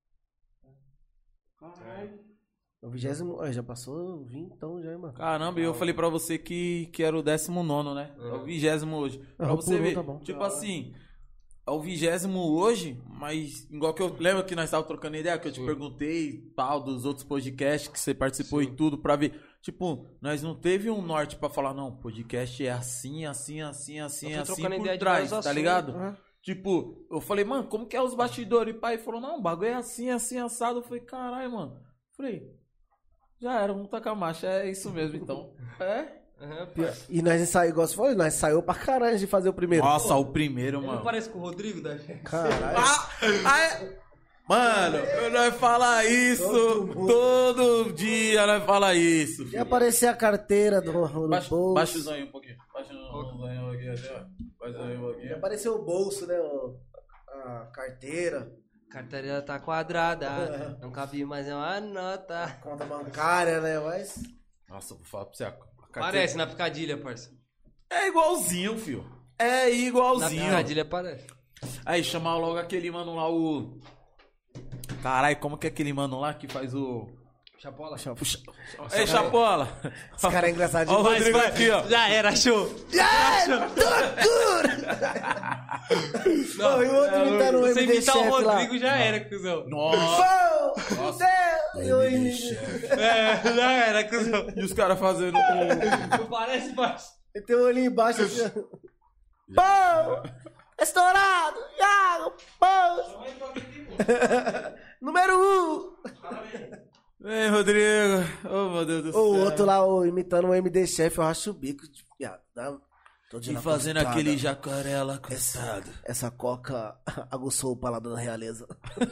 Caralho. O vigésimo. Ah, já passou vinte então já, mano. Caramba, e eu falei pra você que, que era o décimo nono, né? É o vigésimo hoje. Pra Ah, você por um, ver. tá bom. Tipo assim, é o vigésimo hoje, mas igual que eu lembro que nós estávamos trocando ideia, que eu te Sim. perguntei tal, dos outros podcasts que você participou Sim. e tudo, pra ver. Tipo, nós não teve um norte pra falar, não, podcast é assim, assim, assim, assim, Eu fui assim trocando por ideia de trás, vários tá assuntos. ligado? Aham. Tipo, eu falei, mano, como que é os bastidores? E pai falou, não, o bagulho é assim, assim, assado. Eu falei, caralho, mano. Eu falei, já era, vamos tacar marcha, é isso mesmo, então. É? Aham, parça. E nós ensaiamos, igual você falou, nós ensaiamos pra caralho de fazer o primeiro. Nossa, o primeiro, Ele não mano. parece com o Rodrigo da Caralho. Ah, ah, é? Mano, nós fala isso todo dia, nós fala isso. E filho. aparecer a carteira do, do Baixa, bolso. baixa o zóio um pouquinho. Baixa o zóio aqui, assim, ó. Baixa o zóio E aqui. apareceu o bolso, né? o- A carteira, Carteira tá quadrada, não cabe mais uma nota. conta bancária, né? Mas. Nossa, vou falar pra você. a carteira- Parece na picadilha, parça. É igualzinho, filho. É Na igualzinho. picadilha parece. Aí, chamar logo aquele mano lá, o... Caralho, como que é aquele mano lá que faz o... Chapola. o cha... Ei, Chapola. Esse cara é engraçado Ó o demais. Rodrigo aqui, ó. Já era, show. Ô, e o outro imitando o Você M D imitar o Chef lá. Rodrigo já era, cuzão. Nossa. Pô, Deus, eu imito. É, já era, cuzão. E os caras fazendo um... Não parece, parça. Ele tem o olhinho embaixo assim. ó. Pô! Estourado! Iago! Pô! Número um! Ei, Rodrigo. Oh, meu Deus do céu. O outro lá, o, imitando o M D Chef, eu acho o bico. Tipo, viado, dá- tô de E na fazendo postada. aquele jacaré lá cruzado. Essa coca aguçou o paladar da realeza.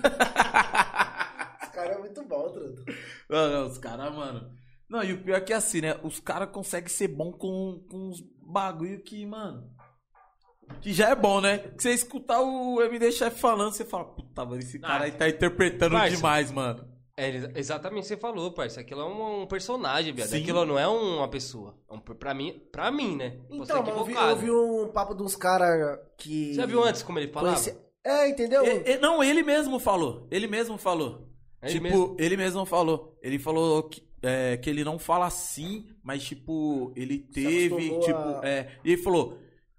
Esse cara é muito bom, Truto. Não, não, os caras, mano. Não, e o pior é que é assim, né? Os caras conseguem ser bom com, com uns bagulho que, mano. Que já é bom, né? Que você escutar o M D Chef falando, você fala, puta, mano, esse cara aí tá interpretando Parça. demais, mano. É, exatamente o que você falou, parceiro. Aquilo é um, um personagem, viado. Sim. Aquilo não é uma pessoa. É um, pra, mim, pra mim, né? Posso Então, estar mas eu vi, equivocado. eu vi um papo de uns caras que... Você já viu antes como ele falava? conhecia- É, entendeu? É, é, não, ele mesmo falou. Ele mesmo falou. Ele tipo, mesmo? ele mesmo falou. Ele falou que, é, que ele não fala assim, mas tipo, ele teve, acostumou tipo, a- é, e ele falou: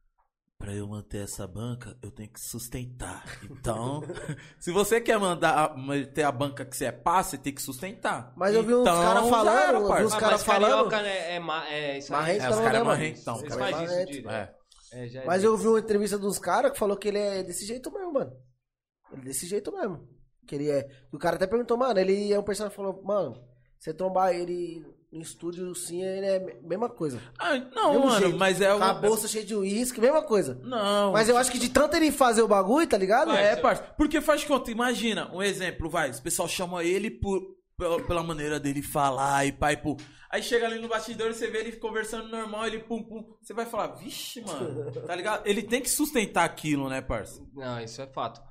pra eu manter essa banca, eu tenho que sustentar. Então, se você quer mandar manter a banca que você é pá, você tem que sustentar. Mas eu vi uns Então, caras já falando, era, eu vi parça. os Ah, caras mas falando... carioca, né? É, ma- é isso aí. Marrento É, os não, caras né, é mano? marrentão, Eles cara. fazem isso Marrento. direto. É. É, já é Mas desse. eu vi uma entrevista dos caras que falou que ele é desse jeito mesmo, mano. Ele é desse jeito mesmo. Que ele é... O cara até perguntou, mano, ele é um personagem que falou, mano, você trombar ele no estúdio, sim, ele é a mesma coisa. Ah, não, Mesmo mano, jeito. mas é Com a um... bolsa cheia de uísque, mesma coisa. Não. Mas eu acho que de tanto ele fazer o bagulho, tá ligado? É, parça. Porque faz de conta, imagina, um exemplo, vai, o pessoal chama ele por, pela, pela maneira dele falar e pai, pô. Aí chega ali no bastidor e você vê ele conversando normal, ele pum pum. Você vai falar, vixe, mano, tá ligado? Ele tem que sustentar aquilo, né, parça? Não, isso é fato.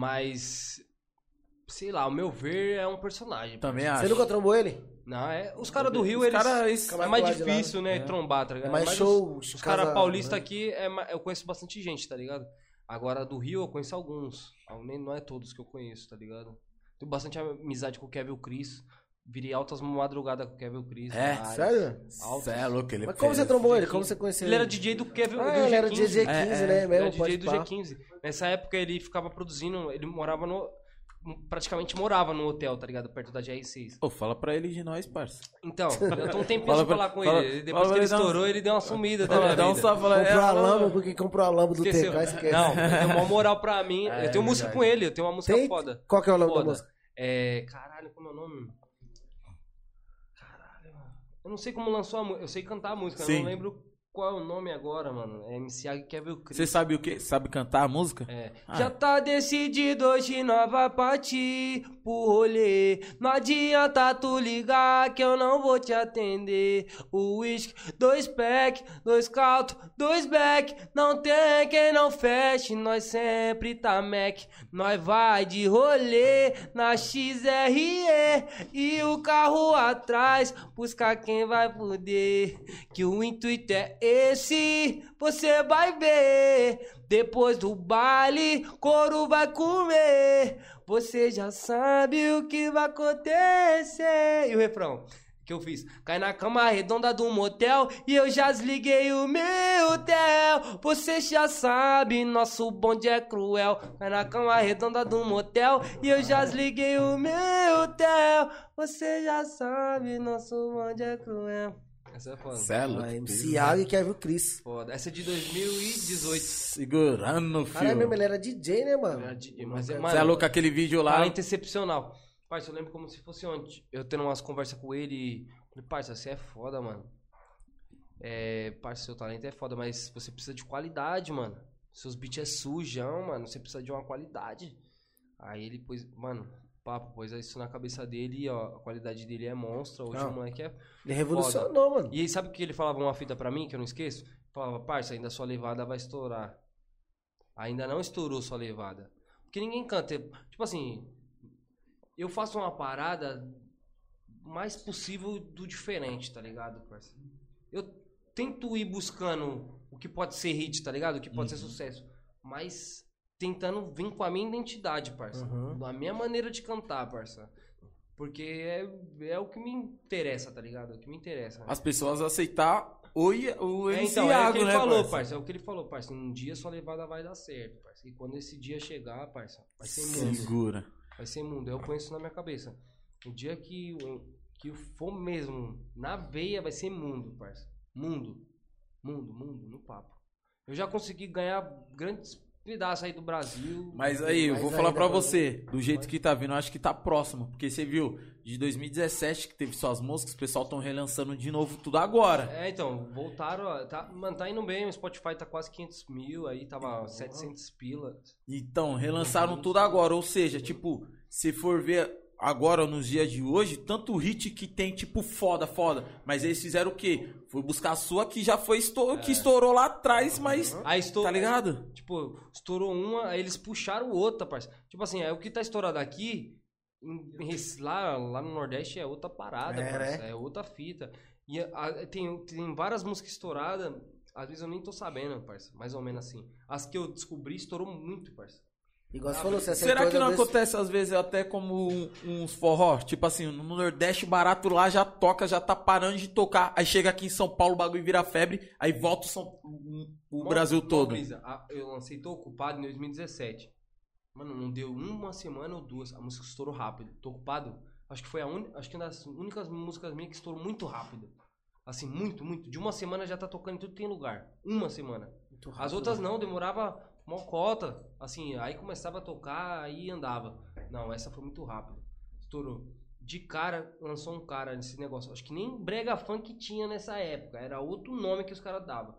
Mas, sei lá, ao meu ver, é um personagem. Também parceiro. acho. Você nunca trombou ele? Não, é, os caras do Rio, Os eles... cara, isso- Fica é mais pro lado de lá, difícil, né, É. trombar, tá ligado? É mais Mas show, Os, os casa- caras paulistas né? aqui, é, ma- eu conheço bastante gente, tá ligado? Agora, do Rio, eu conheço alguns. Ah, nem- Não é todos que eu conheço, tá ligado? Tenho bastante amizade com o Kevin Cris. Virei altas madrugadas com o Kevin Cris. É? várias. Sério? Altas. Cê é louco, ele Mas como você fez- trombou ele? Como você conheceu Ele ele? era D J do Kevin Ah, do ele era G D J quinze. É, quinze, é. né? Ele Mesmo, era D J pode do pá. G quinze. Nessa época ele ficava produzindo, ele morava no... Praticamente morava no hotel, tá ligado? Perto da G R seis. Pô, fala pra ele de nós, parça. Então, eu tô um tempinho Fala sem pra- falar com fala- ele. Depois fala que pra ele ele dar um- estourou, ele deu uma sumida da Fala, minha dá um vida. salve, fala, Comprou é, a não, lama, porque comprou a lama do Esqueceu. T K, esquece. Não, eu tenho uma moral pra mim. É, eu tenho música verdade. com ele, eu tenho uma música Tem? foda. Qual que é o nome Foda. da música? É. Caralho, como é o nome? Caralho, mano. Eu não sei como lançou a música. Eu sei cantar a música, eu Sim. não lembro qual é o nome agora, mano. É M C A Kevin Cris. Você sabe o quê? Sabe cantar a música? É. Ah. Já tá decidido hoje nós vai partir pro rolê. Não adianta tu ligar que eu não vou te atender. O uísque, dois pack, dois calto, dois back. Não tem quem não feche, nós sempre tá Mac. Nós vai de rolê na X R E e o carro atrás buscar quem vai poder. Que o intuito é esse, você vai ver. Depois do baile, couro vai comer. Você já sabe o que vai acontecer. E o refrão que eu fiz? Cai na cama redonda do motel e eu já desliguei o meu tel. Você já sabe, nosso bonde é cruel. Cai na cama redonda do motel e eu já desliguei o meu tel. Você já sabe, nosso bonde é cruel. Essa é foda. Cê é louco. Ah, M C A e Kevin Cris. Foda. Essa é de dois mil e dezoito. Segurando o Caralho, mesmo, fio. ele era D J, né, mano? Era de- Mas é, Você mano, é louco aquele vídeo lá? talento excepcional. Parça, eu lembro como se fosse ontem. Eu tendo umas conversas com ele e... Falei, parça, você é foda, mano. É... Parça, seu talento é foda, mas você precisa de qualidade, mano. Seus beats é sujão, mano. Você precisa de uma qualidade. Aí ele pôs... Mano, papo, pôs isso na cabeça dele e, ó, a qualidade dele é monstro. Hoje Ah. o moleque é... Ele revolucionou, mano. E aí, sabe o que ele falava uma fita pra mim, que eu não esqueço? Falava, parça, ainda sua levada vai estourar. Ainda não estourou sua levada. Porque ninguém canta. Tipo assim, eu faço uma parada o mais possível do diferente, tá ligado, parça? Eu tento ir buscando o que pode ser hit, tá ligado? O que pode ser sucesso. Mas tentando vir com a minha identidade, parça. Uhum. A minha maneira de cantar, parça. Porque é, é o que me interessa, tá ligado? É o que me interessa. As pessoas aceitar o, I- o É, M C então, é o Iago, que ele né, falou, parça? parça. É o que ele falou, parça. Um dia sua levada vai dar certo, parça. E quando esse dia chegar, parça, vai ser mundo. Segura. Vai ser mundo. Eu ponho isso na minha cabeça. O dia que, o- que for mesmo na veia, vai ser mundo, parça. Mundo. Mundo, mundo, no papo. Eu já consegui ganhar grandes pedaços aí do Brasil. Mas aí, eu Mas vou ainda falar pra quando- você, do jeito que tá vindo, eu acho que tá próximo. Porque você viu, de dois mil e dezessete que teve suas músicas, o pessoal tão relançando de novo tudo agora. É, então, voltaram, ó, tá, mano, tá indo bem, o Spotify tá quase quinhentos mil, aí tava setecentos pila. Então, relançaram tudo agora. Ou seja, tipo, se for ver agora nos dias de hoje, tanto hit que tem, tipo, foda, foda. Mas eles fizeram o quê? Foi buscar a sua que já foi estou que estourou lá atrás, mas. Aí estourou, Tá ligado? Tipo, estourou uma, aí eles puxaram outra, parça. Tipo assim, é o que tá estourado aqui, em- em- lá, lá no Nordeste é outra parada, É, parça, né? é outra fita. E a- a- tem, tem várias músicas estouradas, às vezes eu nem tô sabendo, parça, mais ou menos assim. As que eu descobri estourou muito, parça. Igual você falou, você Será acertou que não da vez- acontece às vezes até como um- uns forró? Tipo assim, no Nordeste barato lá já toca, já tá parando de tocar. Aí chega aqui em São Paulo, o bagulho vira febre. Aí volta o, São- o- o Mó- Brasil mó todo. brisa. A- Eu lancei Tô Ocupado em dois mil e dezessete. Mano, não deu uma semana ou duas. A música estourou rápido. Tô Ocupado, acho que foi a un... acho que uma das únicas músicas minhas que estourou muito rápido. Assim, muito, muito. De uma semana já tá tocando em tudo que tem lugar. Uma semana. Muito As rápido. outras não, demorava mocota. Assim, aí começava a tocar, aí andava. Não, essa foi muito rápido. Estourou. De cara, lançou um cara nesse negócio. Acho que nem brega funk tinha nessa época. Era outro nome que os caras davam.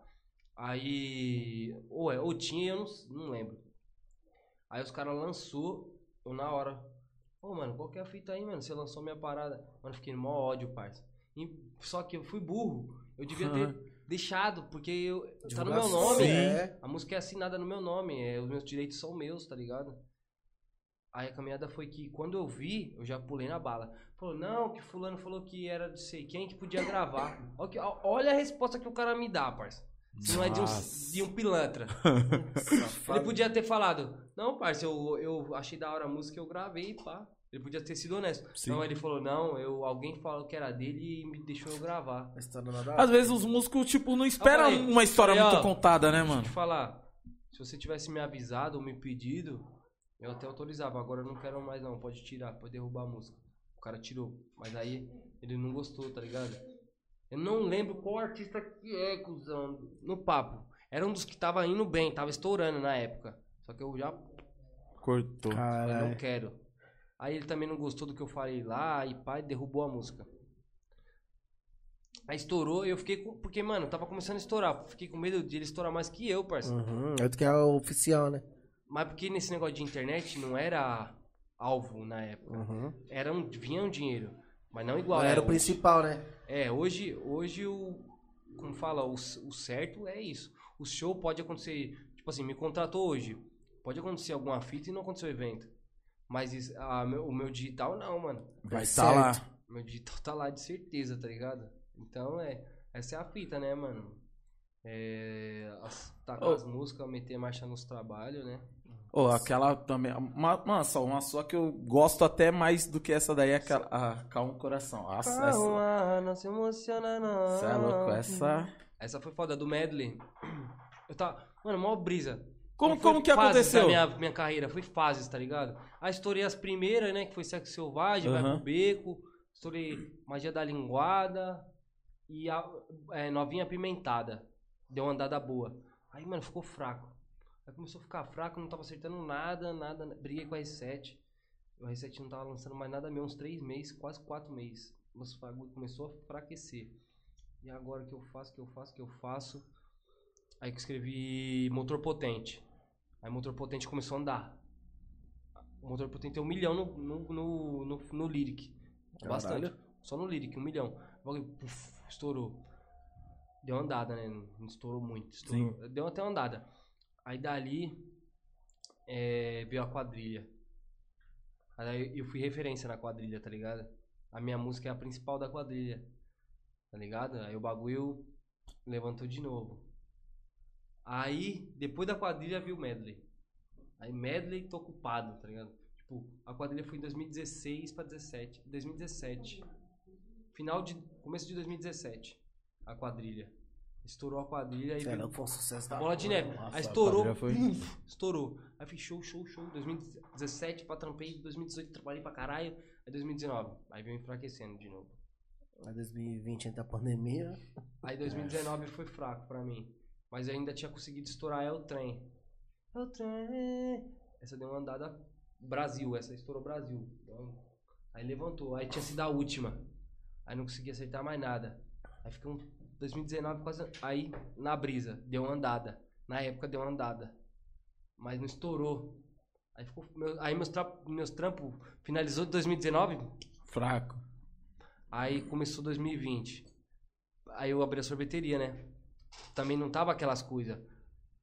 Aí. Ou, é, ou tinha, eu não, não lembro. Aí os caras lançou, eu na hora. Ô, mano, qual que é a fita aí, mano? Você lançou minha parada. Mano, fiquei no maior ódio, parça. E- só que eu fui burro. Eu devia ter deixado, porque eu, tá no meu Divulgação, nome. é. A música é assinada no meu nome. É, os meus direitos são meus, tá ligado? Aí a caminhada foi que quando eu vi, eu já pulei na bala. Falou, não, que fulano falou que era de sei quem que podia gravar. Olha, que- olha a resposta que o cara me dá, parça. Se não é de um, Nossa. de um pilantra. Ele podia ter falado, não, parça, eu, eu achei da hora a música, eu gravei, pá. Ele podia ter sido honesto. Sim. Não, ele falou, não, eu, alguém falou que era dele e me deixou eu gravar. A história nada- Às vezes os músicos, tipo, não esperam Eu falei, uma história falei, muito ó, contada, né, Deixa eu mano? te falar, se você tivesse me avisado ou me pedido, eu até autorizava. Agora eu não quero mais não, pode tirar, pode derrubar a música. O cara tirou, mas aí ele não gostou, tá ligado? Eu não lembro qual artista que é, cuzão, no papo. Era um dos que tava indo bem, tava estourando na época. Só que eu já Cortou. falei, não Caralho. quero. Aí ele também não gostou do que eu falei lá e pai derrubou a música. Aí estourou e eu fiquei com... Porque, mano, tava começando a estourar. Fiquei com medo de ele estourar mais que eu, parceiro. Uhum. É outro que é o oficial, né? Mas porque nesse negócio de internet não era alvo na época. Uhum. Era um, vinha um dinheiro. Mas não igual. Não era o hoje. principal, né? É, hoje, hoje o. Como fala, o, o certo é isso. O show pode acontecer. Tipo assim, me contratou hoje. Pode acontecer alguma fita e não acontecer o evento. Mas isso- a meu- o meu digital não, mano. Vai É estar lá. certo. O meu digital tá lá de certeza, tá ligado? Então é. Essa é a fita, né, mano? É. As, tacar Ô. as músicas, meter marcha nos trabalhos, né? Ô, aquela também. Uma, mano, só uma só que eu gosto até mais do que essa daí, é aquela. A Calma o Coração. Nossa, essa. Calma, não se emociona, não. Você é louco, essa. Essa foi foda, do medley. Eu tava. Mano, mó brisa. Como, Foi como que fases aconteceu? Da minha, minha carreira, foi fases, tá ligado? Aí estourei as primeiras, né? Que foi Sexo Selvagem, Vai Aham. pro Beco. Estourei Magia da Linguada. E a é, Novinha Apimentada. Deu uma andada boa. Aí, mano, ficou fraco. Aí começou a ficar fraco, não tava acertando nada, nada. Briguei com a R sete. O R sete não tava lançando mais nada mesmo, uns três meses, quase quatro meses. Nosso bagulho começou a enfraquecer. E agora o que eu faço, o que eu faço, o que eu faço? Aí que eu escrevi Motor Potente. Aí Motor Potente começou a andar. O Motor Potente tem um milhão no, no, no, no, no Lyric. Bastante. Caralho. Só no Lyric, um milhão. O bagulho, puf, estourou. Deu uma andada, né? Não estourou muito. Estourou. Deu até uma andada. Aí dali é, veio a quadrilha. Aí eu fui referência na quadrilha, tá ligado? A minha música é a principal da quadrilha. Tá ligado? Aí o bagulho levantou de novo. Aí, depois da quadrilha, viu o medley. Aí medley, tô ocupado, tá ligado? Tipo, a quadrilha foi em dois mil e dezesseis pra dezessete. dois mil e dezessete. Final de... Começo de dois mil e dezessete. A quadrilha. Estourou a quadrilha e Sei lá, veio... foi um sucesso da Bola de porra. neve. Nossa, Aí a estourou. quadrilha foi- uf, estourou. Aí fiz show, show, show. dois mil e dezessete pra trampei. dois mil e dezoito trabalhei pra caralho. Aí dois mil e dezenove. Aí veio enfraquecendo de novo. Aí dois mil e vinte entra a pandemia. Aí dois mil e dezenove foi fraco pra mim. Mas eu ainda tinha conseguido estourar É o Trem. É o Trem. Essa deu uma andada Brasil. Essa estourou Brasil. Então, aí levantou. Aí tinha sido a última. Aí não consegui acertar mais nada. Aí ficou um dois mil e dezenove quase... Aí na brisa. Deu uma andada. Na época deu uma andada. Mas não estourou. Aí, ficou, meu, aí meus, tra, meus trampos finalizou em dois mil e dezenove. Fraco. Aí começou dois mil e vinte. Aí eu abri a sorveteria, né? Também não tava aquelas coisas.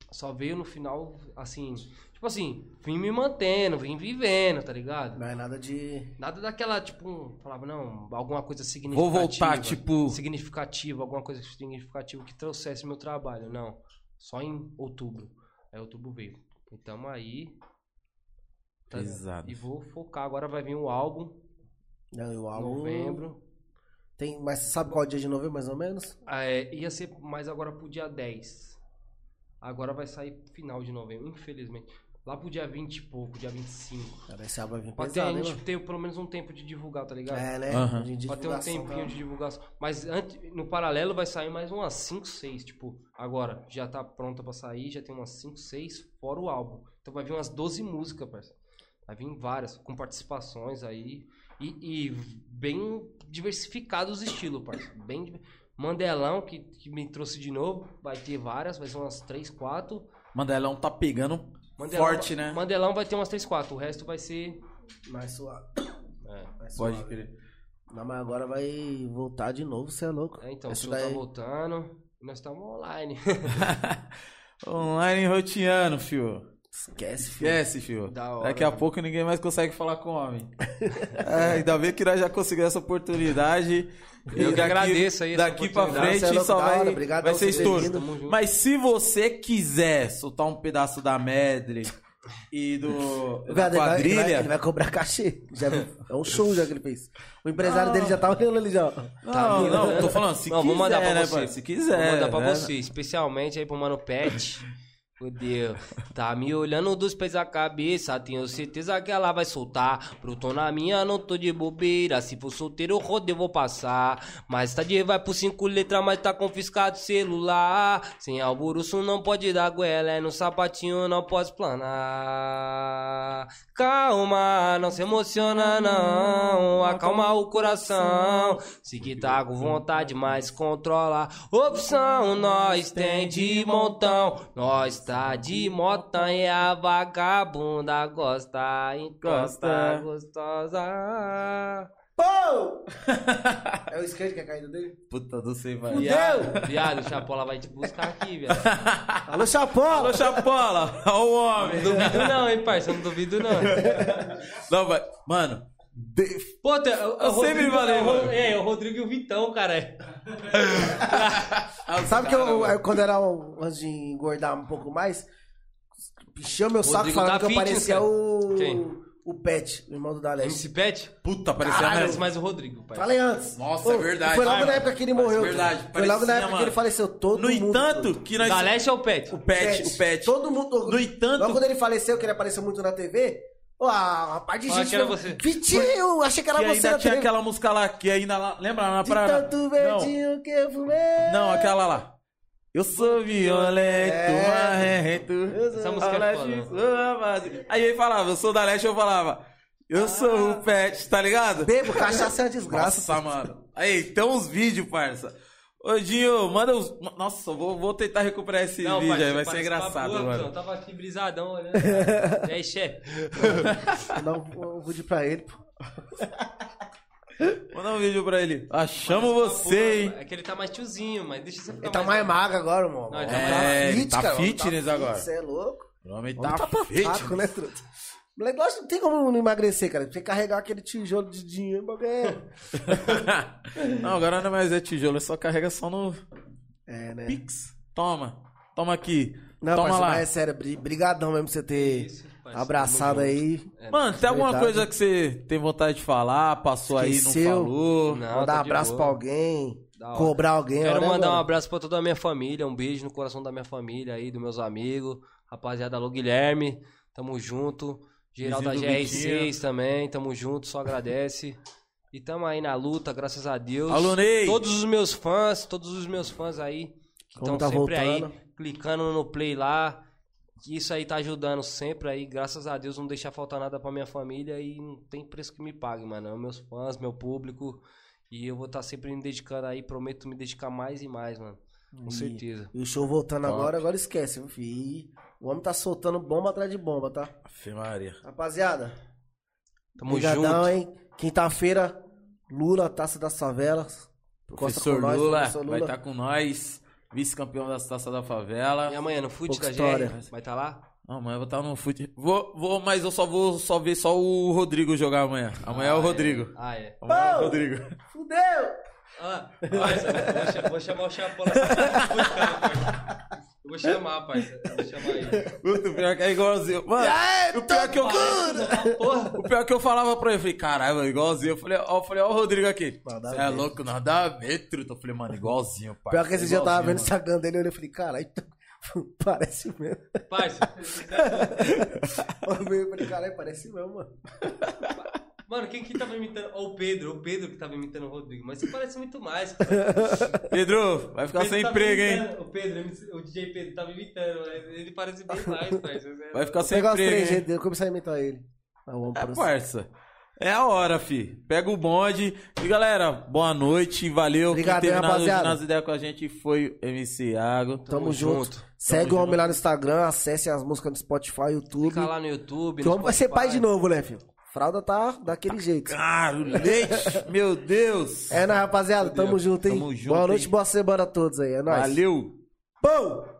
Só veio no final, assim... Tipo assim, vim me mantendo, vim vivendo, tá ligado? Não é nada de... Nada daquela, tipo... Falava, não, alguma coisa Vou significativa. voltar, tipo... Significativa, alguma coisa significativa que trouxesse meu trabalho. Não, só em outubro. Aí outubro veio. Então aí... Tá, Pesado. e vou focar. Agora vai vir um álbum. Não, e o álbum... Novembro. Tem, mas você sabe qual é o dia de novembro, mais ou menos? Ah, é, ia ser mais agora pro dia dez. Agora vai sair final de novembro, infelizmente. Lá pro dia vinte e pouco, dia vinte e cinco. Cara, esse álbum vai vir Pra ter, pesado, a hein, gente mano? ter pelo menos um tempo de divulgar, tá ligado? É, né? Aham. De Pra ter um divulgação, tempinho tá? de divulgação. Mas antes, no paralelo vai sair mais umas cinco, seis. Tipo, agora já tá pronta pra sair, já tem umas cinco, seis, fora o álbum. Então vai vir umas doze músicas, parceiro. Vai vir várias, com participações aí. E, e bem diversificados os estilos, parceiro. Bem diver- Mandelão, que, que me trouxe de novo, vai ter várias, vai ser umas três, quatro. Mandelão tá pegando Mandelão, forte, né? Mandelão vai ter umas três, quatro. O resto vai ser... Mais suave. É, Mais Pode suave. crer. Não, mas agora vai voltar de novo, você é louco. é então, o Essa show daí... tá voltando. E nós estamos online. Online roteando, fio. Esquece, filho. Esquece, fio. Da hora, Daqui a mano. pouco ninguém mais consegue falar com o homem. É, ainda bem que nós já conseguimos essa oportunidade. Eu E que agradeço aí essa Daqui pra oportunidade. Você é frente louco, só da vai, hora. Obrigadão vai ser por ter estouro. vindo. Tamo junto. Mas se você quiser soltar um pedaço da medley e do da Viado, ele, vai, ele, quadrilha... vai, ele vai cobrar cachê. Já, viu? É um show já que ele fez. O empresário dele já tá olhando ali já. Não, vindo, não, né? tô falando, se Não, quiser, vou mandar pra né, você. pai? Se quiser, Vou mandar pra né? você, especialmente aí pro Mano Pet. Fudeu. Tá me olhando dos pés à cabeça. Tenho certeza que ela vai soltar. Brutou na minha, não tô de bobeira. Se for solteiro, o rodeio vou passar. Mas tá de vai por cinco letras, mas tá confiscado o celular. Sem alvoroço não pode dar goela. É no sapatinho, não posso planar. Calma, não se emociona não. Acalma o coração. Se que tá com vontade, mas controla. Opção nós tem de montão. Nós tá de motão e a vagabunda gosta. Encosta gostosa. Pô! É o skate que é caído dele? Puta, não sei, vai. Viado, viado, o Chapola vai te buscar aqui, viado. Alô, Chapola! Alô, Chapola! Olha o homem! Duvido não, hein, parça? Não duvido não. Não, vai. Mano, de- Pô, tem- o, Eu o sempre Rodrigo- falei, é, o Ro- mano. É, o Rodrigo e o Vitão, cara. Sabe que eu, eu, quando era um, antes de engordar um pouco mais, encheu meu saco Rodrigo falando tá que eu fitness, parecia cara. o. Quem? O Pet, o irmão do Daleste. M C Pet? puta, parecia Caralho, mesmo. Mais o Rodrigo, pai. Falei antes. Nossa, é verdade. Foi logo Vai, na época que ele morreu. verdade, Foi logo na parecia, época que mano. ele faleceu. Todo No mundo. entanto, todo- que nós... Da Leste é o Pet? O Pet, o Pet. Todo mundo. No entanto- Logo quando ele faleceu, que ele apareceu muito na T V. Ó, a, a parte de Ah, gente. que era falou, você. Vitinho, eu achei que era Que você ainda na tinha T V. aquela música lá, que ainda lá... Lembra lá na De praia? tanto verdinho que eu fumei. Não, aquela lá. Eu sou violento, É. marrento. Essa música é Leste, foda. sou a base. Aí ele falava, eu sou da Leste, eu falava, eu sou o Pet, tá ligado? Bebo, cachaça é uma desgraça. Nossa, mano. Aí, tem uns vídeos, parça. Ô, Dinho, manda os... Nossa, vou, vou tentar recuperar esse Não, vídeo parça, aí, vai parça, ser engraçado, papo, mano. Eu tava aqui brisadão olhando. E aí, chefe? Vou dar um, um vídeo pra ele, pô. Manda um vídeo pra ele. Achamos você, hein? É que ele tá mais tiozinho, mas deixa você ficar Ele tá mais magro agora, irmão. Não, ele tá É, ele tá cara, fitness tá fit, agora. Você é louco? O homem Tá, tá tá fit. fraco, né, truta? Moleque, lógico, não tem como não emagrecer, cara. Você carregar aquele tijolo de dinheiro, bagulho. Não, agora não é mais é tijolo, é só carrega só no É, né? Pix. Toma. Toma aqui. Não, Toma parceiro, lá. mas é sério, bri- brigadão mesmo você ter Isso, parceiro, abraçado tamo aí. É, Mano, tem alguma Verdade. coisa que você tem vontade de falar, passou aí e Esqueceu. não falou? Não, Mandar tá um de abraço boa. pra alguém, Da hora. cobrar alguém. Quero olha mandar um agora. abraço pra toda a minha família, um beijo no coração da minha família aí, dos meus amigos, rapaziada, alô Guilherme, tamo junto, geral da Vizinho G do R seis também, tamo junto, só agradece. E tamo aí na luta, graças a Deus. Alô, Ney! Todos os meus fãs, todos os meus fãs aí, que Como estão tá sempre voltando. aí, clicando no play lá. Que isso aí tá ajudando sempre aí, graças a Deus, não deixar faltar nada pra minha família e não tem preço que me pague, mano. Meus fãs, meu público. E eu vou estar sempre me dedicando aí, prometo me dedicar mais e mais, mano. Com E- certeza. E o show voltando Top. agora, agora esquece, viu, filho? O homem tá soltando bomba atrás de bomba, tá? Afe Maria. Rapaziada, Tamo brigadão, junto. hein? Quinta-feira, Lula, Taça das Favelas. Costa Professor com nós, Lula professor vai estar com nós. vice-campeão das Taças da Favela. E amanhã no fute Pouca da história. G R? Vai estar lá? Não, amanhã eu vou estar no fute. Vou, vou, mas eu só vou só ver só o Rodrigo jogar amanhã. Amanhã Ah, é o Rodrigo. É. Ah, é. Amanhã é o Pô! Rodrigo. Fudeu! Ah, parça, vou, cha- vou chamar o Chapão lá pra buscar, parça. Eu vou chamar, parça. Eu vou chamar ele. Puta, o pior que é igualzinho. Mano, o pior que eu. Porra. O pior que eu falava pra ele, eu falei, caralho, mano, igualzinho. Eu falei, ó, eu falei, ó o Rodrigo aqui. Nada a Você é ver. louco, nada a ver, truta. Eu falei, mano, igualzinho, pai. Pior que esse dia eu tava vendo o Igualzinho, Instagram dele, eu olhei e falei, caralho, parece mesmo. Parça. Eu olhei e falei, caralho, parece mesmo, mano. Mano, quem que tava imitando? Ó, o Pedro. O Pedro que tava imitando o Rodrigo. Mas você parece muito mais, cara. mano. Pedro, vai ficar Pedro sem tava emprego, hein? imitando- O Pedro, o D J Pedro tava imitando. mas Ele parece bem mais, parça. Vai ficar Vou sem pegar os emprego, três hein? jeitos dele e começar a imitar ele. Ah, vamos É, pra- parça. É a hora, fi. Pega o bonde. E galera, boa noite. Valeu. Obrigado, Quem hein, teve nas, rapaziada. nas ideias com a gente foi o M C Iago. Tamo, Tamo junto. junto. Segue Tamo o homem lá no Instagram, acessem as músicas no Spotify, YouTube. Fica lá no YouTube. Que o no homem vai ser Spotify. pai de novo, né, filho? Fralda tá daquele jeito. Cara, o leite, meu Deus. É, né, rapaziada? Tamo junto, hein? Tamo junto, Boa noite, hein? boa semana a todos aí. É nóis. Valeu. Pão!